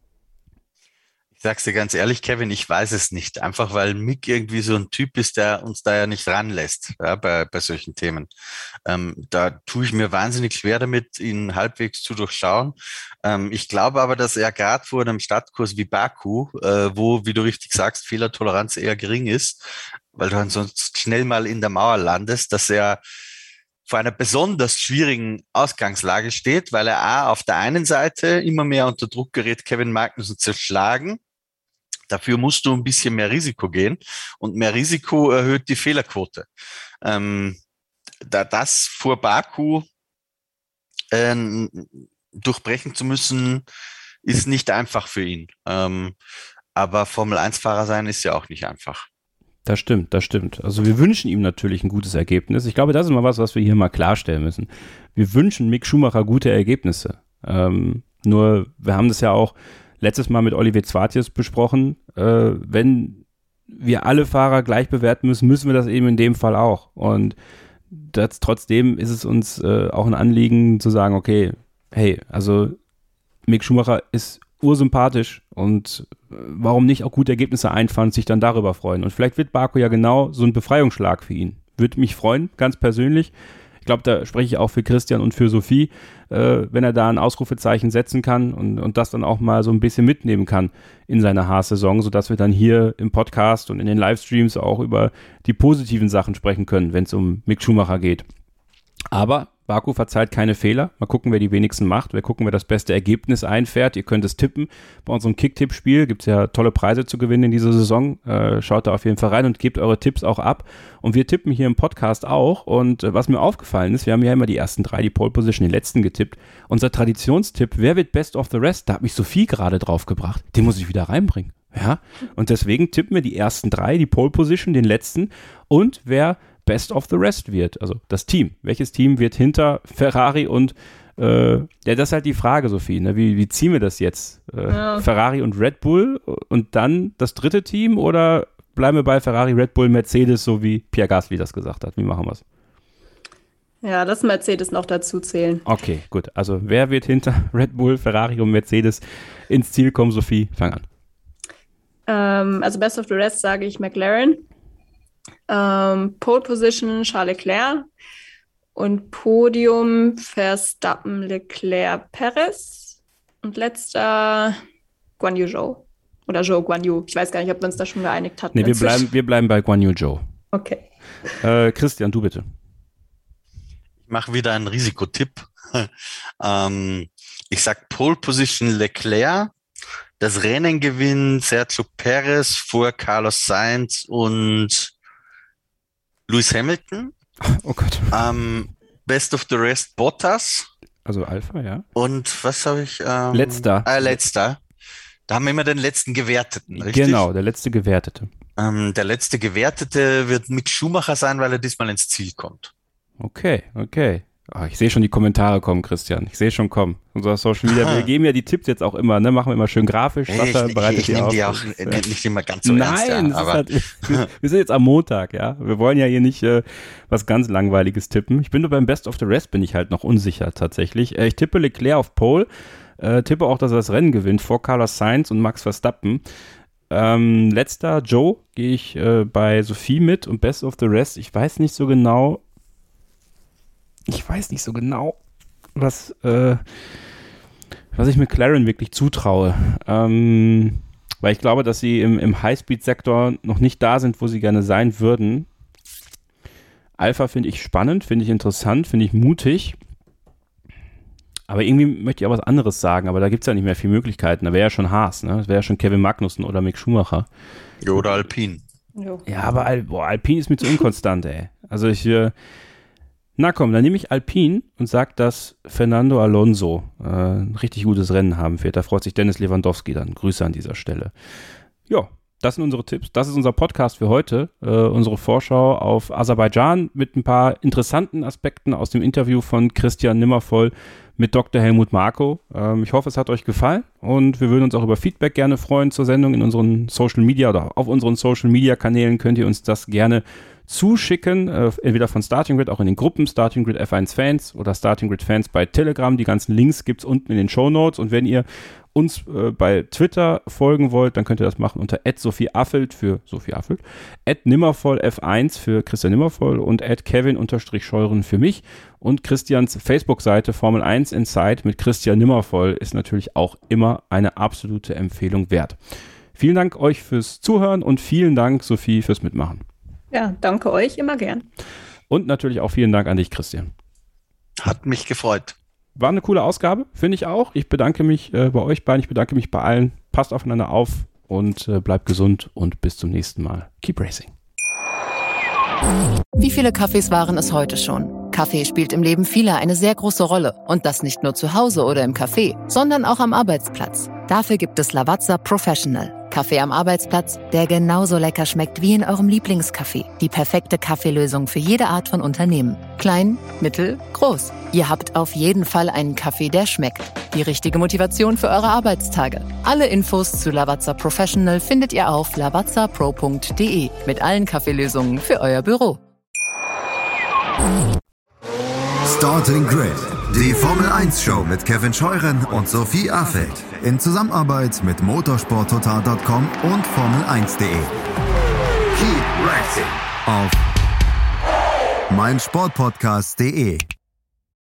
Ich sag's dir ganz ehrlich, Kevin, ich weiß es nicht. Einfach weil Mick irgendwie so ein Typ ist, der uns da ja nicht ranlässt, ja, bei, bei solchen Themen. Ähm, da tue ich mir wahnsinnig schwer damit, ihn halbwegs zu durchschauen. Ähm, ich glaube aber, dass er gerade vor einem Stadtkurs wie Baku, äh, wo, wie du richtig sagst, Fehlertoleranz eher gering ist, weil du ansonsten schnell mal in der Mauer landest, dass er vor einer besonders schwierigen Ausgangslage steht, weil er A, auf der einen Seite immer mehr unter Druck gerät, Kevin Magnussen zu schlagen. Dafür musst du ein bisschen mehr Risiko gehen und mehr Risiko erhöht die Fehlerquote. Ähm, da das vor Baku äh, durchbrechen zu müssen, ist nicht einfach für ihn. Ähm, aber Formel eins Fahrer sein ist ja auch nicht einfach. Das stimmt, das stimmt. Also wir wünschen ihm natürlich ein gutes Ergebnis. Ich glaube, das ist mal was, was wir hier mal klarstellen müssen. Wir wünschen Mick Schumacher gute Ergebnisse. Ähm, nur, wir haben das ja auch letztes Mal mit Olivier Zwartjes besprochen. Äh, wenn wir alle Fahrer gleich bewerten müssen, müssen wir das eben in dem Fall auch. Und das, trotzdem ist es uns äh, auch ein Anliegen zu sagen, okay, hey, also Mick Schumacher ist ursympathisch und warum nicht auch gute Ergebnisse einfahren und sich dann darüber freuen. Und vielleicht wird Baku ja genau so ein Befreiungsschlag für ihn. Würde mich freuen, ganz persönlich. Ich glaube, da spreche ich auch für Christian und für Sophie, äh, wenn er da ein Ausrufezeichen setzen kann und, und das dann auch mal so ein bisschen mitnehmen kann in seiner Haas-Saison, sodass wir dann hier im Podcast und in den Livestreams auch über die positiven Sachen sprechen können, wenn es um Mick Schumacher geht. Aber Baku verzeiht keine Fehler. Mal gucken, wer die wenigsten macht. Wir gucken, wer das beste Ergebnis einfährt. Ihr könnt es tippen. Bei unserem Kick-Tipp-Spiel gibt es ja tolle Preise zu gewinnen in dieser Saison. Äh, schaut da auf jeden Fall rein und gebt eure Tipps auch ab. Und wir tippen hier im Podcast auch. Und äh, was mir aufgefallen ist, wir haben ja immer die ersten drei, die Pole Position, die letzten getippt. Unser Traditionstipp, wer wird Best of the Rest? Da hat mich Sophie gerade drauf gebracht. Den muss ich wieder reinbringen. Ja? Und deswegen tippen wir die ersten drei, die Pole Position, den letzten. Und wer Best of the Rest wird, also das Team. Welches Team wird hinter Ferrari und äh, ja, das ist halt die Frage, Sophie, ne? wie, wie ziehen wir das jetzt? Äh, ja. Ferrari und Red Bull und dann das dritte Team oder bleiben wir bei Ferrari, Red Bull, Mercedes, so wie Pierre Gasly das gesagt hat? Wie machen wir es? Ja, das Mercedes noch dazu zählen. Okay, gut. Also wer wird hinter Red Bull, Ferrari und Mercedes ins Ziel kommen? Sophie, fang an. Ähm, also Best of the Rest sage ich McLaren. Ähm, Pole Position Charles Leclerc und Podium Verstappen, Leclerc, Perez und letzter Guan Yu Zhou oder Zhou Guan Yu. Ich weiß gar nicht, ob wir uns da schon geeinigt hatten. Nee, wir bleiben, wir bleiben bei Guan Yu Zhou. Okay. Äh, Christian, du bitte. Ich mache wieder einen Risikotipp. ähm, ich sag Pole Position Leclerc. Das Rennen gewinnt Sergio Perez vor Carlos Sainz und Lewis Hamilton. Oh Gott. Ähm, Best of the Rest Bottas. Also Alpha, ja. Und was habe ich? Ähm, letzter. Äh, letzter. Da haben wir immer den letzten Gewerteten, richtig? Genau, der letzte Gewertete. Ähm, der letzte Gewertete wird Mick Schumacher sein, weil er diesmal ins Ziel kommt. Okay, okay. Oh, ich sehe schon die Kommentare kommen, Christian. Ich sehe schon kommen. Unser Social Media, wir geben ja die Tipps jetzt auch immer, ne? Machen wir immer schön grafisch. Sascha ich bereitet ich, ich nehme die auch ist, äh, äh, nicht immer ganz so Nein, ernst. Nein, ja, aber halt, wir, wir sind jetzt am Montag, ja. Wir wollen ja hier nicht äh, was ganz Langweiliges tippen. Ich bin nur beim Best of the Rest bin ich halt noch unsicher tatsächlich. Äh, ich tippe Leclerc auf Pole, äh, tippe auch, dass er das Rennen gewinnt vor Carlos Sainz und Max Verstappen. Ähm, letzter Joe gehe ich äh, bei Sophie mit und Best of the Rest. Ich weiß nicht so genau, ich weiß nicht so genau, was, äh, was ich McLaren wirklich zutraue. Ähm, weil ich glaube, dass sie im, im Highspeed-Sektor noch nicht da sind, wo sie gerne sein würden. Alpha finde ich spannend, finde ich interessant, finde ich mutig. Aber irgendwie möchte ich auch was anderes sagen, aber da gibt es ja nicht mehr viele Möglichkeiten. Da wäre ja schon Haas, ne? Das wäre ja schon Kevin Magnussen oder Mick Schumacher. Ja, oder Alpine. Jo. Ja, aber Al boah, Alpine ist mir zu inkonstant, ey. Also ich, äh, na komm, dann nehme ich Alpine und sage, dass Fernando Alonso äh, ein richtig gutes Rennen haben wird. Da freut sich Dennis Lewandowski dann. Grüße an dieser Stelle. Ja, das sind unsere Tipps. Das ist unser Podcast für heute. Äh, unsere Vorschau auf Aserbaidschan mit ein paar interessanten Aspekten aus dem Interview von Christian Nimmervoll mit Doktor Helmut Marko. Ähm, ich hoffe, es hat euch gefallen und wir würden uns auch über Feedback gerne freuen zur Sendung in unseren Social Media oder auf unseren Social Media Kanälen könnt ihr uns das gerne zuschicken, äh, entweder von Starting Grid, auch in den Gruppen Starting Grid F eins Fans oder Starting Grid Fans bei Telegram. Die ganzen Links gibt's unten in den Shownotes und wenn ihr uns äh, bei Twitter folgen wollt, dann könnt ihr das machen unter at Sophie Affelt für Sophie Affelt, at Nimmervoll F eins für Christian Nimmervoll und at Kevin-Scheuren für mich. Und Christians Facebook-Seite Formel eins Inside mit Christian Nimmervoll ist natürlich auch immer eine absolute Empfehlung wert. Vielen Dank euch fürs Zuhören und vielen Dank, Sophie, fürs Mitmachen. Ja, danke euch, immer gern. Und natürlich auch vielen Dank an dich, Christian. Hat mich gefreut. War eine coole Ausgabe, finde ich auch. Ich bedanke mich äh, bei euch beiden, ich bedanke mich bei allen. Passt aufeinander auf und äh, bleibt gesund und bis zum nächsten Mal. Keep racing. Wie viele Kaffees waren es heute schon? Kaffee spielt im Leben vieler eine sehr große Rolle. Und das nicht nur zu Hause oder im Café, sondern auch am Arbeitsplatz. Dafür gibt es Lavazza Professional. Kaffee am Arbeitsplatz, der genauso lecker schmeckt wie in eurem Lieblingscafé. Die perfekte Kaffeelösung für jede Art von Unternehmen. Klein, mittel, groß. Ihr habt auf jeden Fall einen Kaffee, der schmeckt. Die richtige Motivation für eure Arbeitstage. Alle Infos zu Lavazza Professional findet ihr auf lavazza pro punkt de mit allen Kaffeelösungen für euer Büro. Starting Grid, die Formel eins Show mit Kevin Scheuren und Sophie Affelt. In Zusammenarbeit mit motorsport total punkt com und Formel eins punkt de. Keep racing auf meinsportpodcast punkt de.